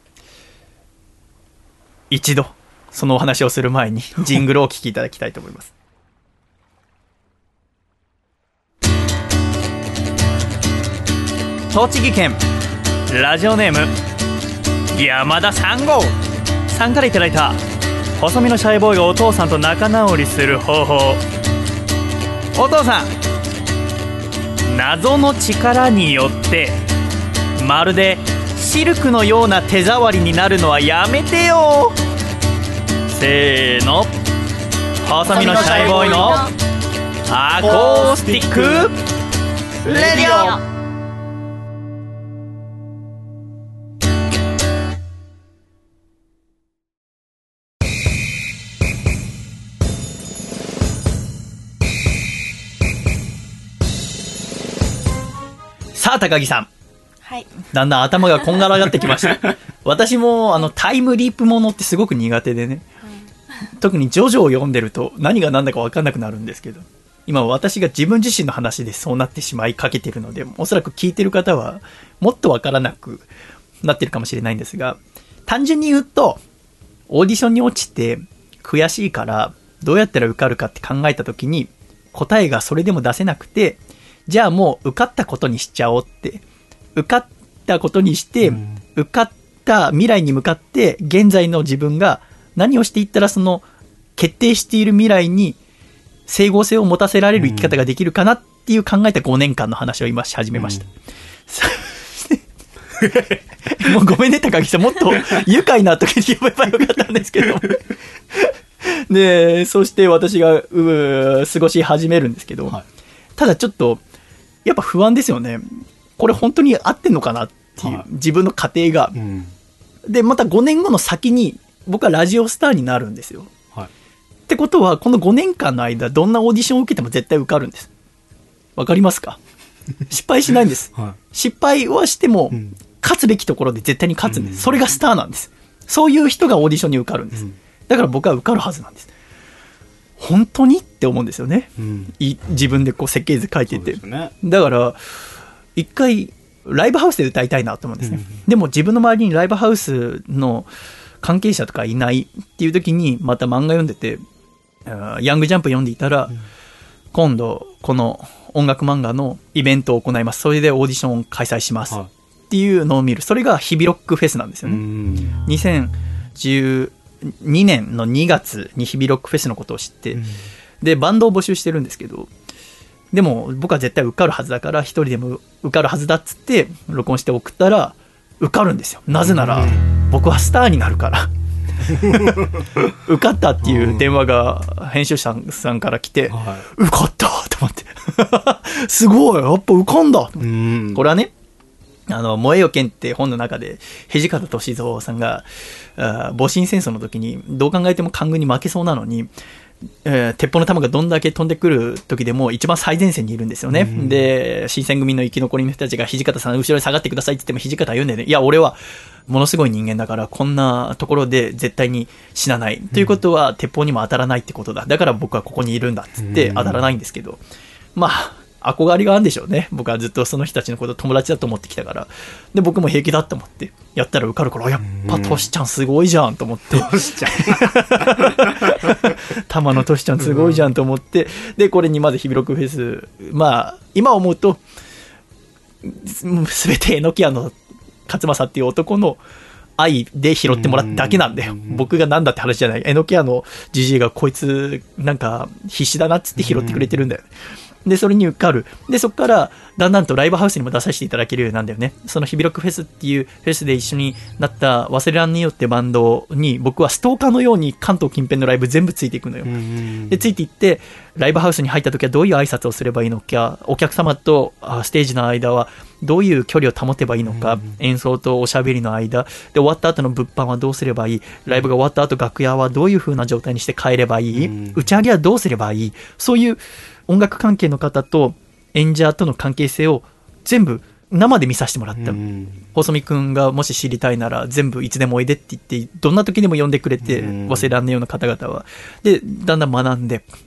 一度そのお話をする前にジングルをお聴きいただきたいと思います。栃木県ラジオネーム山田3号さんからいただいた、細身のシャイボーイがお父さんと仲直りする方法。お父さん、謎の力によってまるでシルクのような手触りになるのはやめてよ。せーの、細身のシャイボーイのアコースティックレディオ。さあ高木さん、 はい、 だんだん頭がこんがらがってきました私もタイムリープものってすごく苦手でね、特にジョジョを読んでると何が何だか分かんなくなるんですけど、今私が自分自身の話でそうなってしまいかけてるので、おそらく聞いてる方はもっと分からなくなってるかもしれないんですが、単純に言うとオーディションに落ちて悔しいからどうやったら受かるかって考えた時に答えがそれでも出せなくて、じゃあもう受かったことにしちゃおうって、受かったことにして、受かった未来に向かって現在の自分が何をしていったらその決定している未来に整合性を持たせられる生き方ができるかなっていう考えた5年間の話を今し始めました、もうごめんね高木さん、もっと愉快な時に呼べばよかったんですけどでそして私が過ごし始めるんですけど、はい、ただちょっとやっぱ不安ですよね。これ本当に合ってんのかなっていう、はい、自分の過程が、でまた5年後の先に僕はラジオスターになるんですよ、はい、ってことはこの5年間の間どんなオーディションを受けても絶対受かるんです。わかりますか？失敗しないんです、はい、失敗はしても、勝つべきところで絶対に勝つんです、それがスターなんです。そういう人がオーディションに受かるんです、だから僕は受かるはずなんです。本当にって思うんですよね、自分でこう設計図書いてて、ね、だから一回ライブハウスで歌いたいなと思うんですね、でも自分の周りにライブハウスの関係者とかいないっていう時にまた漫画読んでて、ヤングジャンプ読んでいたら、今度この音楽漫画のイベントを行います、それでオーディションを開催しますっていうのを見る、それがヒビロックフェスなんですよね。2012年の2月にヒビロックフェスのことを知って、でバンドを募集してるんですけど、でも僕は絶対受かるはずだから一人でも受かるはずだっつって録音して送ったら受かるんですよ。なぜなら僕はスターになるから受かったっていう電話が編集者さんから来て、受かったと思ってすごい、やっぱ受かんだ。これはね、燃えよ剣って本の中で土方歳三さんが戊辰戦争の時にどう考えても官軍に負けそうなのに、鉄砲の弾がどんだけ飛んでくる時でも一番最前線にいるんですよね、で新選組の生き残りの人たちが土方さん後ろに下がってくださいって言っても土方は言うんだよね、いや俺はものすごい人間だからこんなところで絶対に死なない、ということは鉄砲にも当たらないってことだ、だから僕はここにいるんだっつって当たらないんですけど、まあ憧れがあるんでしょうね。僕はずっとその人たちのことを友達だと思ってきたから。で僕も平気だと思ってやったら受かるから、やっぱトシちゃんすごいじゃんと思って、トシちゃん玉のトシちゃんすごいじゃんと思って、でこれにまずヒビロックフェス、まあ今思うと全て榎谷の勝正っていう男の愛で拾ってもらっただけなんだよ。僕がなんだって話じゃない。榎谷のジジイがこいつなんか必死だなっつって拾ってくれてるんだよね。 で、それに受かる。で、そこから、だんだんとライブハウスにも出させていただけるようになるんだよね。その日比ロックフェスっていうフェスで一緒になった忘れらんねえよってバンドに、僕はストーカーのように関東近辺のライブ全部ついていくのよ。で、ついていって、ライブハウスに入った時はどういう挨拶をすればいいのか、お客様とステージの間はどういう距離を保てばいいのか、演奏とおしゃべりの間、で、終わった後の物販はどうすればいい、ライブが終わった後楽屋はどういう風な状態にして帰ればいい、打ち上げはどうすればいい、そういう音楽関係の方と演者との関係性を全部生で見させてもらった。細見くんがもし知りたいなら全部いつでもおいでって言ってどんな時でも呼んでくれて、忘れらんねえような方々は。で、だんだん学んで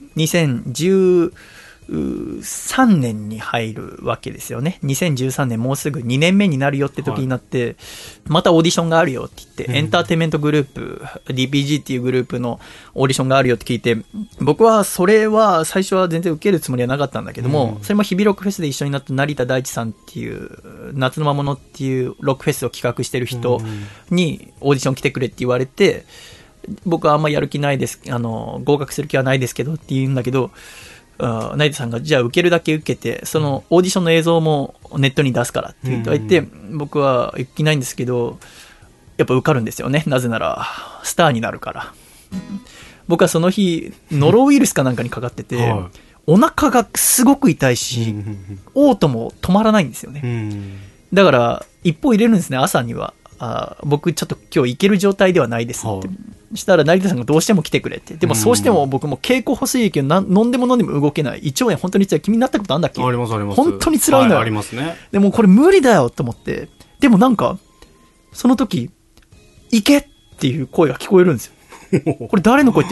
2013年に入るわけですよね。2013年もうすぐ2年目になるよって時になって、またオーディションがあるよって言って、エンターテインメントグループ、DPG っていうグループのオーディションがあるよって聞いて、僕はそれは最初は全然受けるつもりはなかったんだけども、それも日比ロックフェスで一緒になった成田大地さんっていう、夏の魔物っていうロックフェスを企画してる人にオーディション来てくれって言われて、僕はあんまやる気ないです、合格する気はないですけどって言うんだけど、成田さんがじゃあ受けるだけ受けて、そのオーディションの映像もネットに出すからって言って、僕は行く気ないんですけど、やっぱ受かるんですよね。なぜならスターになるから。僕はその日ノロウイルスかなんかにかかってて、お腹がすごく痛いし、嘔吐も止まらないんですよね。だから一報入れるんですね、朝には。僕ちょっと今日行ける状態ではないですって。したら成田さんがどうしても来てくれって。でもそうしても僕も経口補水液を飲んでも飲んでも動けない。胃腸炎本当に辛い。君になったことあんだっけ？ ありますあります。 本当に辛いのよ。 ありますね。 でもこれ無理だよと思って。でもなんか、その時、行けっていう声が聞こえるんですよ。これ誰の声って、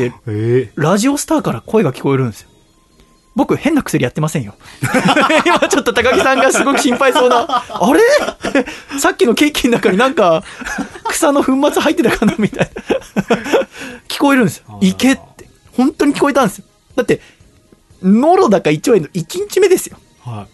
ラジオスターから声が聞こえるんですよ。僕変な薬やってませんよ。今ちょっと高木さんがすごく心配そうな、あれさっきのケーキの中になんか草の粉末入ってたかなみたいな。聞こえるんですよ。行けって。本当に聞こえたんですよ。だって、ノロだか胃腸炎の1日目ですよ。 はい。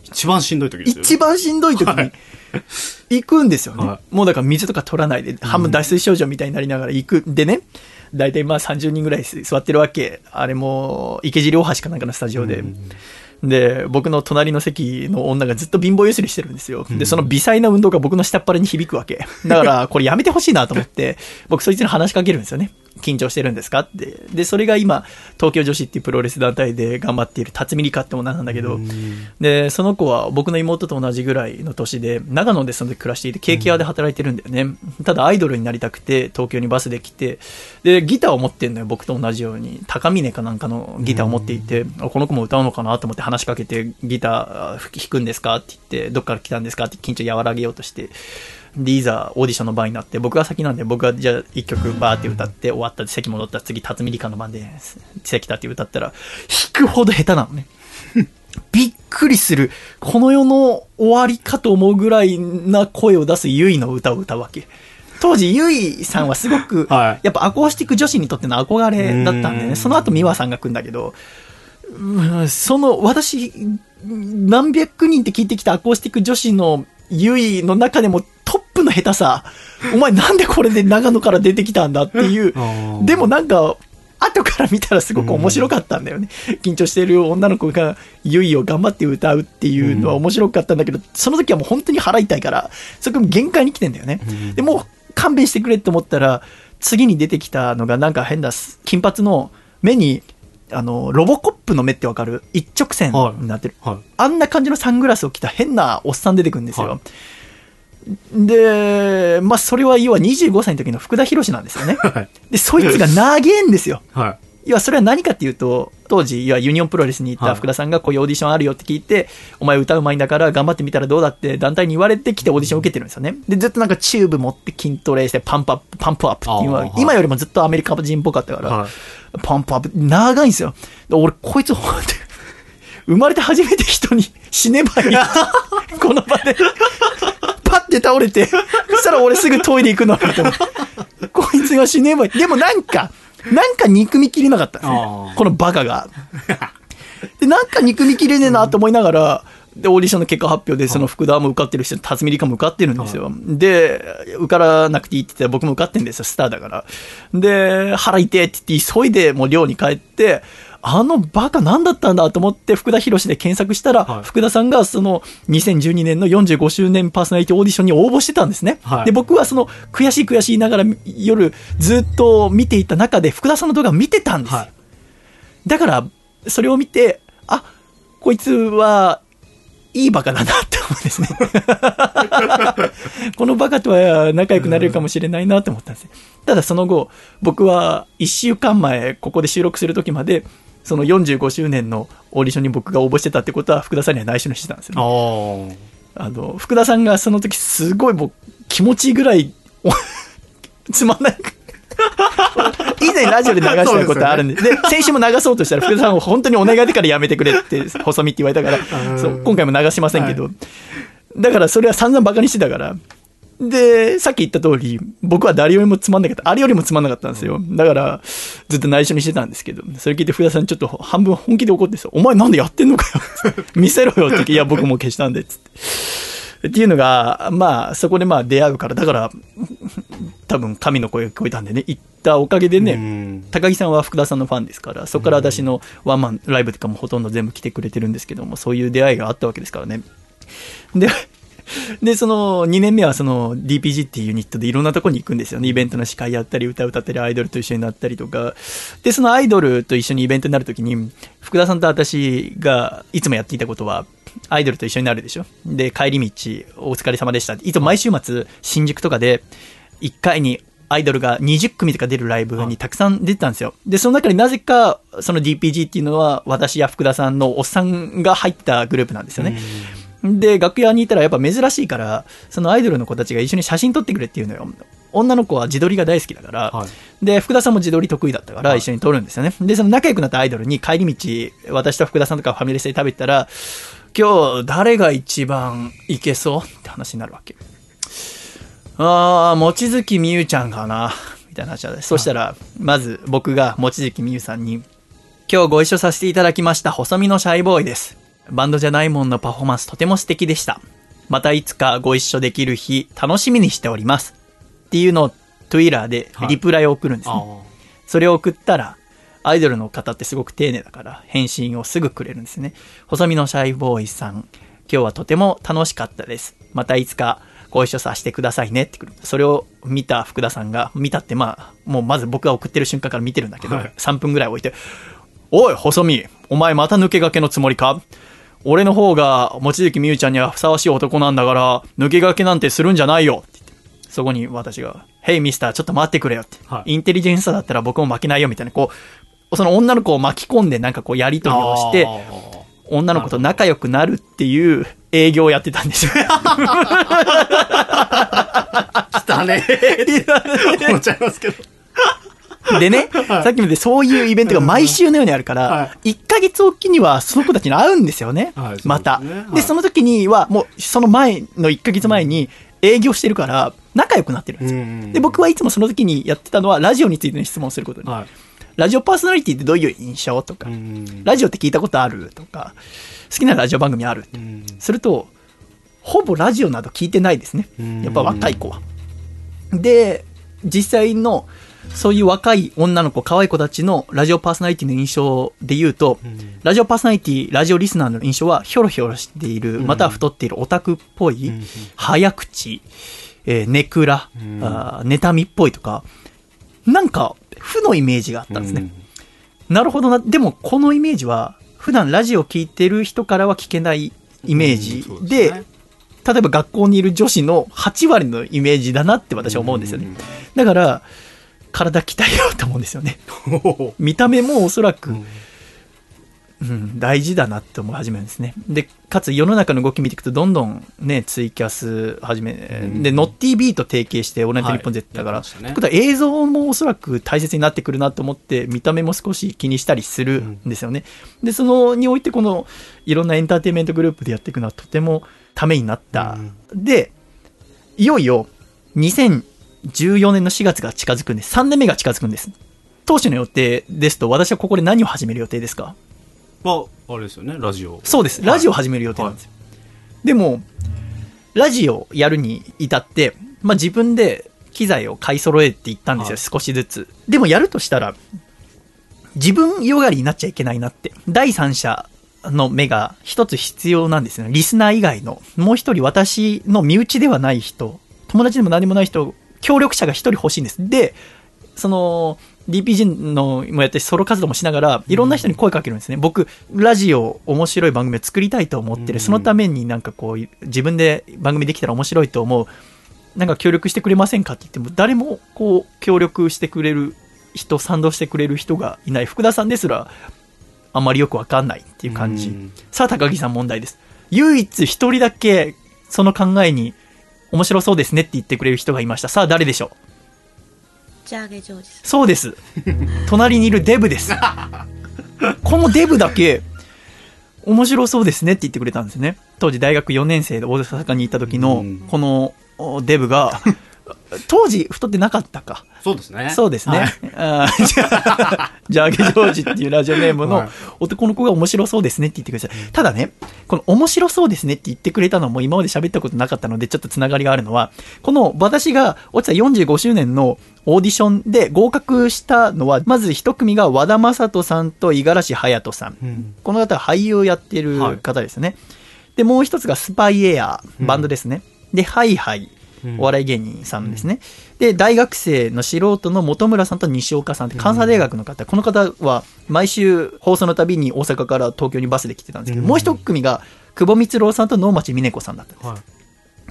一番しんどい時ですよね。 一番しんどい時に行くんですよね。もうだから水とか取らないで、半分脱水症状みたいになりながら行く。でね、だいたいまあ30人ぐらい座ってるわけ。あれも池尻大橋かなんかのスタジオで。で、僕の隣の席の女がずっと貧乏ゆすりしてるんですよ。で、その微細な運動が僕の下っ腹に響くわけ。だから、これやめてほしいなと思って、僕そいつに話しかけるんですよね。緊張してるんですかって。で、それが今、東京女子っていうプロレス団体で頑張っている辰巳梨花って女なんだけど、で、その子は僕の妹と同じぐらいの年で、長野でその時暮らしていて、ケーキ屋で働いてるんだよね。ただアイドルになりたくて、東京にバスで来て、で、ギターを持ってんのよ、僕と同じように。高峰かなんかのギターを持っていて、この子も歌うのかなと思って話しかけて、ギター弾くんですかって言って、どっから来たんですかって緊張和らげようとして、で、いざオーディションの場になって、僕が先なんで、僕がじゃあ一曲バーって歌って終わった席戻ったら次、辰巳梨花の番で席立って歌ったら、弾くほど下手なのね。びっくりする。この世の終わりかと思うぐらいな声を出すユイの歌を歌うわけ。当時、ユイさんはすごく、やっぱアコースティック女子にとっての憧れだったんでね、その後美和さんが来るんだけど、その、私、何百人って聞いてきたアコースティック女子のユイの中でもトップの下手さ、お前なんでこれで長野から出てきたんだっていう、でもなんか、後から見たらすごく面白かったんだよね。緊張している女の子がユイを頑張って歌うっていうのは面白かったんだけど、その時はもう本当に腹痛いから、そこも限界に来てんだよね。でもう勘弁してくれって思ったら、次に出てきたのがなんか変な金髪の目に、ロボコップの目ってわかる？一直線になってる、あんな感じのサングラスを着た変なおっさん出てくるんですよ。で、まあ、それは要は25歳の時の福田博なんですよね。で、そいつが長えんですよ。要はそれは何かっていうと、当時、要はユニオンプロレスに行った福田さんがこういうオーディションあるよって聞いて、お前歌うまいんだから頑張ってみたらどうだって団体に言われてきてオーディションを受けてるんですよね。で、ずっとなんかチューブ持って筋トレしてパンプアップっていうのは、今よりもずっとアメリカ人っぽかったから、パンプアップ、長いんですよ。俺、こいつほんと、生まれて初めて人に死ねばいい。この場で。パッて倒れて、そしたら俺すぐトイレ行くのみたいな。こいつが死ねばいい。でもなんか憎みきれなかったんですね。このバカが。で、なんか憎みきれねえなと思いながら、で、オーディションの結果発表で、その福田も受かってるし、辰巳梨花も受かってるんですよ。で、受からなくていいって言って僕も受かってるんですよ、スターだから。で、腹痛いって言って急いでもう寮に帰って、 あのバカ何だったんだと思って福田博で検索したら、はい、福田さんがその2012年の45周年パーソナリティオーディションに応募してたんですね。はい、で、僕はその悔しいながら夜ずっと見ていた中で福田さんの動画を見てたんですよ。はい、だから、それを見て、あ、こいつはいいバカだなって思うんですね。このバカとは仲良くなれるかもしれないなって思ったんですよ。ただその後、僕は1週間前、ここで収録する時まで、その45周年のオーディションに僕が応募してたってことは福田さんには内緒にしてたんですよね。福田さんがその時すごい僕気持ちいいぐらいつまんない以前ラジオで流したことあるんで、で、先週も流そうとしたら福田さんを本当にお願いだからやめてくれって細身って言われたからそう今回も流しませんけど、はい、だからそれは散々バカにしてたから。で、さっき言った通り、僕は誰よりもつまんなかった。あれよりもつまんなかったんですよ。だから、ずっと内緒にしてたんですけど、それ聞いて福田さんちょっと半分本気で怒ってさ、お前なんでやってんのかよ見せろよって言って、いや、僕も消したんで、つって。っていうのが、まあ、そこでまあ出会うから、だから、多分神の声が聞こえたんでね、言ったおかげでね、高木さんは福田さんのファンですから、そこから私のワンマンライブとかもほとんど全部来てくれてるんですけども、そういう出会いがあったわけですからね。で、その2年目はその DPG っていうユニットでいろんなとこに行くんですよね。イベントの司会やったり、歌ったり、アイドルと一緒になったりとか。で、そのアイドルと一緒にイベントになるときに、福田さんと私がいつもやっていたことは、アイドルと一緒になるでしょ。で、帰り道、お疲れ様でした。いつも毎週末、新宿とかで、1回にアイドルが20組とか出るライブにたくさん出てたんですよ。で、その中になぜか、その DPG っていうのは、私や福田さんのおっさんが入ったグループなんですよね。で、楽屋にいたらやっぱ珍しいから、そのアイドルの子たちが一緒に写真撮ってくれっていうのよ。女の子は自撮りが大好きだから、はい、で、福田さんも自撮り得意だったから一緒に撮るんですよね。はい、で、その仲良くなったアイドルに帰り道、私と福田さんとかファミレスで食べてたら、今日誰が一番いけそうって話になるわけ。望月美優ちゃんかなみたいな話で。そしたら、まず僕が望月美優さんに、今日ご一緒させていただきました細身のシャイボーイです。バンドじゃないもんのパフォーマンスとても素敵でした。またいつかご一緒できる日楽しみにしております。っていうのを Twitter でリプライを送るんですね。はい、それを送ったら、アイドルの方ってすごく丁寧だから返信をすぐくれるんですね。細身のシャイボーイさん、今日はとても楽しかったです。またいつかご一緒させてくださいねってくる。それを見た福田さんが、見たってまあ、もうまず僕が送ってる瞬間から見てるんだけど、はい、3分ぐらい置いて、おい、細身、お前また抜け駆けのつもりか？俺の方が望月美優ちゃんにはふさわしい男なんだから抜け駆けなんてするんじゃないよって言って、そこに私がヘイミスターちょっと待ってくれよって、はい、インテリジェンスさだったら僕も負けないよみたいな、こうその女の子を巻き込んでなんかこうやり取りをして女の子と仲良くなるっていう営業をやってたんですよ。来たねって思っちゃいますけど。 でね、はい、さっきまでそういうイベントが毎週のようにあるから、はい、1ヶ月おきにはその子たちに会うんですよね。はい、また。で、その時にはもうその前の1ヶ月前に営業してるから仲良くなってるんですよ。で、僕はいつもその時にやってたのはラジオについての質問をすることに。はい、ラジオパーソナリティってどういう印象とか、ラジオって聞いたことあるとか、好きなラジオ番組あるすると、ほぼラジオなど聞いてないですね。やっぱ若い子は。で、実際のそういう若い女の子、可愛い子たちのラジオパーソナリティの印象で言うと、ラジオパーソナリティ、ラジオリスナーの印象はヒョロヒョロしている、または太っているオタクっぽい、早口、ネクラ、妬みっぽいとか、なんか負のイメージがあったんですね。なるほどな。でもこのイメージは普段ラジオ聞いてる人からは聞けないイメージで、例えば学校にいる女子の8割のイメージだなって私は思うんですよね。だから体鍛えようと思うんですよね。見た目もおそらく、大事だなって思い始めるんですね。で、かつ世の中の動き見ていくとどんどんね、ツイキャス始め、で、ノッティビーと提携してオールナイトニッポン Z だから、ということは映像もおそらく大切になってくるなと思って、見た目も少し気にしたりするんですよね。で、そのにおいてこのいろんなエンターテインメントグループでやっていくのはとてもためになった。で、いよいよ2014年の4月が近づくんです。3年目が近づくんです。当初の予定ですと、私はここで何を始める予定ですか？ あれですよね、ラジオ。 そうです。ラジオを始める予定なんですよ。でも、ラジオやるに至って、自分で機材を買い揃えていったんですよ、少しずつ。でもやるとしたら、 自分よがりになっちゃいけないなって。第三者の目が一つ必要なんですね。リスナー以外の。もう一人私の身内ではない人、友達でも何もない人、協力者が一人欲しいんです。で、その、DPG のもやってソロ活動もしながら、いろんな人に声かけるんですね。僕、ラジオ、面白い番組を作りたいと思ってる。そのためになんかこう、自分で番組できたら面白いと思う。なんか協力してくれませんかって言っても、誰もこう、協力してくれる人、賛同してくれる人がいない。福田さんですら、あんまりよくわかんないっていう感じ。さあ、高木さん問題です。唯一一人だけ、その考えに、面白そうですねって言ってくれる人がいました。さあ、誰でしょう？ ジャーゲジョージさん。 そうです。隣にいるデブです。このデブだけ、面白そうですねって言ってくれたんですね。当時大学4年生で大阪に行った時の、このデブが、当時太ってなかったか。 そうですね。 そうですね。はい、ジャーゲジョージっていうラジオネームの男の子が面白そうですねって言ってくれた。ただね、この面白そうですねって言ってくれたのも今まで喋ったことなかったのでちょっとつながりがあるのは、この私が落ちた45周年のオーディションで合格したのは、まず一組が和田正人さんと五十嵐隼人さん。この方は俳優をやってる方ですね。で、もう一つがスパイエア、バンドですね。で、ハイハイ。お笑い芸人さんですね。で、大学生の素人の本村さんと西岡さんって関西大学の方、この方は毎週放送のたびに大阪から東京にバスで来てたんですけど、もう一組が久保光郎さんと能町みね子さんだったんです。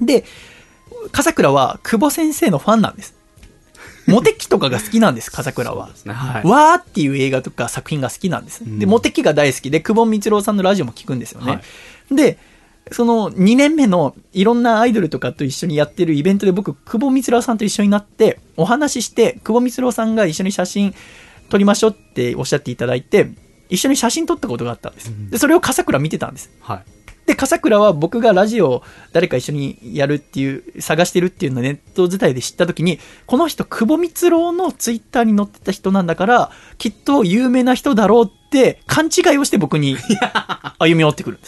で、笠倉は久保先生のファンなんです。モテキとかが好きなんです、笠倉は。わーっていう映画とか作品が好きなんです。で、モテキが大好きで、久保光郎さんのラジオも聞くんですよね。で、その2年目のいろんなアイドルとかと一緒にやってるイベントで僕、久保光郎さんと一緒になってお話しして、久保光郎さんが一緒に写真撮りましょうっておっしゃっていただいて、一緒に写真撮ったことがあったんです。で、それを笠倉見てたんです。で、笠倉は僕がラジオを誰か一緒にやるっていう、探してるっていうのをネット伝いで知ったときに、この人、久保光郎のツイッターに載ってた人なんだから、きっと有名な人だろうって勘違いをして僕に歩み寄ってくるんです。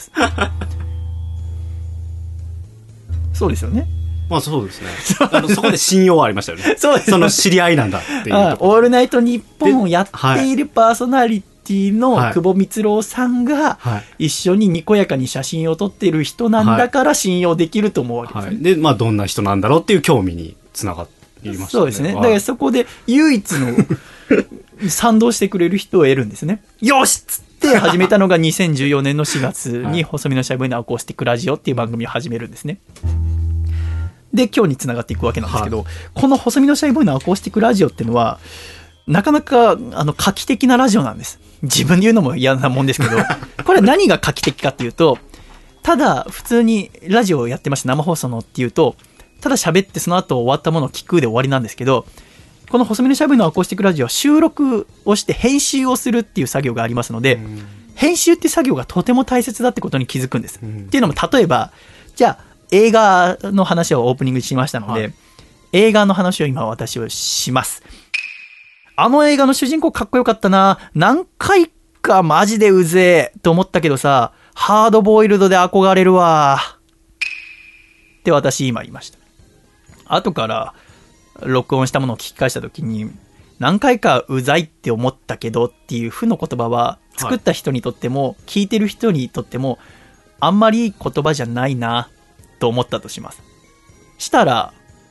そうですよね。 まあそうですね。そこで信用はありましたよね。 そうです。 その知り合いなんだっていう。オールナイトニッポンをやっているパーソナリティの久保光郎さんが一緒ににこやかに写真を撮っている人なんだから信用できると思うわけですね。 で、まあどんな人なんだろうっていう興味につながりましたね。 そうですね。だからそこで唯一の賛同してくれる人を得るんですね。よしっつって始めたのが2014年の4月に細身のシャイボーイのアコースティックラジオっていう番組を始めるんですね。で、今日につながっていくわけなんですけど、この細身のシャイボーイのアコースティックラジオっていうのは、なかなか画期的なラジオなんです。自分で言うのも嫌なもんですけど、これ何が画期的かっていうと、ただ普通にラジオをやってました生放送のっていうと、ただ喋ってその後終わったものを聞くで終わりなんですけど、この細身のシャイボーイのアコースティックラジオは収録をして編集をするっていう作業がありますので、編集っていう作業がとても大切だってことに気づくんです。っていうのも例えば、じゃあ映画の話をオープニングにしましたので、映画の話を今私はします。あの映画の主人公かっこよかったな。何回かマジでうぜえと思ったけどさ、ハードボイルドで憧れるわ。って私今言いました。後から録音したものを聞き返したときに、何回かうざいって思ったけどっていう負の言葉は、作った人にとっても、聞いてる人にとっても、あんまりいい言葉じゃないなと思ったとします。したら、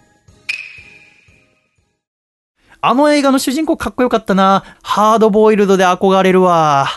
あの映画の主人公かっこよかったな。ハードボイルドで憧れるわ。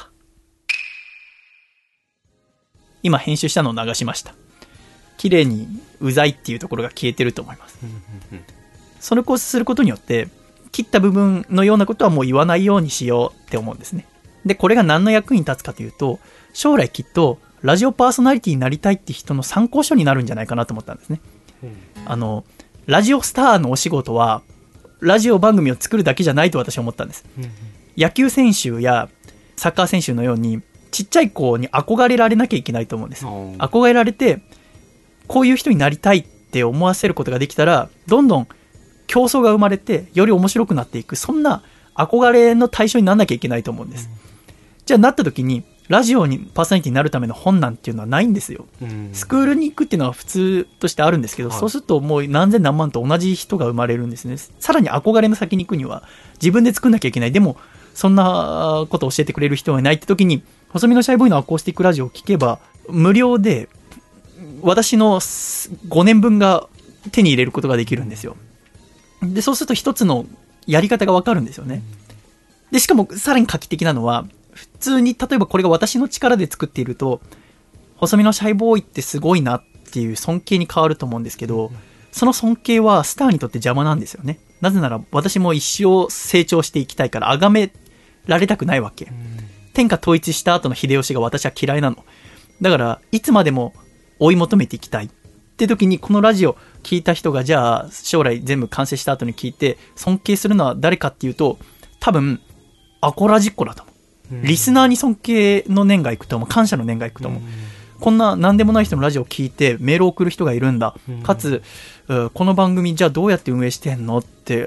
今編集したのを流しました。綺麗にうざいっていうところが消えてると思います。それをすることによって、切った部分のようなことはもう言わないようにしようって思うんですね。で、これが何の役に立つかというと、将来きっとラジオパーソナリティになりたいって人の参考書になるんじゃないかなと思ったんですね。ラジオスターのお仕事は、ラジオ番組を作るだけじゃないと私は思ったんです。野球選手やサッカー選手のように、ちっちゃい子に憧れられなきゃいけないと思うんです。憧れられて、こういう人になりたいって思わせることができたら、どんどん競争が生まれて、より面白くなっていく、そんな憧れの対象にならなきゃいけないと思うんです。じゃあなった時に、ラジオにパーソナリティになるための本なんていうのはないんですよ。スクールに行くっていうのは普通としてあるんですけど、そうするともう何千何万と同じ人が生まれるんですね。さらに憧れの先に行くには自分で作んなきゃいけない。でもそんなことを教えてくれる人はいないって時に、細身のシャイボーイのアコースティックラジオを聞けば、無料で私の5年分が手に入れることができるんですよ。で、そうすると一つのやり方がわかるんですよね。で、しかもさらに画期的なのは、普通に例えばこれが私の力で作っていると、細身のシャイボーイってすごいなっていう尊敬に変わると思うんですけど、その尊敬はスターにとって邪魔なんですよね。なぜなら私も一生成長していきたいから崇められたくないわけ。天下統一した後の秀吉が私は嫌いなの。だからいつまでも追い求めていきたいって時に、このラジオ聞いた人がじゃあ将来全部完成した後に聞いて尊敬するのは誰かっていうと、多分アコラジっ子だと思う。リスナーに尊敬の念がいくと思う。感謝の念がいくと思う。こんな何でもない人のラジオを聞いてメールを送る人がいるんだ。かつ、この番組じゃあどうやって運営してんのって、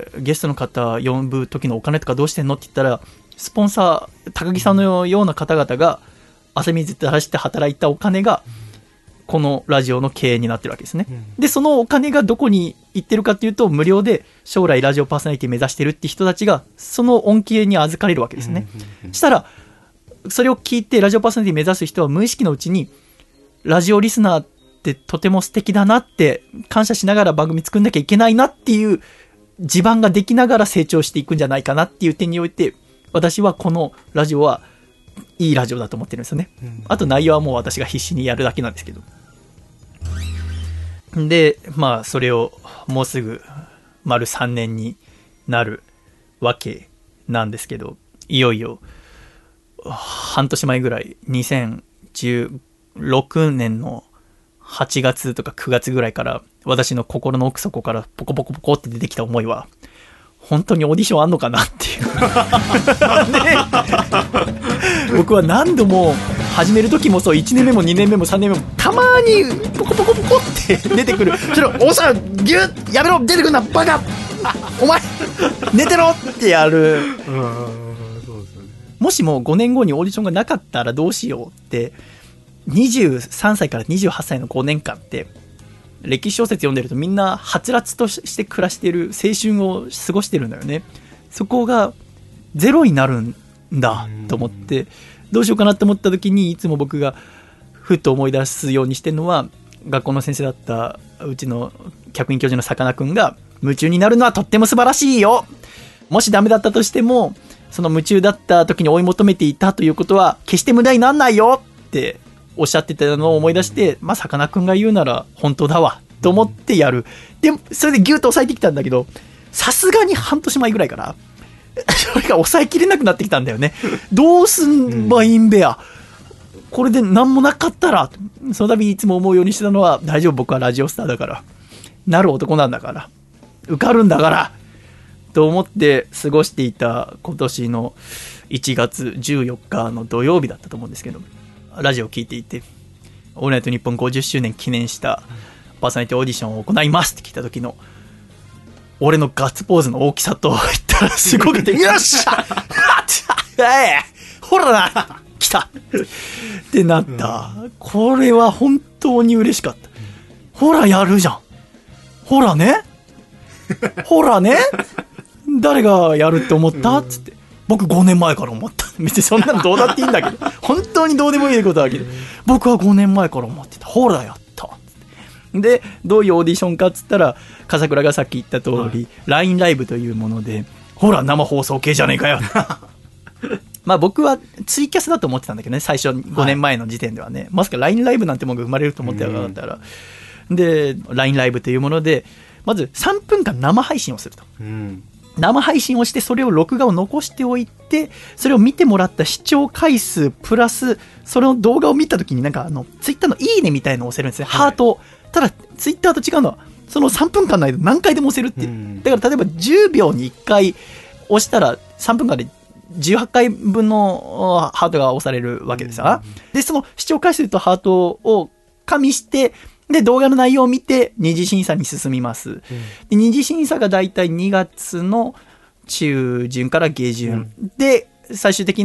ゲストの方呼ぶ時のお金とかどうしてんのって言ったら、スポンサー、高木さんのような方々が汗水垂らして働いたお金が、このラジオの経営になってるわけですね。で、そのお金がどこに行ってるかっていうと、無料で将来ラジオパーソナリティ目指してるって人たちが、その恩恵に預かれるわけですね。したら、それを聞いてラジオパーソナリティ目指す人は無意識のうちに、ラジオリスナーってとても素敵だなって感謝しながら番組作んなきゃいけないなっていう地盤ができながら成長していくんじゃないかなっていう点において、私はこのラジオはいいラジオだと思ってるんですよね。あと内容はもう私が必死にやるだけなんですけど。で、まあそれをもうすぐ丸3年になるわけなんですけど、いよいよ半年前ぐらい、2016年の8月とか9月ぐらいから、私の心の奥底からポコポコポコって出てきた思いは、本当にオーディションあんのかなっていう僕は何度も始める時もそう、1年目も2年目も3年目もたまにポコポコポコって出てくる。それをおさギュッやめろ、出てくんなバカお前寝てろってやる。もしも5年後にオーディションがなかったらどうしようって、23歳から28歳の5年間って歴史小説読んでるとみんなはつらつとして暮らしている青春を過ごしてるんだよね。そこがゼロになるんだと思って、どうしようかなと思った時に、いつも僕がふっと思い出すようにしてるのは、学校の先生だったうちの客員教授のさかなクンが、夢中になるのはとっても素晴らしいよ、もしダメだったとしてもその夢中だった時に追い求めていたということは決して無駄になんないよっておっしゃってたのを思い出して、まあさかなクンが言うなら本当だわと思ってやる。でそれでギュッと抑えてきたんだけど、さすがに半年前ぐらいからそれが抑えきれなくなってきたんだよね。どうすんばいいんべや、これで何もなかったら。その度にいつも思うようにしてたのは、大丈夫、僕はラジオスターだから、なる男なんだから、受かるんだからと思って過ごしていた今年の1月14日の土曜日だったと思うんですけど、ラジオを聞いていて、オールナイトニッポン50周年記念したパーソナリティオーディションを行いますって聞いた時の俺のガッツポーズの大きさと言ったらすごくてよっしゃほらな来たってなった。これは本当に嬉しかった。ほらやるじゃん、ほらねほらね誰がやるって思ったっつって、僕5年前から思った。別にそんなのどうだっていいんだけど本当にどうでもいいことだけど、僕は5年前から思ってた。ほらやったで、どういうオーディションかっつったら、笠倉がさっき言った通り、はい、LINE ライブというもので、ほら生放送系じゃねえかよまあ僕はツイキャスだと思ってたんだけどね、最初5年前の時点ではね、はい、まさか LINE ライブなんてものが生まれると思ってなかったら、で LINE ライブというものでまず3分間生配信をすると、生配信をして、それを録画を残しておいて、それを見てもらった視聴回数プラスその動画を見た時になんかツイッターのいいねみたいのを押せるんですね、はい、ハートを。ただツイッターと違うのはその3分間の間何回でも押せるっていう、だから例えば10秒に1回押したら3分間で18回分のハートが押されるわけですよ。でその視聴回数とハートを加味して、で動画の内容を見て二次審査に進みます、で二次審査がだいたい2月の中旬から下旬、で最終的な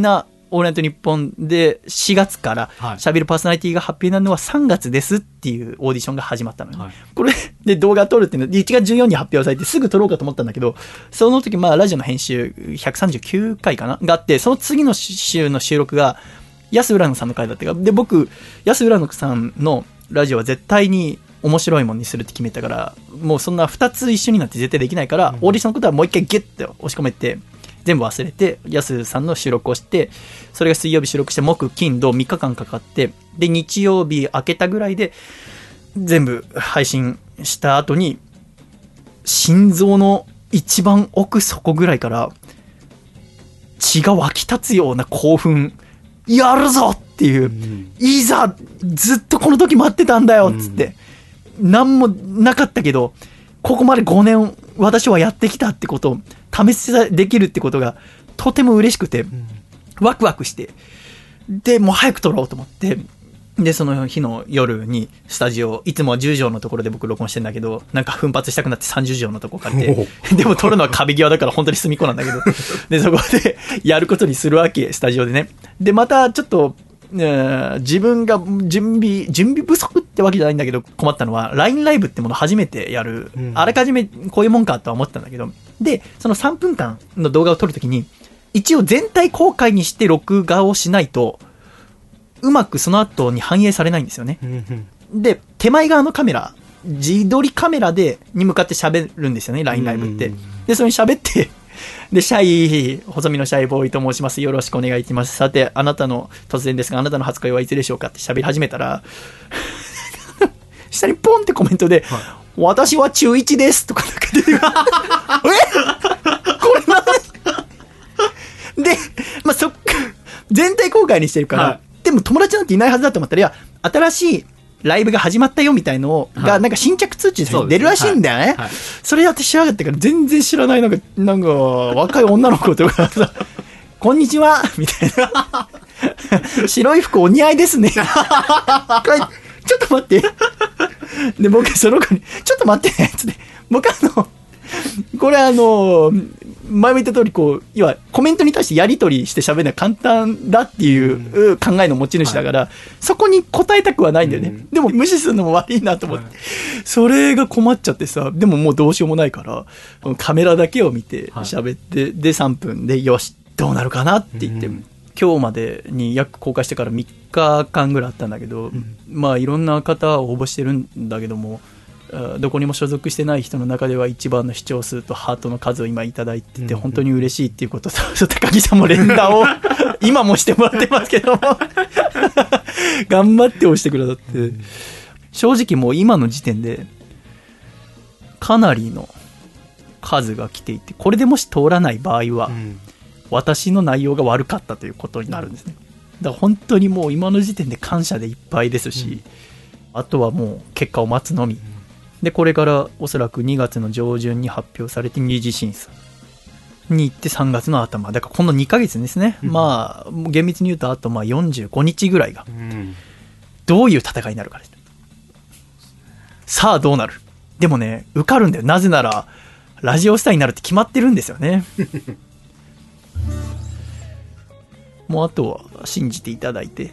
オールナイトニッポンで4月から喋るパーソナリティが発表になるのは3月ですっていうオーディションが始まったのよ、はい、これで動画撮るっていうのは1月14日に発表されてすぐ撮ろうかと思ったんだけど、その時ラジオの編集139回かながあって、その次の週の収録が安浦野さんの回だったから、で僕安浦野さんのラジオは絶対に面白いもんにするって決めたから、もうそんな2つ一緒になって絶対できないから、オーディションのことはもう一回ギュッて押し込めて全部忘れて、安さんの収録をして、それが水曜日収録して木金土3日間かかって、で日曜日明けたぐらいで全部配信した後に、心臓の一番奥底ぐらいから血が湧き立つような興奮、やるぞっていう、いざずっとこの時待ってたんだよっつって、何もなかったけどここまで5年私はやってきたってことを試しできるってことがとても嬉しくて、ワクワクして、でもう早く撮ろうと思って、でその日の夜にスタジオ、いつもは10畳のところで僕録音してんだけど、なんか奮発したくなって30畳のとこ借りて、でも撮るのは壁際だから本当に隅っこなんだけど、でそこでやることにするわけ、スタジオでね。でまたちょっと自分が準備不足ってわけじゃないんだけど、困ったのは LINE ライブってものを初めてやる、あらかじめこういうもんかとは思ってたんだけど、でその3分間の動画を撮るときに一応全体公開にして録画をしないとうまくその後に反映されないんですよね。で手前側のカメラ、自撮りカメラでに向かって喋るんですよね、 LINE ライブって。でそれに喋って、で細身のシャイボーイと申します、よろしくお願いします、さてあなたの突然ですがあなたの初恋はいつでしょうかって喋り始めたら下にポンってコメントで、はい、私は中1ですとかなんか出てくるこれなんで全体公開にしてるから、はい、でも友達なんていないはずだと思ったら、いや新しいライブが始まったよみたいのがなんか新着通知で出るらしいんだよね。はいはい、それやって知らなかったから全然知らないなんか若い女の子とかさこんにちはみたいな白い服お似合いですねちょっと待ってで僕その子にちょっと待ってねつって、僕これ前も言った通り要はコメントに対してやり取りして喋るのは簡単だっていう考えの持ち主だから、はい、そこに答えたくはないんだよね、でも無視するのも悪いなと思って、はい、それが困っちゃってさ、でももうどうしようもないからカメラだけを見て喋って、はい、で3分でよしどうなるかなって言って、今日までに約公開してから3日間ぐらいあったんだけど、いろんな方を応募してるんだけども、どこにも所属してない人の中では一番の視聴数とハートの数を今いただいてて本当に嬉しいっていうことと、高木さんも連打を今もしてもらってますけども頑張って押してくださって、正直もう今の時点でかなりの数が来ていて、これでもし通らない場合は私の内容が悪かったということになるんですね。だから本当にもう今の時点で感謝でいっぱいですし、あとはもう結果を待つのみで、これからおそらく2月の上旬に発表されて二次審査に行って3月の頭だからこの2ヶ月ですね、厳密に言うとあと45日ぐらいがどういう戦いになるかです。さあどうなる。でもね受かるんだよ。なぜならラジオスターになるって決まってるんですよねもうあとは信じていただいて、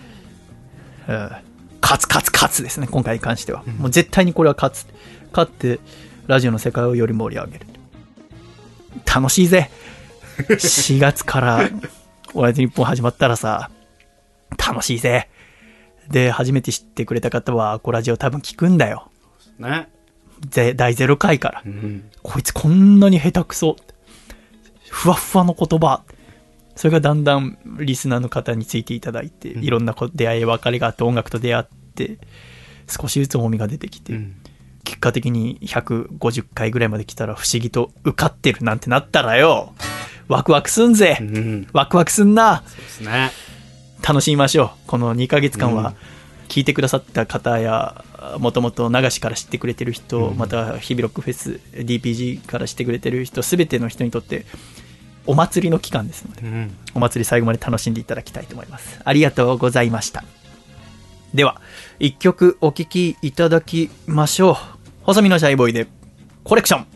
勝つですね。今回に関してはもう絶対にこれは勝ってラジオの世界をより盛り上げる。楽しいぜ4月からオールナイトニッポン始まったらさ楽しいぜ。で初めて知ってくれた方はコラジオ多分聞くんだよね、第0回から、こいつこんなに下手くそ、ふわふわの言葉、それがだんだんリスナーの方についていただいて、いろんな出会い別れがあって、音楽と出会って少しずつ重みが出てきて、結果的に150回ぐらいまで来たら不思議と受かってるなんてなったらよ、ワクワクすんぜ、ワクワクすんな。そうですね、楽しみましょう。この2ヶ月間は聞いてくださった方やもともと流しから知ってくれてる人、また日々ロックフェス DPG から知ってくれてる人、すべての人にとってお祭りの期間ですので、お祭り最後まで楽しんでいただきたいと思います。ありがとうございました。では1曲お聴きいただきましょう。細身のシャイボーイでコレクション。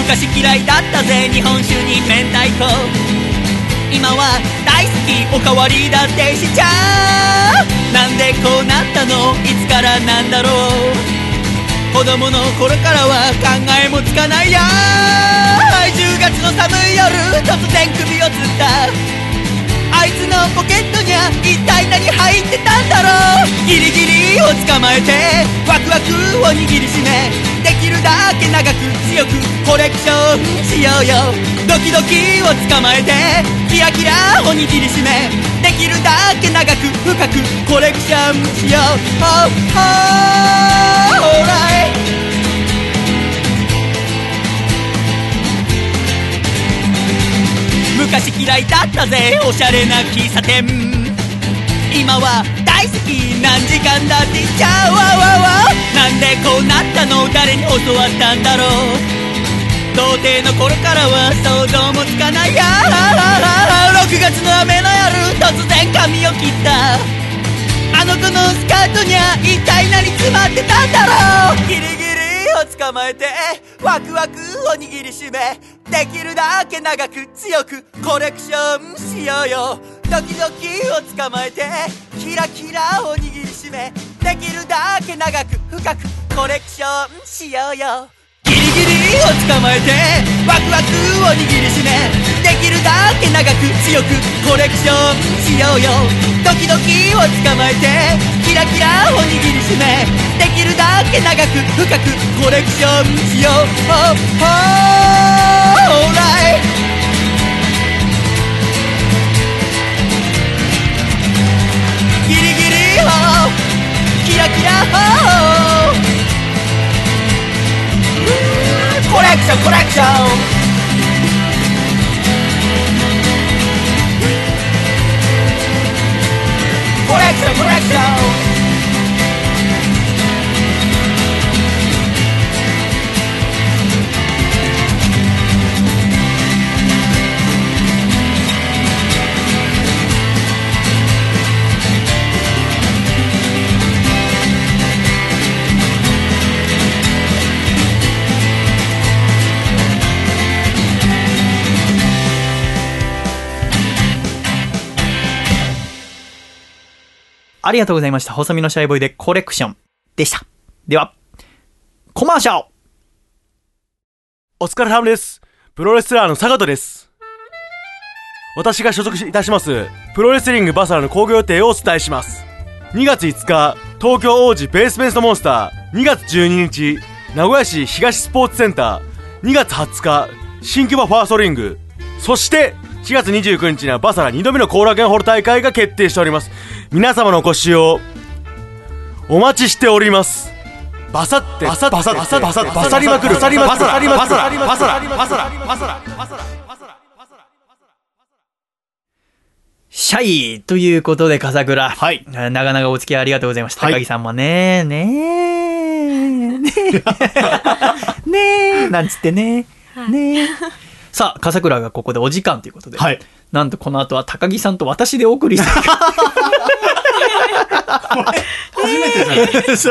昔嫌いだったぜ日本酒に明太子、今は大好きおかわりだってしちゃう。なんでこうなったのいつからなんだろう、子供の頃からは考えもつかないや。10月の寒い夜突然首をつった、あいつのポケットにゃ一体何入ってたんだろう。ギリギリを捕まえてワクワクを握りしめ、できるだけ長く強くコレクションしようよ。ドキドキを捕まえてキラキラを握りしめ、できるだけ長く深くコレクションしよう。昔嫌いだったぜおしゃれな喫茶店、今は大好き何時間だって言っちゃう。なんでこうなったの誰に教わったんだろう、童貞の頃からは想像もつかないや。6月の雨の夜突然髪を切った、あの子のスカートにゃ一体何詰まってたんだろう。ギリギリを捕まえてワクワクを握りしめ、できるだけ長く強くコレクションしようよ。ドキドキを捕まえてキラキラを握りしめ、できるだけ長く深くコレクションしようよ。ギリギリを捕まえてワクワクを握りしめ、できるだけ長く強くコレクションしようよ。ドキドキを捕まえてキラキラを握りしめ、できるだけ長く深くコレクションしよう。ギリギリをキラキラコレクションコレクション、コレクションコレクション。 ありがとうございました。細身のシャイボーイでコレクションでした。では、コマーシャル。 お疲れ様です。プロレスラーの坂戸です。私が所属いたしますプロレスリングバサラの興行予定をお伝えします。2月5日東京王子ベースメントモンスター、2月12日名古屋市東スポーツセンター、2月20日新木場ファーストリング、そして4月29日にはバサラ2度目の後楽園ホール大会が決定しております。皆様のお越しをお待ちしております。バサってバサバサバサバサバサりまくるバサりまくるバサりまくるバサラバサラバサラバサラバサラバサラバサラ。 シャイということで笠倉、 はい、 長々お付き合いありがとうございました。高木さんもねなんつってねさあ笠倉がここでお時間ということで、はい、なんとこの後は高木さんと私でお送りする初めてじゃない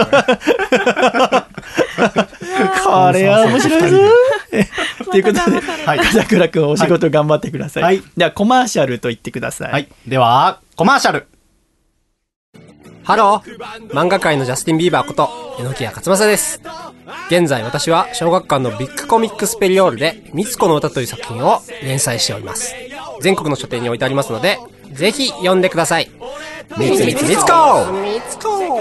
これは面白いぞということで、はい、笠倉くんお仕事頑張ってください、はい、ではコマーシャルと言ってください、 はい、ではコマーシャル。 ハロー、漫画界のジャスティン・ビーバーこと榎谷勝正です。現在私は小学館のビッグコミックスペリオールでみつこの歌という作品を連載しております。全国の書店に置いてありますのでぜひ読んでください。みつみつみつこみつこ。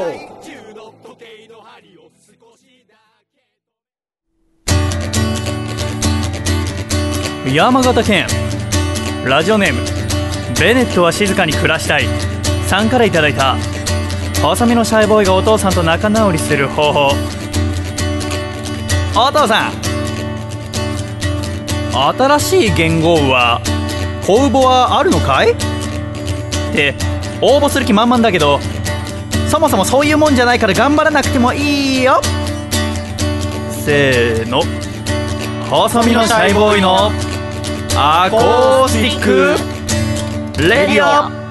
山形県ラジオネームベネットは静かに暮らしたいさんからいただいた細身のシャイボーイがお父さんと仲直りする方法。お父さん、新しい元号は公募はあるのかいって応募する気満々だけど、そもそもそういうもんじゃないから頑張らなくてもいいよ。せーの、細身のシャイボーイのアコースティックレディオ。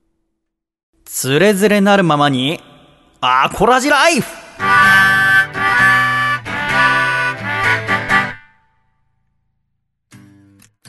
つれづれなるままにアコラジライフ。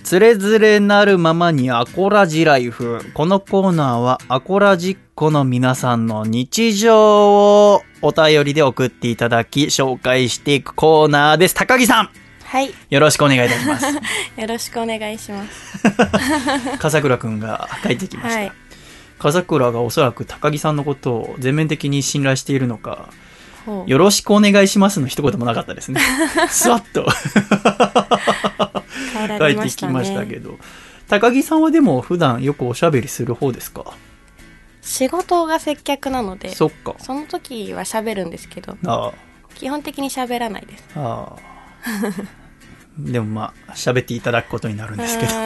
つれづれなるままにアコラジライフ。このコーナーはアコラジっ子の皆さんの日常をお便りで送っていただき紹介していくコーナーです。高木さん、 はい、 よろしくお願いいたします。 よろしくお願いします。 笠倉くんが帰ってきました、 はい、 笠倉がおそらく高木さんのことを全面的に信頼しているのか、よろしくお願いしますの一言もなかったですね。スワッと帰ってきましたけど、高木さんはでも普段よくおしゃべりする方ですか？ 仕事が接客なので、 そっか、 その時は喋るんですけど、基本的に喋らないです。 でもまあ喋っていただくことになるんですけど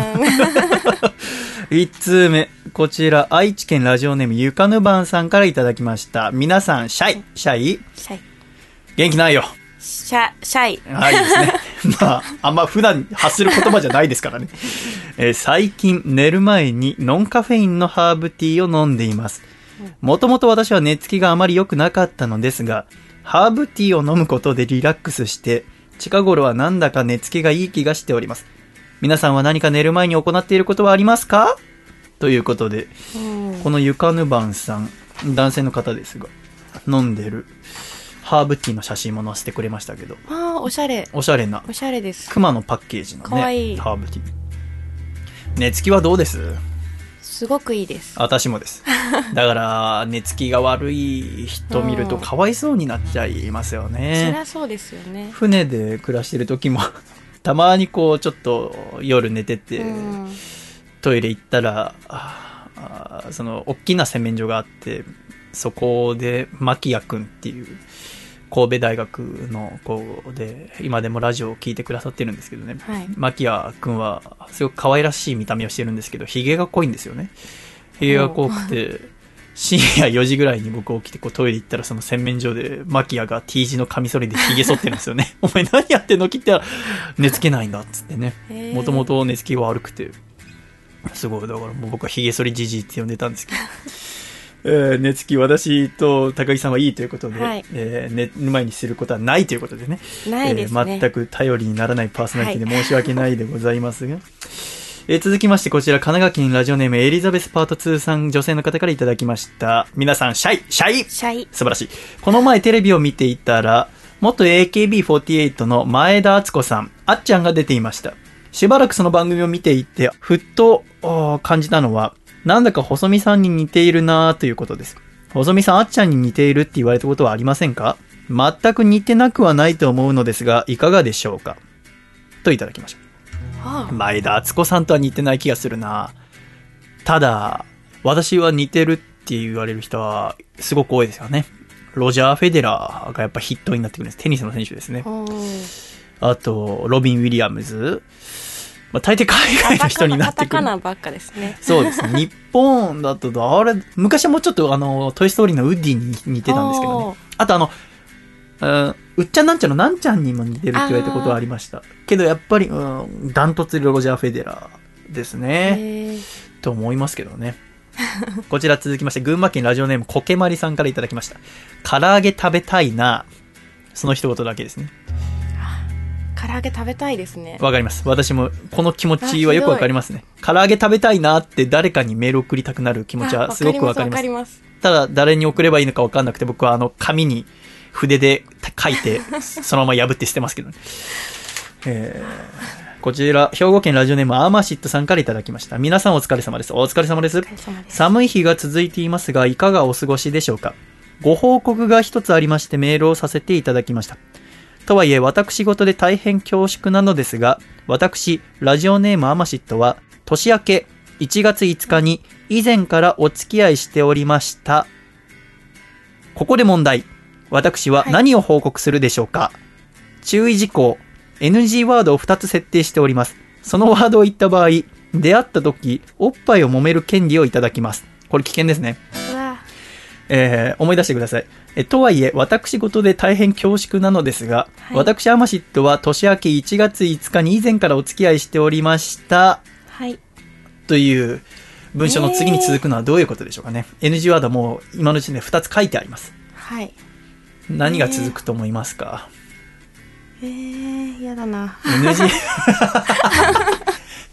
1通目、こちら愛知県ラジオネームゆかぬばんさんからいただきました。皆さんシャイ元気ないよ。 シャイはいですね。まああんま普段発する言葉じゃないですからね。最近寝る前にノンカフェインのハーブティーを飲んでいます。もともと私は寝つきがあまり良くなかったのですが、ハーブティーを飲むことでリラックスして近頃はなんだか寝つきがいい気がしております。皆さんは何か寝る前に行っていることはありますか？ということで、このゆかぬばんさん、男性の方ですが、飲んでるハーブティーの写真も載せてくれましたけど、 おしゃれな、おしゃれです。 クマのパッケージのね、 かわいいハーブティー。寝つきはどうです？ すごくいいです。 私もです。だから寝つきが悪い人見るとかわいそうになっちゃいますよね。 そりゃそうですよね。 船で暮らしてる時もたまにこうちょっと夜寝てて、トイレ行ったらその大きな洗面所があって、そこで牧谷くんっていう神戸大学の子で今でもラジオを聞いてくださってるんですけどね、牧谷くんはすごく可愛らしい見た目をしてるんですけど、ヒゲが濃いんですよね。ヒゲが濃くて深夜4時ぐらいに僕起きてこうトイレ行ったら、その洗面所で牧谷が T 字のカミソリでヒゲ剃ってるんですよね。お前何やってんの？聞いたら寝つけないんだっつってね。もともと寝つきが悪くて、すごい、だからもう僕はヒゲ剃りじじいって呼んでたんですけど、寝つき私と高木さんはいいということで、寝る前にすることはないということでね、 ないですね。 全く頼りにならないパーソナリティで申し訳ないでございますが、続きましてこちら神奈川県ラジオネームエリザベスパート2さん、女性の方からいただきました。皆さんシャイ素晴らしい。この前テレビを見ていたら元 AKB48 の前田敦子さん、あっちゃんが出ていました。しばらくその番組を見ていてふっと感じたのは、なんだか細見さんに似ているなということです。細見さん、あっちゃんに似ているって言われたことはありませんか？全く似てなくはないと思うのですが、いかがでしょうか？といただきました。前田敦子さんとは似てない気がするな。ただ、私は似てるって言われる人はすごく多いですよね。ロジャー・フェデラーがやっぱヒットになってくるんです。テニスの選手ですね。あと、ロビン・ウィリアムズ。大抵海外の人になってくる。 カタカナばっかですね。 そうですね。日本だと昔はもうちょっとトイストーリーのウッディに似てたんですけどね。あとうっちゃんなんちゃんのなんちゃんにも似てるって言われたことはありました。けどやっぱり、ダントツロジャー・フェデラーですね。と思いますけどね。こちら続きまして、群馬県ラジオネームコケマリさんからいただきました。唐揚げ食べたいな。その一言だけですね。 唐揚げ食べたいですね。 わかります。私もこの気持ちはよくわかりますね。唐揚げ食べたいなって誰かにメール送りたくなる気持ちはすごくわかります。ただ誰に送ればいいのかわかんなくて、僕は紙に筆で書いてそのまま破って捨てますけどね。こちら兵庫県ラジオネームアーマシットさんからいただきました。皆さんお疲れ様です。お疲れ様です。寒い日が続いていますが、いかがお過ごしでしょうか？ご報告が一つありましてメールをさせていただきました。とはいえ私事で大変恐縮なのですが、私ラジオネームアマシットは年明け1月5日に以前からお付き合いしておりました。ここで問題。私は何を報告するでしょうか？注意事項、 NG ワードを2つ設定しております。そのワードを言った場合、出会った時おっぱいを揉める権利をいただきます。これ危険ですね。思い出してください。とはいえ私事で大変恐縮なのですが、私アマシットは年明け1月5日に以前からお付き合いしておりました、という文章の次に続くのはどういうことでしょうかね。NG ワードも今のうちに2つ書いてあります。何が続くと思いますか？ やだな。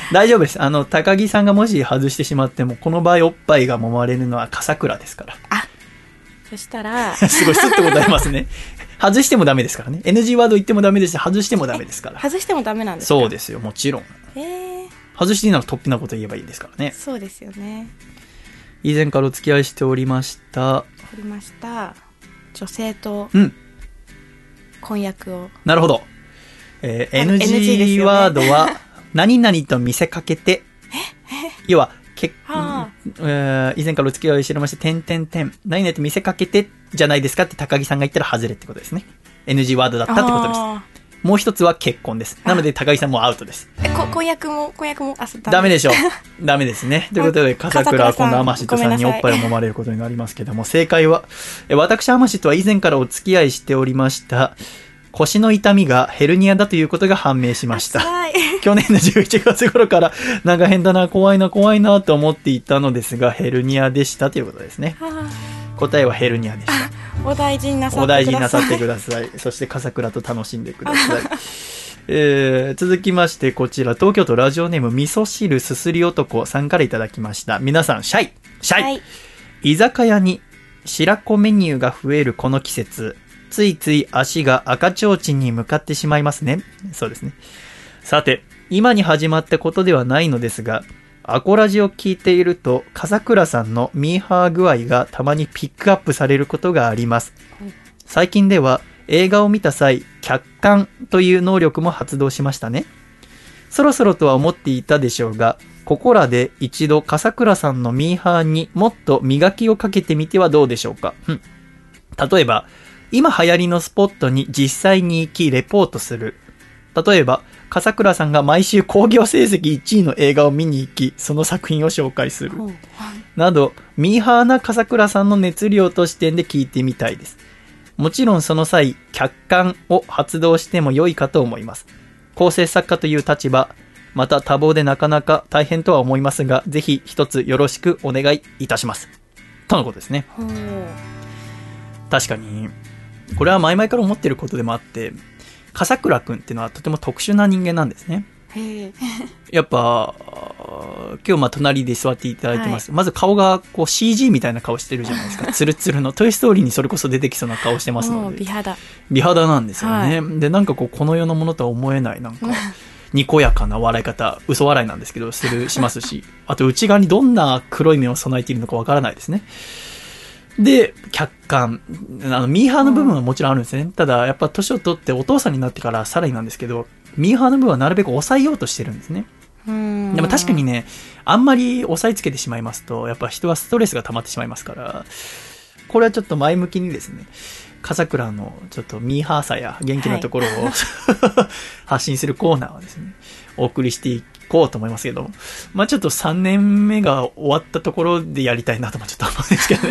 大丈夫です。高木さんがもし外してしまっても、この場合おっぱいが揉まれるのは笠倉ですから。 そしたらすごいスッと答えますね。外してもダメですからね。NG ワード言ってもダメですし、外してもダメですから。 外してもダメなんですか？ そうですよ、もちろん。外していいなら突飛なこと言えばいいですからね。 そうですよね。 以前からお付き合いしておりました。 女性と婚約を。 なるほど。NG ワードは何々と見せかけて、要は以前からお付き合いしておりまして、何々と見せかけてじゃないですかって高木さんが言ったら外れってことですね。NG ワードだったってことです。もう一つは結婚です。なので高木さんもアウトです。 婚約もダメでしょう。ダメですね。ということで、笠倉は今度アマシットさんにおっぱいを揉まれることになりますけども、正解は、私アマシットは以前からお付き合いしておりました腰の痛みがヘルニアだということが判明しました。去年の11月頃からなんか変だな、怖いなと思っていたのですが、ヘルニアでしたということですね。答えはヘルニアでした。 お大事になさってください。 そして笠倉と楽しんでください。続きましてこちら、東京都ラジオネーム味噌汁すすり男さんからいただきました。皆さんシャイ、居酒屋に白子メニューが増えるこの季節、ついつい足が赤ちょうちんに向かってしまいますね。そうですね。さて、今に始まったことではないのですが、アコラジを聞いていると笠倉さんのミーハー具合がたまにピックアップされることがあります。最近では映画を見た際、客観という能力も発動しましたね。そろそろとは思っていたでしょうが、ここらで一度笠倉さんのミーハーにもっと磨きをかけてみてはどうでしょうか。例えば今流行りのスポットに実際に行きレポートする。例えば笠倉さんが毎週興行成績1位の映画を見に行き、その作品を紹介するなど、ミーハーな笠倉さんの熱量と視点で聞いてみたいです。もちろんその際、客観を発動しても良いかと思います。構成作家という立場、また多忙でなかなか大変とは思いますが、ぜひ一つよろしくお願いいたしますとのことですね。確かにこれは前々から思っていることでもあって、笠倉くんっていうのはとても特殊な人間なんですね。やっぱ今日隣で座っていただいてます、まず顔がこう CG みたいな顔してるじゃないですか。ツルツルのトイストーリーにそれこそ出てきそうな顔してますので、美肌なんですよね、でなんかこの世のものとは思えないなんかにこやかな笑い方、嘘笑いなんですけどしますし、あと内側にどんな黒い面を備えているのかわからないですね。で、客観。ミーハーの部分はもちろんあるんですね。ただ、やっぱ年を取ってお父さんになってからさらになんですけど、ミーハーの部分はなるべく抑えようとしてるんですね。でも確かにね、あんまり抑えつけてしまいますと、やっぱ人はストレスが溜まってしまいますから、これはちょっと前向きにですね、笠倉のちょっとミーハーさや元気なところを、発信するコーナーをですね、お送りしていこうと思いますけど、ちょっと3年目が終わったところでやりたいなともちょっと思うんですけどね。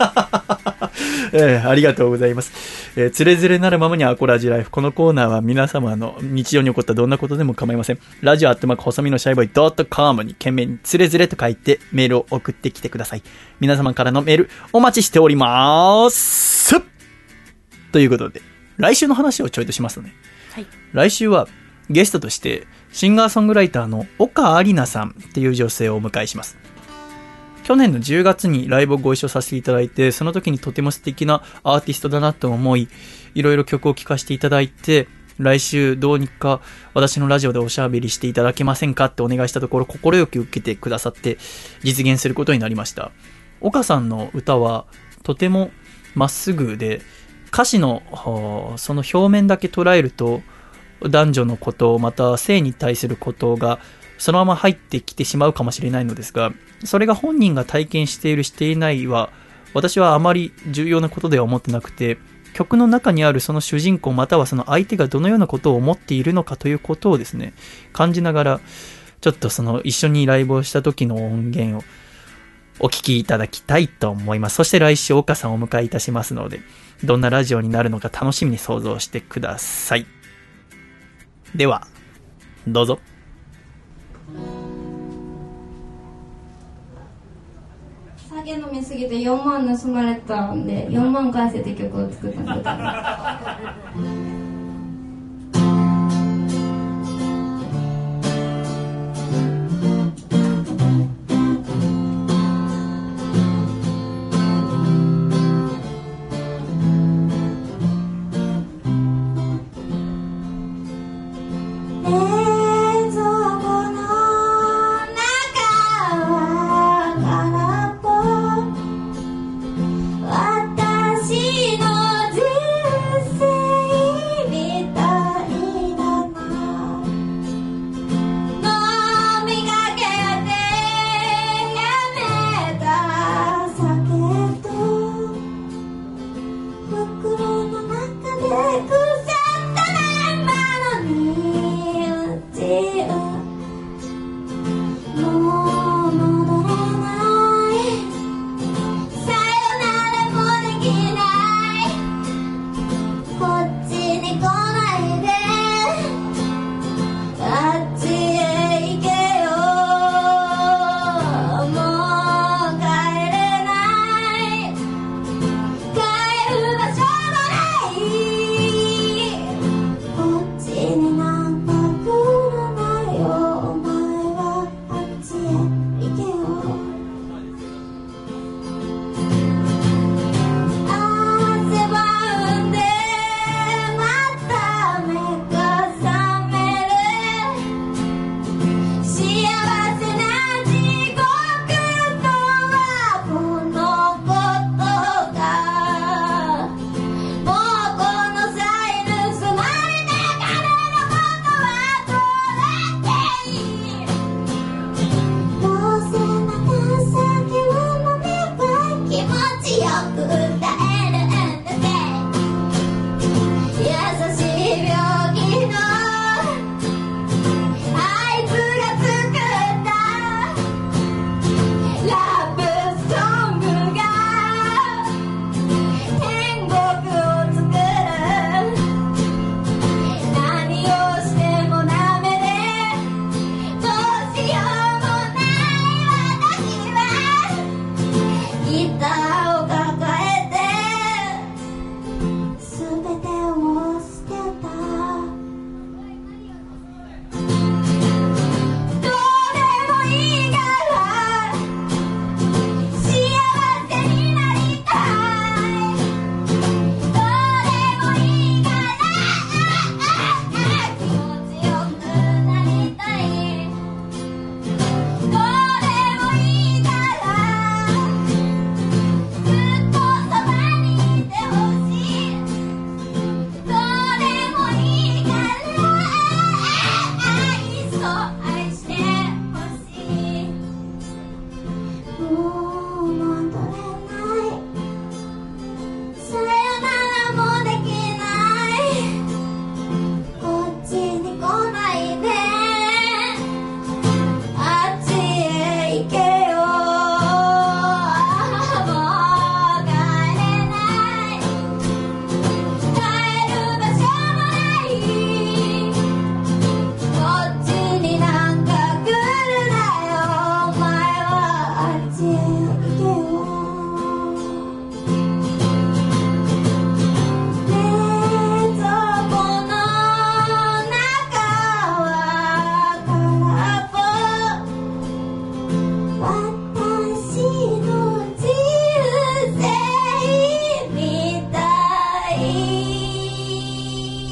ありがとうございます。つれづれなるままにアコラジライフ。このコーナーは皆様の日常に起こったどんなことでも構いません。ラジオ@細身のシャイボーイ .com に懸命につれづれと書いてメールを送ってきてください。皆様からのメールお待ちしております。ということで、来週の話をちょいとしますね。来週はゲストとしてシンガーソングライターの岡有奈さんっていう女性をお迎えします。去年の10月にライブをご一緒させていただいて、その時にとても素敵なアーティストだなと思い、いろいろ曲を聴かせていただいて、来週どうにか私のラジオでおしゃべりしていただけませんかってお願いしたところ、快く受けてくださって実現することになりました。岡さんの歌はとてもまっすぐで、歌詞のその表面だけ捉えると男女のこと、また性に対することがそのまま入ってきてしまうかもしれないのですが、それが本人が体験しているしていないは私はあまり重要なことでは思ってなくて、曲の中にあるその主人公またはその相手がどのようなことを思っているのかということをですね、感じながらちょっとその一緒にライブをした時の音源をお聞きいただきたいと思います。そして来週岡さんをお迎えいたしますので、どんなラジオになるのか楽しみに想像してください。ではどうぞ。 酒飲みすぎて4万盗まれたんで、4万返せって曲を作ったんです。 袋の中で腐ったままの身内をもう戻れないさよならもできないこっちに来ないであっちへ行けよもう帰れない帰る場所もないこっちになんか来るなよお前はあっちへ行けよ汗ばんでまた目が覚める幸せな地獄とはこのことがもうこの際盗まれた金のことはどうだっていいどうせまた酒を飲めば気持ちよく歌えるんだぜ優しい病気のあいつが作ったラブソングが天国を作る何をしてもダメでどうしようもない私はギターを抱えて全てを捨てたどうでもいいから幸せになりたいどうでもいいから気持ちよくなりたいどうでもいいからずっとそばにいてほしいどうでもいいから愛そう愛してほしいもう戻れないさよならもできないこっちに来ないであっちへ行けよもう帰れない帰る場所もないこっちになんか来るなよお前はあっちへ行けよ冷蔵庫の中は空っぽ私の人生みたい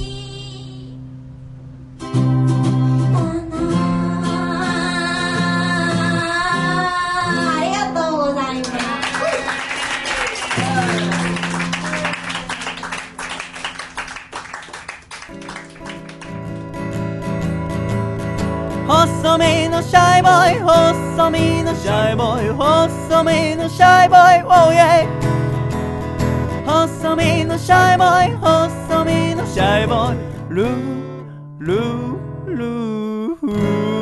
ありがとうございます細身のシャイボーイ細身のシャイボーイ細身のシャイボーイ oh yeah 細身のシャイボーイ細身のシャイボーイルールールーフ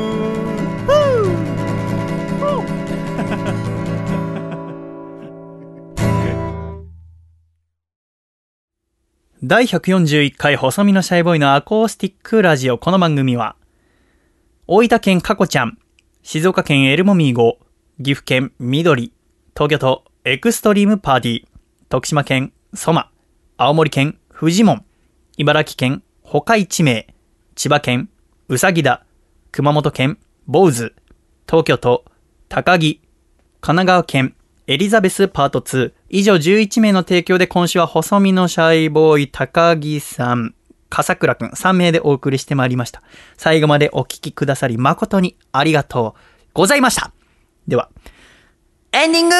ー第141回細身のシャイボーイのアコースティックラジオ。この番組は大分県かこちゃん、静岡県エルモミーゴ、岐阜県緑、東京都エクストリームパーティー、徳島県ソマ、青森県フジモン、茨城県ほかい地名、千葉県うさぎだ、熊本県ボウズ、東京都高木、神奈川県エリザベスパート2、以上11名の提供で今週は細身のシャイボーイ高木さん、笠倉くん3名でお送りしてまいりました。最後までお聞きくださり誠にありがとうございました。ではエンディング。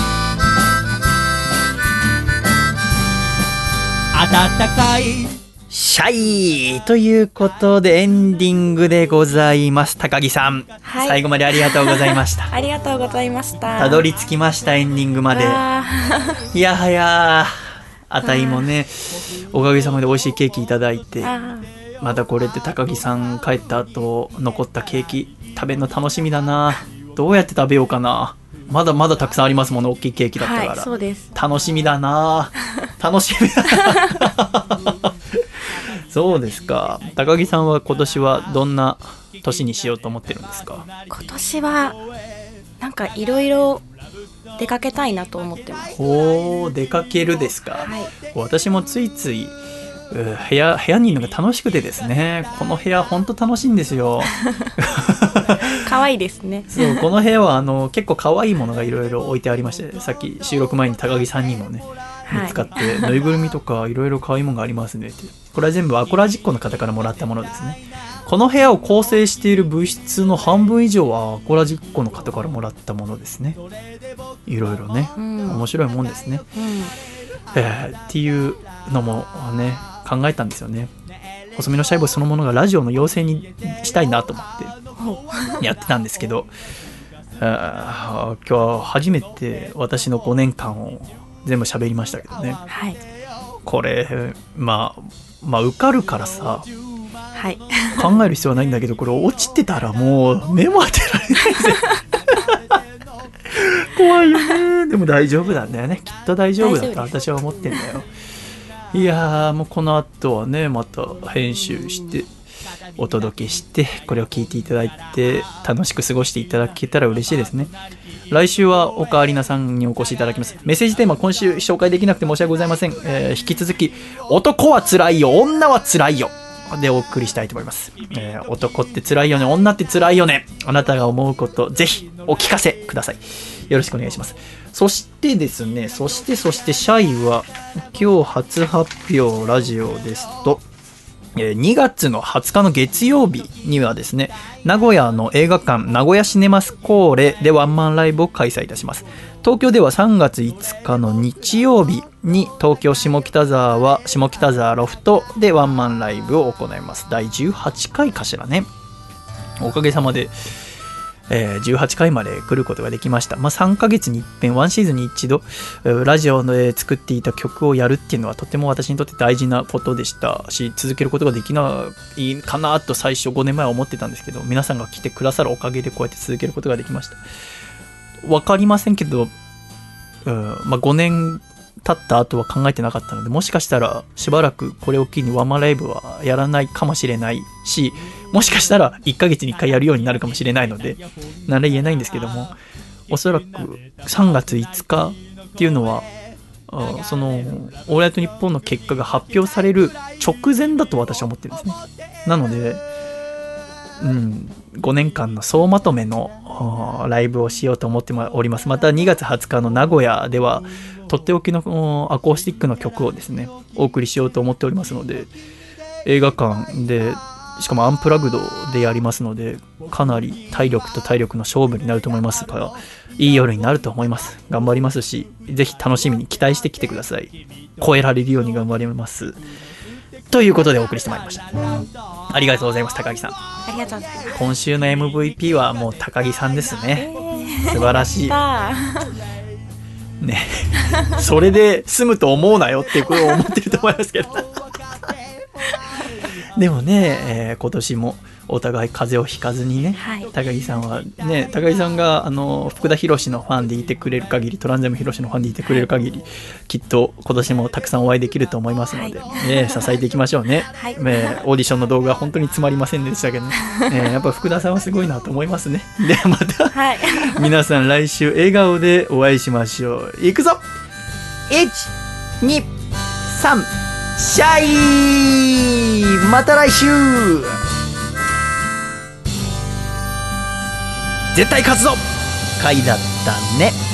暖かいシャイということでエンディングでございます。高木さん、 はい、 最後までありがとうございました。 ありがとうございました。 たどり着きました、エンディングまで。いやはやあたいもね、おかげさまで美味しいケーキいただいて、またこれって高木さん帰った後残ったケーキ食べるの楽しみだな。どうやって食べようかな。まだまだたくさんありますもんね、大きいケーキだったから、はい、 そうです。 楽しみだな。楽しみだな。そうですか。高木さんは今年はどんな年にしようと思ってるんですか？ 今年はなんかいろいろ出かけたいなと思ってます。 おー、出かけるですか？はい、私もついつい部屋にいるのが楽しくてですね、この部屋ほんと楽しいんですよ。 可愛いですね。 そう、この部屋は結構可愛いものがいろいろ置いてありまして、さっき収録前に高木さんにもね見つかって、はい、ぬいぐるみとかいろいろ可愛いものがありますねって。これは全部アコラジッコの方からもらったものですね。この部屋を構成している物質の半分以上はアコラジッコの方からもらったものですね。いろいろね、面白いもんですね、っていうのもね考えたんですよね。細身のシャイボーイそのものがラジオの妖精にしたいなと思ってやってたんですけど、今日は初めて私の5年間を全部喋りましたけどね、はい、これまあ受かるからさ、はい、考える必要はないんだけど、これ落ちてたらもう目も当てられないですよ。怖いよね。でも大丈夫なんだよね、きっと大丈夫だと私は思ってんだよ。いやー、もうこの後はねまた編集してお届けして、これを聞いていただいて楽しく過ごしていただけたら嬉しいですね。来週は岡有奈さんにお越しいただきます。メッセージテーマ今週紹介できなくて申し訳ございません。引き続き男は辛いよ女は辛いよでお送りしたいと思います。男って辛いよね、女って辛いよね、あなたが思うことぜひお聞かせください。よろしくお願いします。そしてですね、そしてシャイは今日初発表ラジオですと、2月の20日の月曜日にはですね、名古屋の映画館名古屋シネマスコーレでワンマンライブを開催いたします。東京では3月5日の日曜日に東京下北沢ロフトでワンマンライブを行います。第18回かしらね。おかげさまで18回まで来ることができました。3ヶ月に一遍、ワンシーズンに一度ラジオで作っていた曲をやるっていうのはとても私にとって大事なことでしたし、続けることができないかなと最初5年前は思ってたんですけど、皆さんが来てくださるおかげでこうやって続けることができました。わかりませんけど、5年経った後は考えてなかったので、もしかしたらしばらくこれを機にワンマンライブはやらないかもしれないし、もしかしたら1ヶ月に1回やるようになるかもしれないので何ら言えないんですけども、おそらく3月5日っていうのはそのオールナイトニッポンの結果が発表される直前だと私は思ってるんですね。なので5年間の総まとめのライブをしようと思っております。また2月20日の名古屋ではとっておきのアコースティックの曲をですねお送りしようと思っておりますので、映画館でしかもアンプラグドでやりますので、かなり体力と体力の勝負になると思いますから、いい夜になると思います。頑張りますし、ぜひ楽しみに期待してきてください。超えられるように頑張りますということでお送りしてまいりました。ありがとうございます。高木さん、 ありがとうございます。 今週の MVP はもう高木さんですね。素晴らしいね。それで済むと思うなよっていうことを思ってると思いますけどでもね、今年もお互い風邪をひかずにね、はい、高木さんはね、高木さんが福田博のファンでいてくれる限り、トランザム博のファンでいてくれる限り、きっと今年もたくさんお会いできると思いますので、はい、支えていきましょうね、はい、オーディションの動画は本当につまりませんでしたけどね、やっぱ福田さんはすごいなと思いますね。ではまた、はい、皆さん来週笑顔でお会いしましょう。いくぞ !1、2、3 シャイ、また来週。絶対勝つぞ。回だったね。